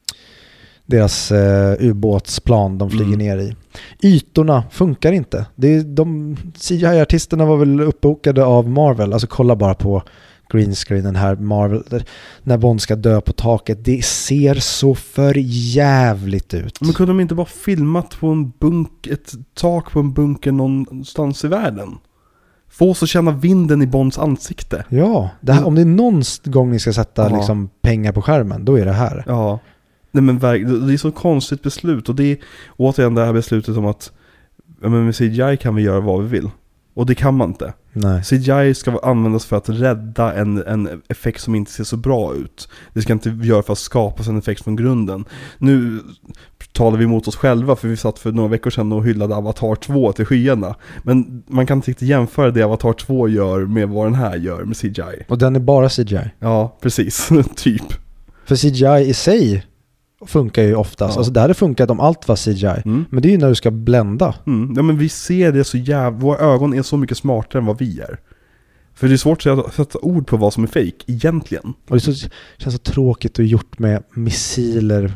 deras eh, ubåtsplan de flyger mm. ner i. Ytorna funkar inte. Det är, de C G I-artisterna var väl uppbokade av Marvel. Alltså kolla bara på green screen, den här Marvel, när Bond ska dö på taket. Det ser så för jävligt ut. Men kunde de inte bara filmat på en bunk, ett tak på en bunker någonstans i världen? Få oss att känna vinden i Bonds ansikte. Ja, det här, om det är någon gång ni ska sätta ja. liksom, pengar på skärmen, då är det här. Ja, nej, men det är så konstigt beslut. Och det är återigen det här beslutet om att ja, men med C G I kan vi göra vad vi vill. Och det kan man inte. Nej. C G I ska användas för att rädda en, en effekt som inte ser så bra ut. Det ska inte göra för att skapa en effekt från grunden. Nu talar vi emot oss själva, för vi satt för några veckor sedan och hyllade Avatar två till skyarna. Men man kan inte riktigt jämföra det Avatar två gör med vad den här gör med C G I. Och den är bara C G I. Ja, precis. Typ. För C G I i sig funkar ju oftast. Ja. Alltså det hade funkat om allt var C G I. Mm. Men det är ju när du ska blända. Mm. Ja, men vi ser det så jävla... Våra ögon är så mycket smartare än vad vi är. För det är svårt att sätta ord på vad som är fake egentligen. Och det så, känns så tråkigt att gjort med missiler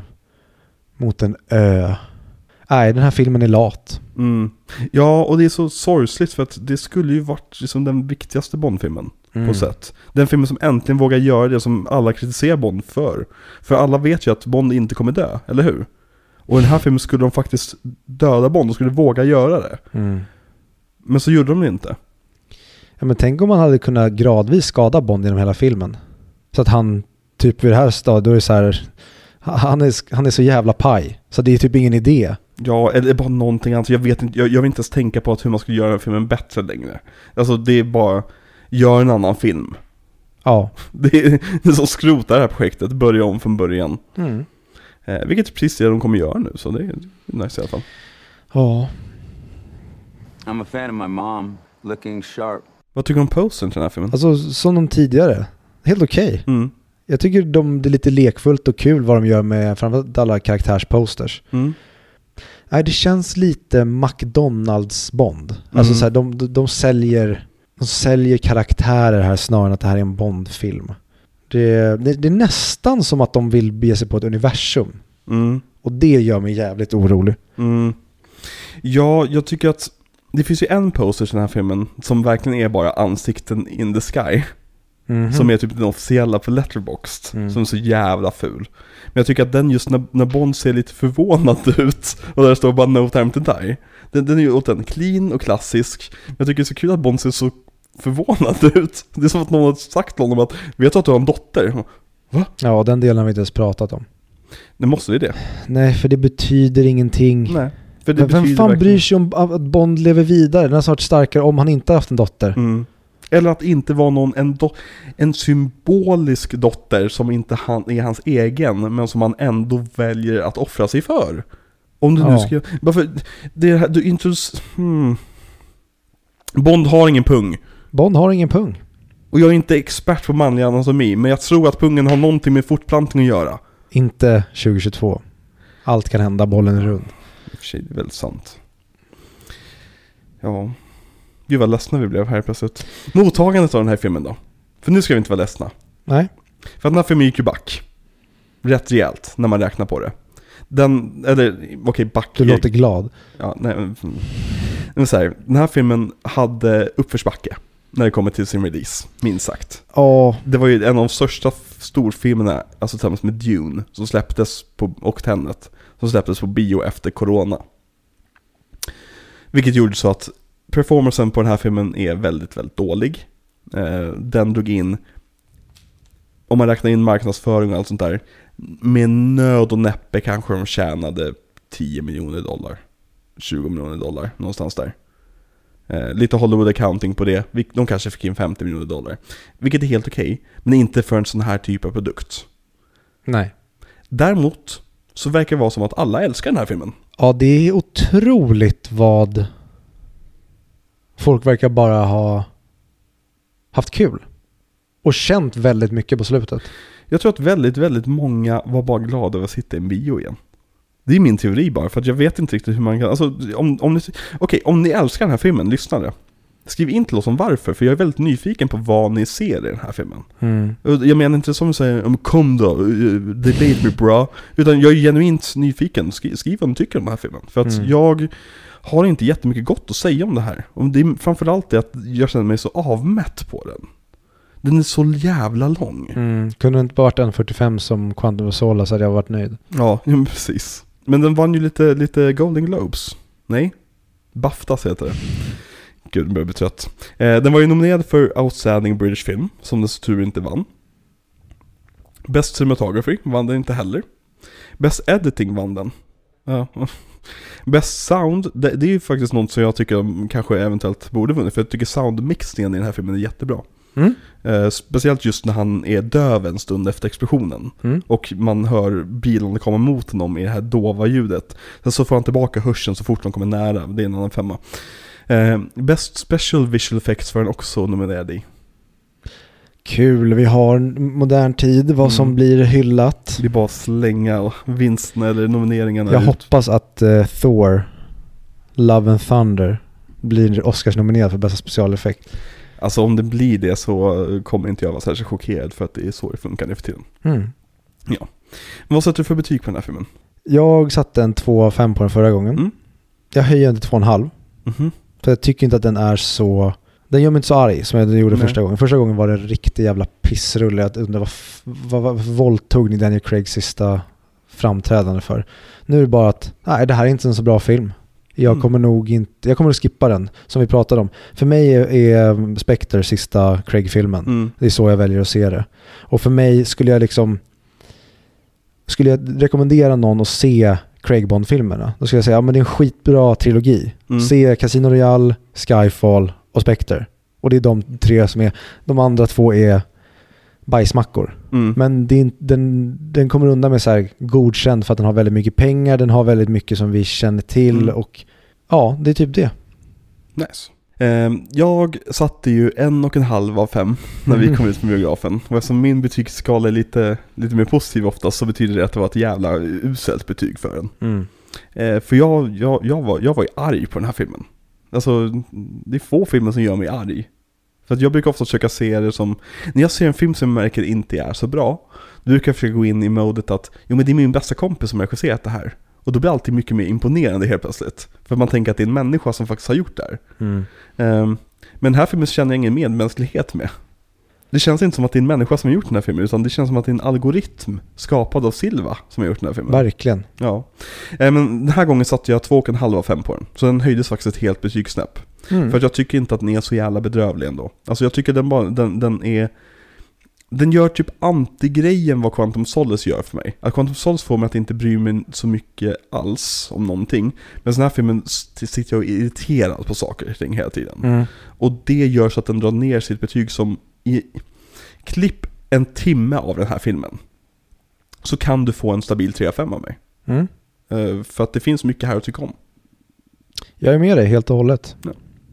mot en ö. Nej, den här filmen är lat. Mm. Ja, och det är så sorgsligt för att det skulle ju varit liksom den viktigaste Bond-filmen. Mm. På sätt. Den filmen som äntligen vågar göra det som alla kritiserar Bond för. För alla vet ju att Bond inte kommer dö, eller hur? Och i den här filmen skulle de faktiskt döda Bond och skulle våga göra det. Mm. Men så gjorde de det inte. Ja, men tänk om man hade kunnat gradvis skada Bond genom hela filmen. Så att han typ vid det här stadiet, då är det så här, han är, han är så jävla paj. Så det är typ ingen idé. Ja, eller bara någonting annat. Jag vet inte, jag, jag vill inte ens tänka på att hur man ska göra den här filmen bättre längre. Alltså det är bara... Gör en annan film. Ja. Det är, det är så skrota det här projektet. Börja om från början. Mm. Eh, vilket är precis det de kommer göra nu. Så det är nice i alla fall. Ja. I'm a fan of my mom. Looking sharp. Vad tycker du om posten till den här filmen? Alltså som de tidigare. Helt okej. Okay. Mm. Jag tycker de, det är lite lekfullt och kul vad de gör med framförallt alla karaktärsposters. Mm. Nej, det känns lite McDonalds Bond. Mm. Alltså så här, de, de, de säljer... De säljer karaktärer här snarare än att det här är en Bond-film. Det, det, det är nästan som att de vill bege sig på ett universum. Mm. Och det gör mig jävligt orolig. Mm. Ja, jag tycker att det finns ju en poster i den här filmen som verkligen är bara ansikten in the sky. Mm-hmm. Som är typ den officiella på Letterboxd. Mm. Som är så jävla ful. Men jag tycker att den just när, när Bond ser lite förvånad ut och där står bara No Time to Die. Den, den är ju åt en clean och klassisk. Men jag tycker det är så kul att Bond ser så förvånad ut. Det är som att någon har sagt till honom att vet du att du har en dotter? Va? Ja, den delen har vi inte ens pratat om. Det måste ju det. Nej, för det betyder ingenting. Nej, för det men betyder vem fan verkligen... bryr sig om att Bond lever vidare? Den har varit starkare om han inte haft en dotter. Mm. Eller att inte vara någon en, do- en symbolisk dotter som inte han, är hans egen, men som han ändå väljer att offra sig för. Om du ja. nu ska... Varför, det här, du introducerar... Hmm. Bond har ingen pung. Bond har ingen pung. Och jag är inte expert på manlig anatomi, men jag tror att pungen har någonting med fortplantning att göra. Inte tjugo tjugotvå. Allt kan hända, bollen är rund. I och för sig, det är väldigt sant. Ja. Gud vad ledsna vi blev här plötsligt. Mottagandet av den här filmen då? För nu ska vi inte vara ledsna. Nej. För den här filmen gick ju back. Rätt rejält när man räknar på det. Den, eller okej, okay, back. Du låter glad. Ja, nej. Men så här, den här filmen hade uppförsbacke när det kommer till sin release, minst sagt. Oh. Det var ju en av de största storfilmerna, alltså tillsammans med Dune, som släpptes på, och Tenet, som släpptes på bio efter corona. Vilket gjorde så att performancen på den här filmen är väldigt, väldigt dålig. Eh, den drog in, om man räknar in marknadsföring och allt sånt där, med nöd och näppe kanske de tjänade tio miljoner dollar. tjugo miljoner dollar, någonstans där. Eh, lite Hollywood accounting på det. De kanske fick in femtio miljoner dollar. Vilket är helt okej, okay, men inte för en sån här typ av produkt. Nej. Däremot så verkar det vara som att alla älskar den här filmen. Ja, det är otroligt vad folk verkar bara ha haft kul. Och känt väldigt mycket på slutet. Jag tror att väldigt, väldigt många var bara glada över att sitta i en bio igen. Det är min teori bara, för att jag vet inte riktigt hur man kan... Alltså, om, om ni, okej, om ni älskar den här filmen, lyssna det. skriv in till oss om varför, för jag är väldigt nyfiken på vad ni ser i den här filmen. Mm. Jag menar inte som du säger, om kom då, debate me bra, utan jag är genuint nyfiken. Skriv, skriv vad ni tycker om den här filmen. För att mm. jag har inte jättemycket gott att säga om det här. Och det är framförallt det att jag känner mig så avmätt på den. Den är så jävla lång. Mm. Kunde det inte bara varit en fyrtiofem som Quantum of Solace så hade jag varit nöjd. Ja, ja, precis. Men den vann ju lite, lite Golden Globes. Nej? BAFTAs heter det. Gud, jag börjar bli trött. Eh, den var ju nominerad för Outstanding British Film, som den så tur inte vann. Best Cinematography vann den inte heller. Best Editing vann den. Ja. Best Sound, det, det är ju faktiskt något som jag tycker kanske eventuellt borde vunnit, för jag tycker soundmixningen i den här filmen är jättebra. Mm. Eh, speciellt just när han är döv en stund efter explosionen mm. och man hör bilen komma mot honom i det här dova ljudet. Sen så får han tillbaka hörseln så fort de kommer nära. Det är en annan femma. eh, Best Special Visual Effects var den också nominerad i. Kul, vi har modern tid, vad mm. som blir hyllat. Det är bara slänga vinsten eller nomineringarna. Jag ut. hoppas att uh, Thor Love and Thunder blir Oscars nominerad för bästa specialeffekt. Alltså om det blir det så kommer inte jag vara särskilt chockerad, för att det är så det funkar nu för tiden. Mm. Ja. Men vad sätter du för betyg på den här filmen? Jag satte en två av fem på den förra gången. Mm. Jag höjer den till två komma fem. Mm-hmm. För jag tycker inte att den är så... Den gör mig inte så arg som jag gjorde Nej. första gången. Första gången var det en riktig jävla pissrulle. Jag undrar vad, vad, vad våldtog ni Daniel Craigs sista framträdande för. Nu är det bara att nej, det här är inte en så bra film. Jag mm. kommer nog inte, jag kommer att skippa den, som vi pratade om. För mig är, är Spectre sista Craig-filmen. Mm. Det är så jag väljer att se det. Och för mig skulle jag liksom skulle jag rekommendera någon att se Craig Bond-filmerna. Då skulle jag säga, ja men det är en skitbra trilogi. Mm. Se Casino Royale, Skyfall och Spectre. Och det är de tre som är, de andra två är bajsmackor. Mm. Men det är, den, den kommer undan med så här godkänd för att den har väldigt mycket pengar, den har väldigt mycket som vi känner till mm. och ja, det är typ det. Nice. Eh, jag satte ju en och en halv av fem när vi kom ut från biografen. Och eftersom min betygsskala är lite, lite mer positiv oftast, så betyder det att det var ett jävla uselt betyg för den. Mm. Eh, för jag, jag, jag, var, jag var ju arg på den här filmen. Alltså, det är få filmer som gör mig arg. För att jag brukar ofta försöka se det som, när jag ser en film som jag märker inte är så bra, då brukar jag försöka gå in i modet att jo men det är min bästa kompis som har regisserat det här. Och då blir det alltid mycket mer imponerande helt plötsligt. För man tänker att det är en människa som faktiskt har gjort det här. Mm. Um, men den här filmen känner jag ingen medmänsklighet med. Det känns inte som att det är en människa som har gjort den här filmen, utan det känns som att det är en algoritm skapad av Silva som har gjort den här filmen. Verkligen. Ja. Um, men den här gången satte jag två komma fem av fem på den. Så den höjdes faktiskt ett helt betygssnäpp. Mm. För att jag tycker inte att den är så jävla bedrövlig ändå. Alltså jag tycker den, bara, den, den är... Den gör typ anti-grejen vad Quantum Solace gör för mig. Att Quantum Solace får mig att inte bry mig så mycket alls om någonting. Men den här filmen sitter jag irriterad på saker och ting hela tiden. Mm. Och det gör så att den drar ner sitt betyg som i... Klipp en timme av den här filmen, så kan du få en stabil tre av fem av mig. Mm. Uh, för att det finns mycket här att tycka om. Jag är med dig helt och hållet. Ja.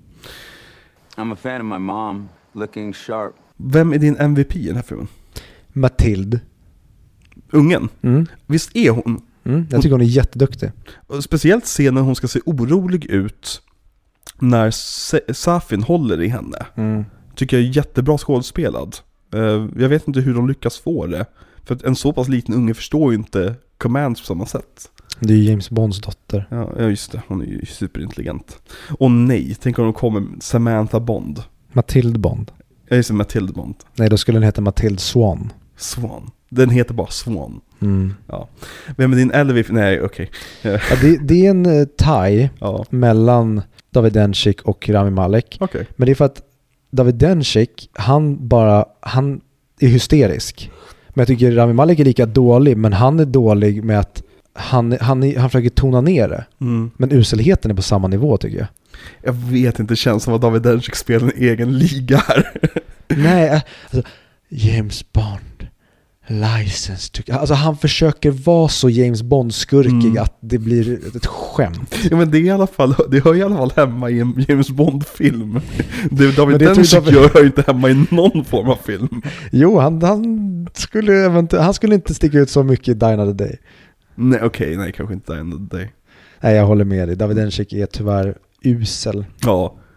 I'm a fan of my mom, looking sharp. Vem är din M V P i den här filmen? Matilda. Ungen? Mm. Visst är hon? Mm, jag tycker hon är jätteduktig. Och speciellt scenen hon ska se orolig ut när Safin håller i henne. Mm. Tycker jag är jättebra skådespelad. Uh, jag vet inte hur de lyckas få det. För att en så pass liten unge förstår ju inte commands på samma sätt. Det är James Bonds dotter. Ja, just det. Hon är ju superintelligent. Och nej, tänk om de kommer med Samantha Bond. Matilda Bond. Jag är Matilda Bond. Nej, då skulle den heta Matilda Swan. Swan. Den heter bara Swan. Mm. Ja. Vem är din Elvis? Nej, okej. Okay. Ja, det, det är en uh, tie ja. mellan David Dencik och Rami Malek. Okay. Men det är för att David Dencik, han bara, han är hysterisk. Men jag tycker Rami Malek är lika dålig, men han är dålig med att han, han, han försöker tona ner det. Mm. Men uselheten är på samma nivå, tycker jag. Jag vet inte, det känns som att David Dencik spelar en egen liga här. Nej, alltså, James Bond license to... Alltså han försöker vara så James Bond-skurkig mm. att det blir ett skämt. Ja, men det är i alla fall, det hör i alla fall hemma i en James Bond-film. Det David Dencik David... gör hör inte hemma i någon form av film. Jo, han, han, skulle, eventu- han skulle inte sticka ut så mycket i Die Another Day. Nej, okej, okay, nej, kanske inte Die Another Day. Nej, jag håller med dig. David Dencik är tyvärr usel. Ja.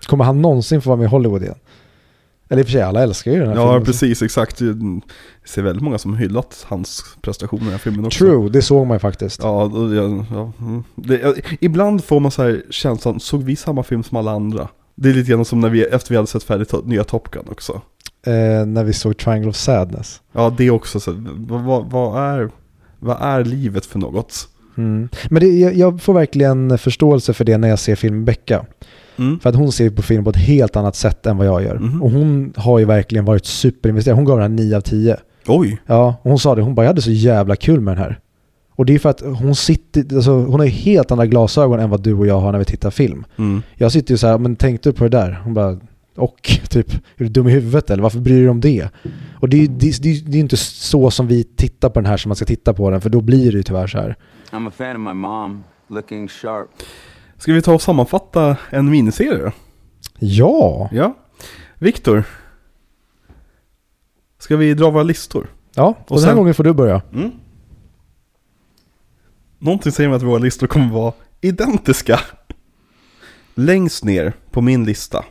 kommer han någonsin få vara med i Hollywood igen? Eller i och för sig, alla älskar ju den här ja, filmen. Ja, precis, exakt. Jag ser väldigt många som hyllat hans prestationer i den här filmen också. True, det såg man ju faktiskt. Ja, ja, ja. Det, ibland får man så här känslan, såg vi samma film som alla andra? Det är lite grann som när vi, efter vi hade sett färdigt to- nya Top Gun också. Eh, när vi såg Triangle of Sadness. Ja, det är också så. Vad, vad, vad, är, vad är livet för något? Mm. Men det, jag, jag får verkligen förståelse för det när jag ser film Becka. Mm. För att hon ser på film på ett helt annat sätt än vad jag gör. Mm. Och hon har ju verkligen varit superinvesterad. Hon gav den här nio av tio. Oj. Ja, och hon sa det. Hon bara, jag hade så jävla kul med den här. Och det är för att hon sitter, alltså, hon har ju helt andra glasögon än vad du och jag har när vi tittar film. Mm. Jag sitter ju så här, men tänkte du på det där? Hon bara, och typ, är du dum i huvudet eller varför bryr du dig om det? Och det är ju det, det, det är inte så som vi tittar på den här som man ska titta på den, för då blir det ju tyvärr så här. I'm a fan of my mom, looking sharp. Ska vi ta och sammanfatta en miniserie då? Ja! Ja. Viktor, ska vi dra våra listor? Ja, och, och den här sen... gången får du börja. Mm. Någonting säger mig att våra listor kommer vara identiska. Längst ner på min lista,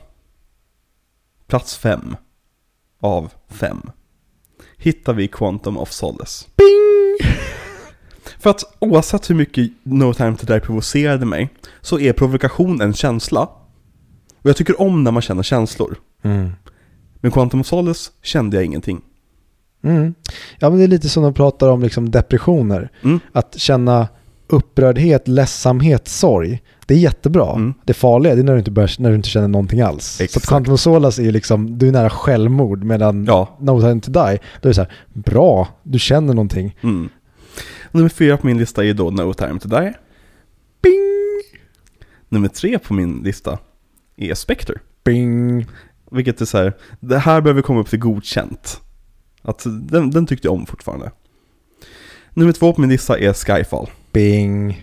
plats fem av fem, hittar vi Quantum of Solace. Bing! För att oavsett hur mycket No Time to Die provocerade mig, så är provokation en känsla. Och jag tycker om när man känner känslor. Mm. Men Quantum of Solace kände jag ingenting. Mm. Ja, men det är lite som de pratar om liksom depressioner. Mm. Att känna upprördhet, ledsamhet, sorg. Det är jättebra. Mm. Det farliga är när du inte, börjar, när du inte känner någonting alls. Exakt. Så att Quantum of Solace är ju liksom, du är nära självmord, medan ja. No Time to Die, då är det så här, bra, du känner någonting. Mm. Nummer fyra på min lista är då No Time to Die. Bing! Nummer tre på min lista är Spectre. Bing! Vilket är så här, det här behöver komma upp till godkänt. Att den, den tyckte jag om fortfarande. Nummer två på min lista är Skyfall. Bing!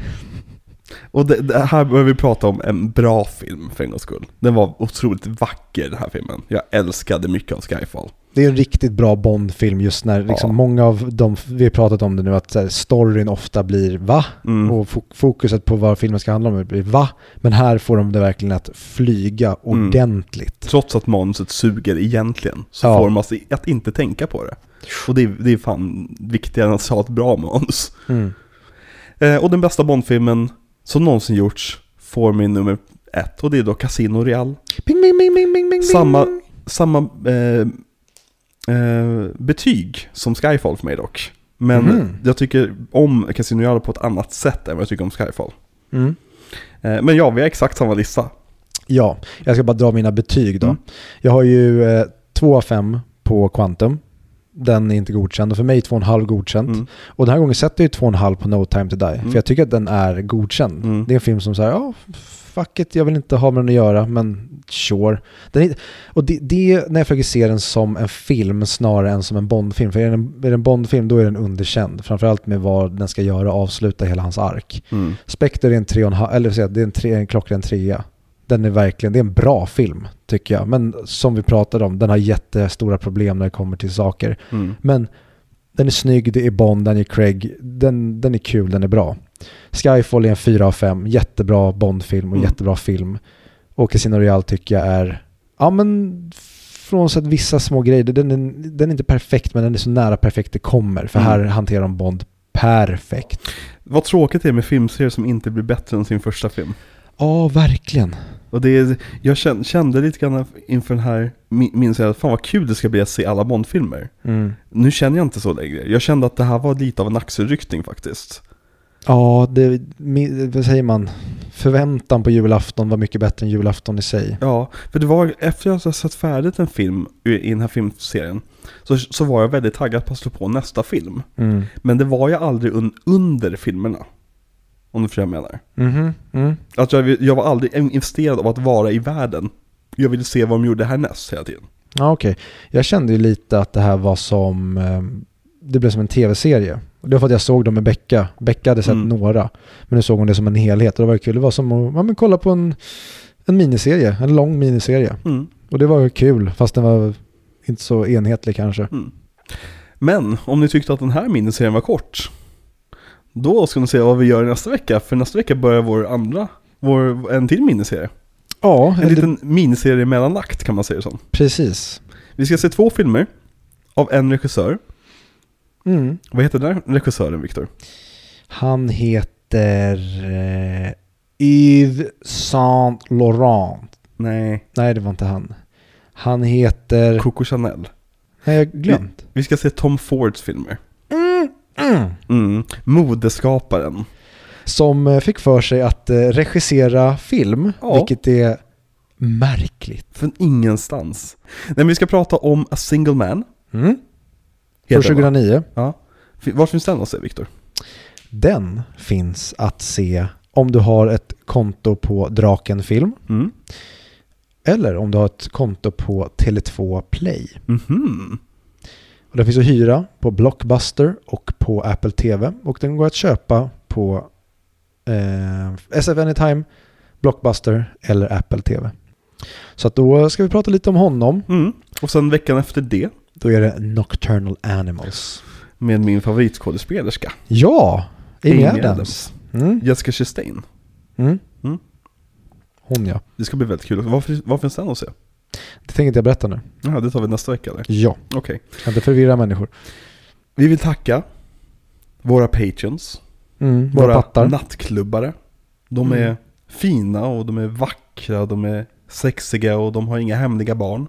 Och det, det här behöver vi prata om en bra film för en gångs skull. Den var otroligt vacker, den här filmen. Jag älskade mycket av Skyfall. Det är en riktigt bra Bond-film just när liksom ja. många av de, vi har pratat om det nu, att här, storyn ofta blir va? Mm. Och fokuset på vad filmen ska handla om blir va? Men här får de det verkligen att flyga ordentligt. Mm. Trots att manuset suger egentligen, så ja. får man sig att inte tänka på det. Och det är, det är fan viktigare än att ha ett bra manus. Mm. Eh, och den bästa Bond-filmen som någonsin gjorts får min nummer ett, och det är då Casino Royale. Bing, bing, bing, bing, bing, bing. Samma, samma eh, eh, betyg som Skyfall för mig dock. Men mm. jag tycker om Casino Royale på ett annat sätt än vad jag tycker om Skyfall. Mm. Eh, men ja, vi har exakt samma lista. Ja, jag ska bara dra mina betyg då. Mm. Jag har ju eh, två av fem på Quantum. Den är inte godkänd, och för mig två och en halv godkänt. Mm. Och den här gången sätter jag ju två och en halv på No Time to Die. Mm. För jag tycker att den är godkänd. Mm. Det är en film som säger, ja, fuck it, jag vill inte ha med den att göra, men sure. Den är, och det, det när jag försöker se den som en film snarare än som en Bondfilm. För är det en, är det en Bondfilm, då är den underkänd. Framförallt med vad den ska göra, avsluta hela hans ark. Mm. Spectre är en tre och en halv, eller så, det är en, tre, en klockren trea. Den är verkligen, det är en bra film tycker jag. Men som vi pratade om, den har jättestora problem när det kommer till saker. Mm. Men den är snygg, det är Bond, den är Craig, den, den är kul, den är bra. Skyfall är en fyra av fem, jättebra Bond-film och mm. jättebra film. Och Casino Royale tycker jag är, ja men frånsett vissa små grejer, den är, den är inte perfekt, men den är så nära perfekt det kommer. För mm. här hanterar de Bond perfekt. Vad tråkigt det är med filmserier som inte blir bättre än sin första film. Ja, verkligen. Och det är, jag kände, kände lite grann inför den här, minns jag att fan vad kul det ska bli att se alla Bond-filmer. Mm. Nu känner jag inte så längre. Jag kände att det här var lite av en axelryckning faktiskt. Ja, det, vad säger man? Förväntan på julafton var mycket bättre än julafton i sig. Ja, för det var efter jag hade sett färdigt en film i den här filmserien, så, så var jag väldigt taggad på att slå på nästa film. Mm. Men det var jag aldrig un, under filmerna. Om du förstår vad jag menar. Mm-hmm. Mm. Att jag, jag var aldrig investerad av att vara i världen. Jag ville se vad de gjorde härnäst hela tiden. Ja, okej. Okay. Jag kände ju lite att det här var som, eh, det blev som en tv-serie. Och det var för att jag såg dem med Becka. Becka hade sett mm. några. Men nu såg hon det som en helhet. Och det var kul. Det var som att ja, men kolla på en, en miniserie. En lång miniserie. Mm. Och det var kul. Fast den var inte så enhetlig kanske. Mm. Men om ni tyckte att den här miniserien var kort, då ska ni se vad vi gör nästa vecka. För nästa vecka börjar vår andra, vår, en till miniserie. Ja, en liten miniserie mellanakt kan man säga så. Precis. Vi ska se två filmer av en regissör. Mm. Vad heter den regissören, Victor? Han heter eh, Yves Saint Laurent. Nej. Nej, det var inte han. Han heter... Coco Chanel. Nej, jag har glömt. Vi, vi ska se Tom Fords filmer. Mm. Mm. Mm. Modeskaparen. Som eh, fick för sig att eh, regissera film, Ja. vilket är märkligt. Från ingenstans. Nej, men vi ska prata om A Single Man. Mm. Heter För tjugohundraniio. Ja. Var finns den att se, Victor? Den finns att se om du har ett konto på Draken Film. Mm. Eller om du har ett konto på Tele två Play. Mhm. Och den finns att hyra på Blockbuster och på Apple T V. Och den går att köpa på eh, S F Anytime, Blockbuster eller Apple T V. Så att då ska vi prata lite om honom. Mm. Och sen veckan efter det. Då är det Nocturnal Animals. Med min favoritskådespelerska. Ja! Amy Amy Adams. Mm. Jessica Chastain. Mm. Mm. Hon, ja. Det ska bli väldigt kul. Varför, varför finns den att se? Det tänker inte jag berätta nu. Ja, det tar vi nästa vecka eller? Ja. Okej. Okay. Kan inte förvirra människor. Vi vill tacka våra patrons. Mm, våra, våra pattar. nattklubbare. De är Mm. fina och de är vackra och de är sexiga och de har inga hemliga barn.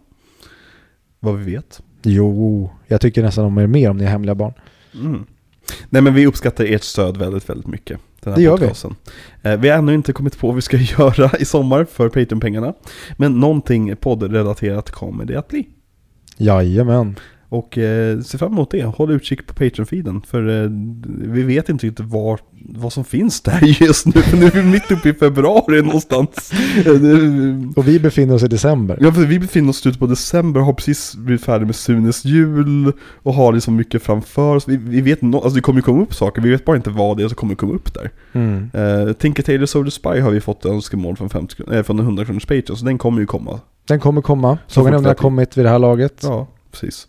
Vad vi vet. Jo, jag tycker nästan om er mer om ni är hemliga barn. Mm. Nej, men vi uppskattar ert stöd väldigt, väldigt mycket. Den här det gör podcasten. vi. Eh, vi har ännu inte kommit på vad vi ska göra i sommar för Patreon-pengarna. Men någonting poddrelaterat kommer det att bli. Jajamän. Och eh, se fram emot det. Håll utkik på Patreon-feeden. För eh, vi vet inte riktigt var, vad som finns där just nu. För nu är vi mitt uppe i februari någonstans. Och vi befinner oss i december. Ja, för vi befinner oss slut på december. Har precis blivit färdig med Sunes jul. Och har liksom mycket framför oss. Vi, vi vet no- alltså det kommer ju komma upp saker. Vi vet bara inte vad det är som kommer komma upp där. Mm. Uh, Tinker Tailor Soldier Spy har vi fått önskemål från, femtio, äh, från hundra kronors Patreon. Så den kommer ju komma. Den kommer komma. Frågan är om den har kommit vid det här laget. Ja, precis.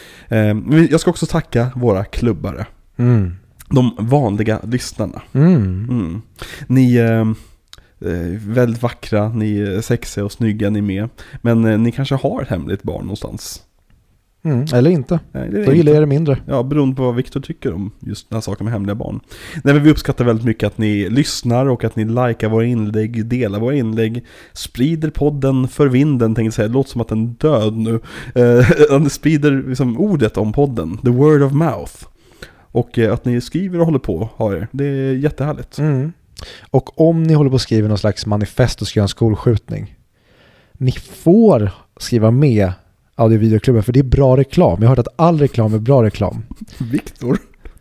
Uh, jag ska också tacka våra klubbare. Mm. De vanliga lyssnarna. Mm. Mm. Ni är uh, väldigt vackra, ni är sexiga och snygga, ni är med. Men uh, ni kanske har ett hemligt barn någonstans. Mm. Eller inte. Nej, det är Då inte. gillar jag det mindre. Ja, beroende på vad Victor tycker om just den här saken med hemliga barn. Nej, men vi uppskattar väldigt mycket att ni lyssnar och att ni likar våra inlägg, delar våra inlägg, sprider podden för vinden, tänkte jag säga. Det låter som att den är död nu. Eh, sprider liksom ordet om podden, the word of mouth. Och eh, att ni skriver och håller på har er. Det är jättehärligt. Mm. Och om ni håller på att skriva någon slags manifest och ska göra en skolskjutning, ni får skriva med Audio-videoklubben, för det är bra reklam. Jag har hört att all reklam är bra reklam. Victor?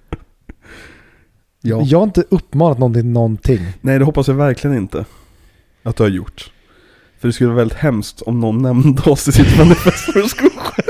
Ja. Jag har inte uppmanat någon till någonting. Nej, det hoppas jag verkligen inte att du har gjort. För det skulle vara väldigt hemskt om någon nämnde oss i sitt manifest för skolskjutning.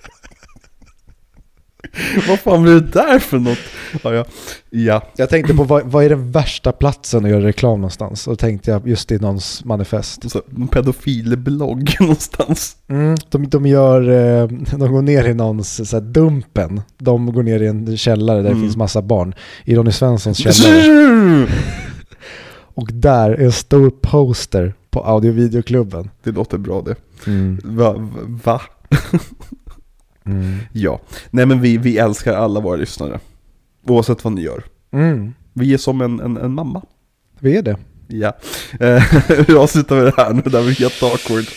Vad fan blir det där för något? Ja, ja. ja. Jag tänkte på vad, vad är den värsta platsen att göra reklam någonstans? Och då tänkte jag just i någons manifest. Så, en pedofilblogg någonstans. Mm, de, de gör, eh, de går ner i någons så här, dumpen. De går ner i en källare där mm. det finns massa barn. I Ronny Svenssons källare. Och där är en stor poster på Audio-videoklubben. Det låter bra det. Mm. Va? va? Mm. Ja, nej men vi, vi älskar alla våra lyssnare. Oavsett vad ni gör. Mm. Vi är som en, en, en mamma. Vi är det. Ja. Vi avslutar med det här nu, det där var jätteawkward.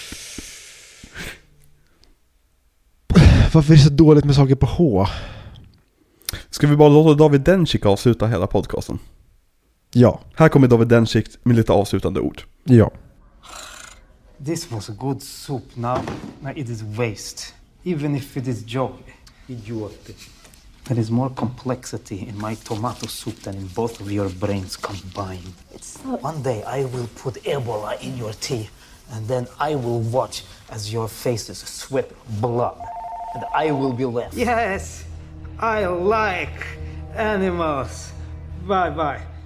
Varför är det så dåligt med saker på H? Ska vi bara låta David Dencik avsluta hela podcasten? Ja. Här kommer David Dencik med lite avslutande ord. Ja. This was a good soup. Now, now it is waste. Even if it is joy. Idiot. There is more complexity in my tomato soup than in both of your brains combined. It's not... One day I will put Ebola in your tea, and then I will watch as your faces sweat blood, and I will be left. Yes, I like animals. Bye bye.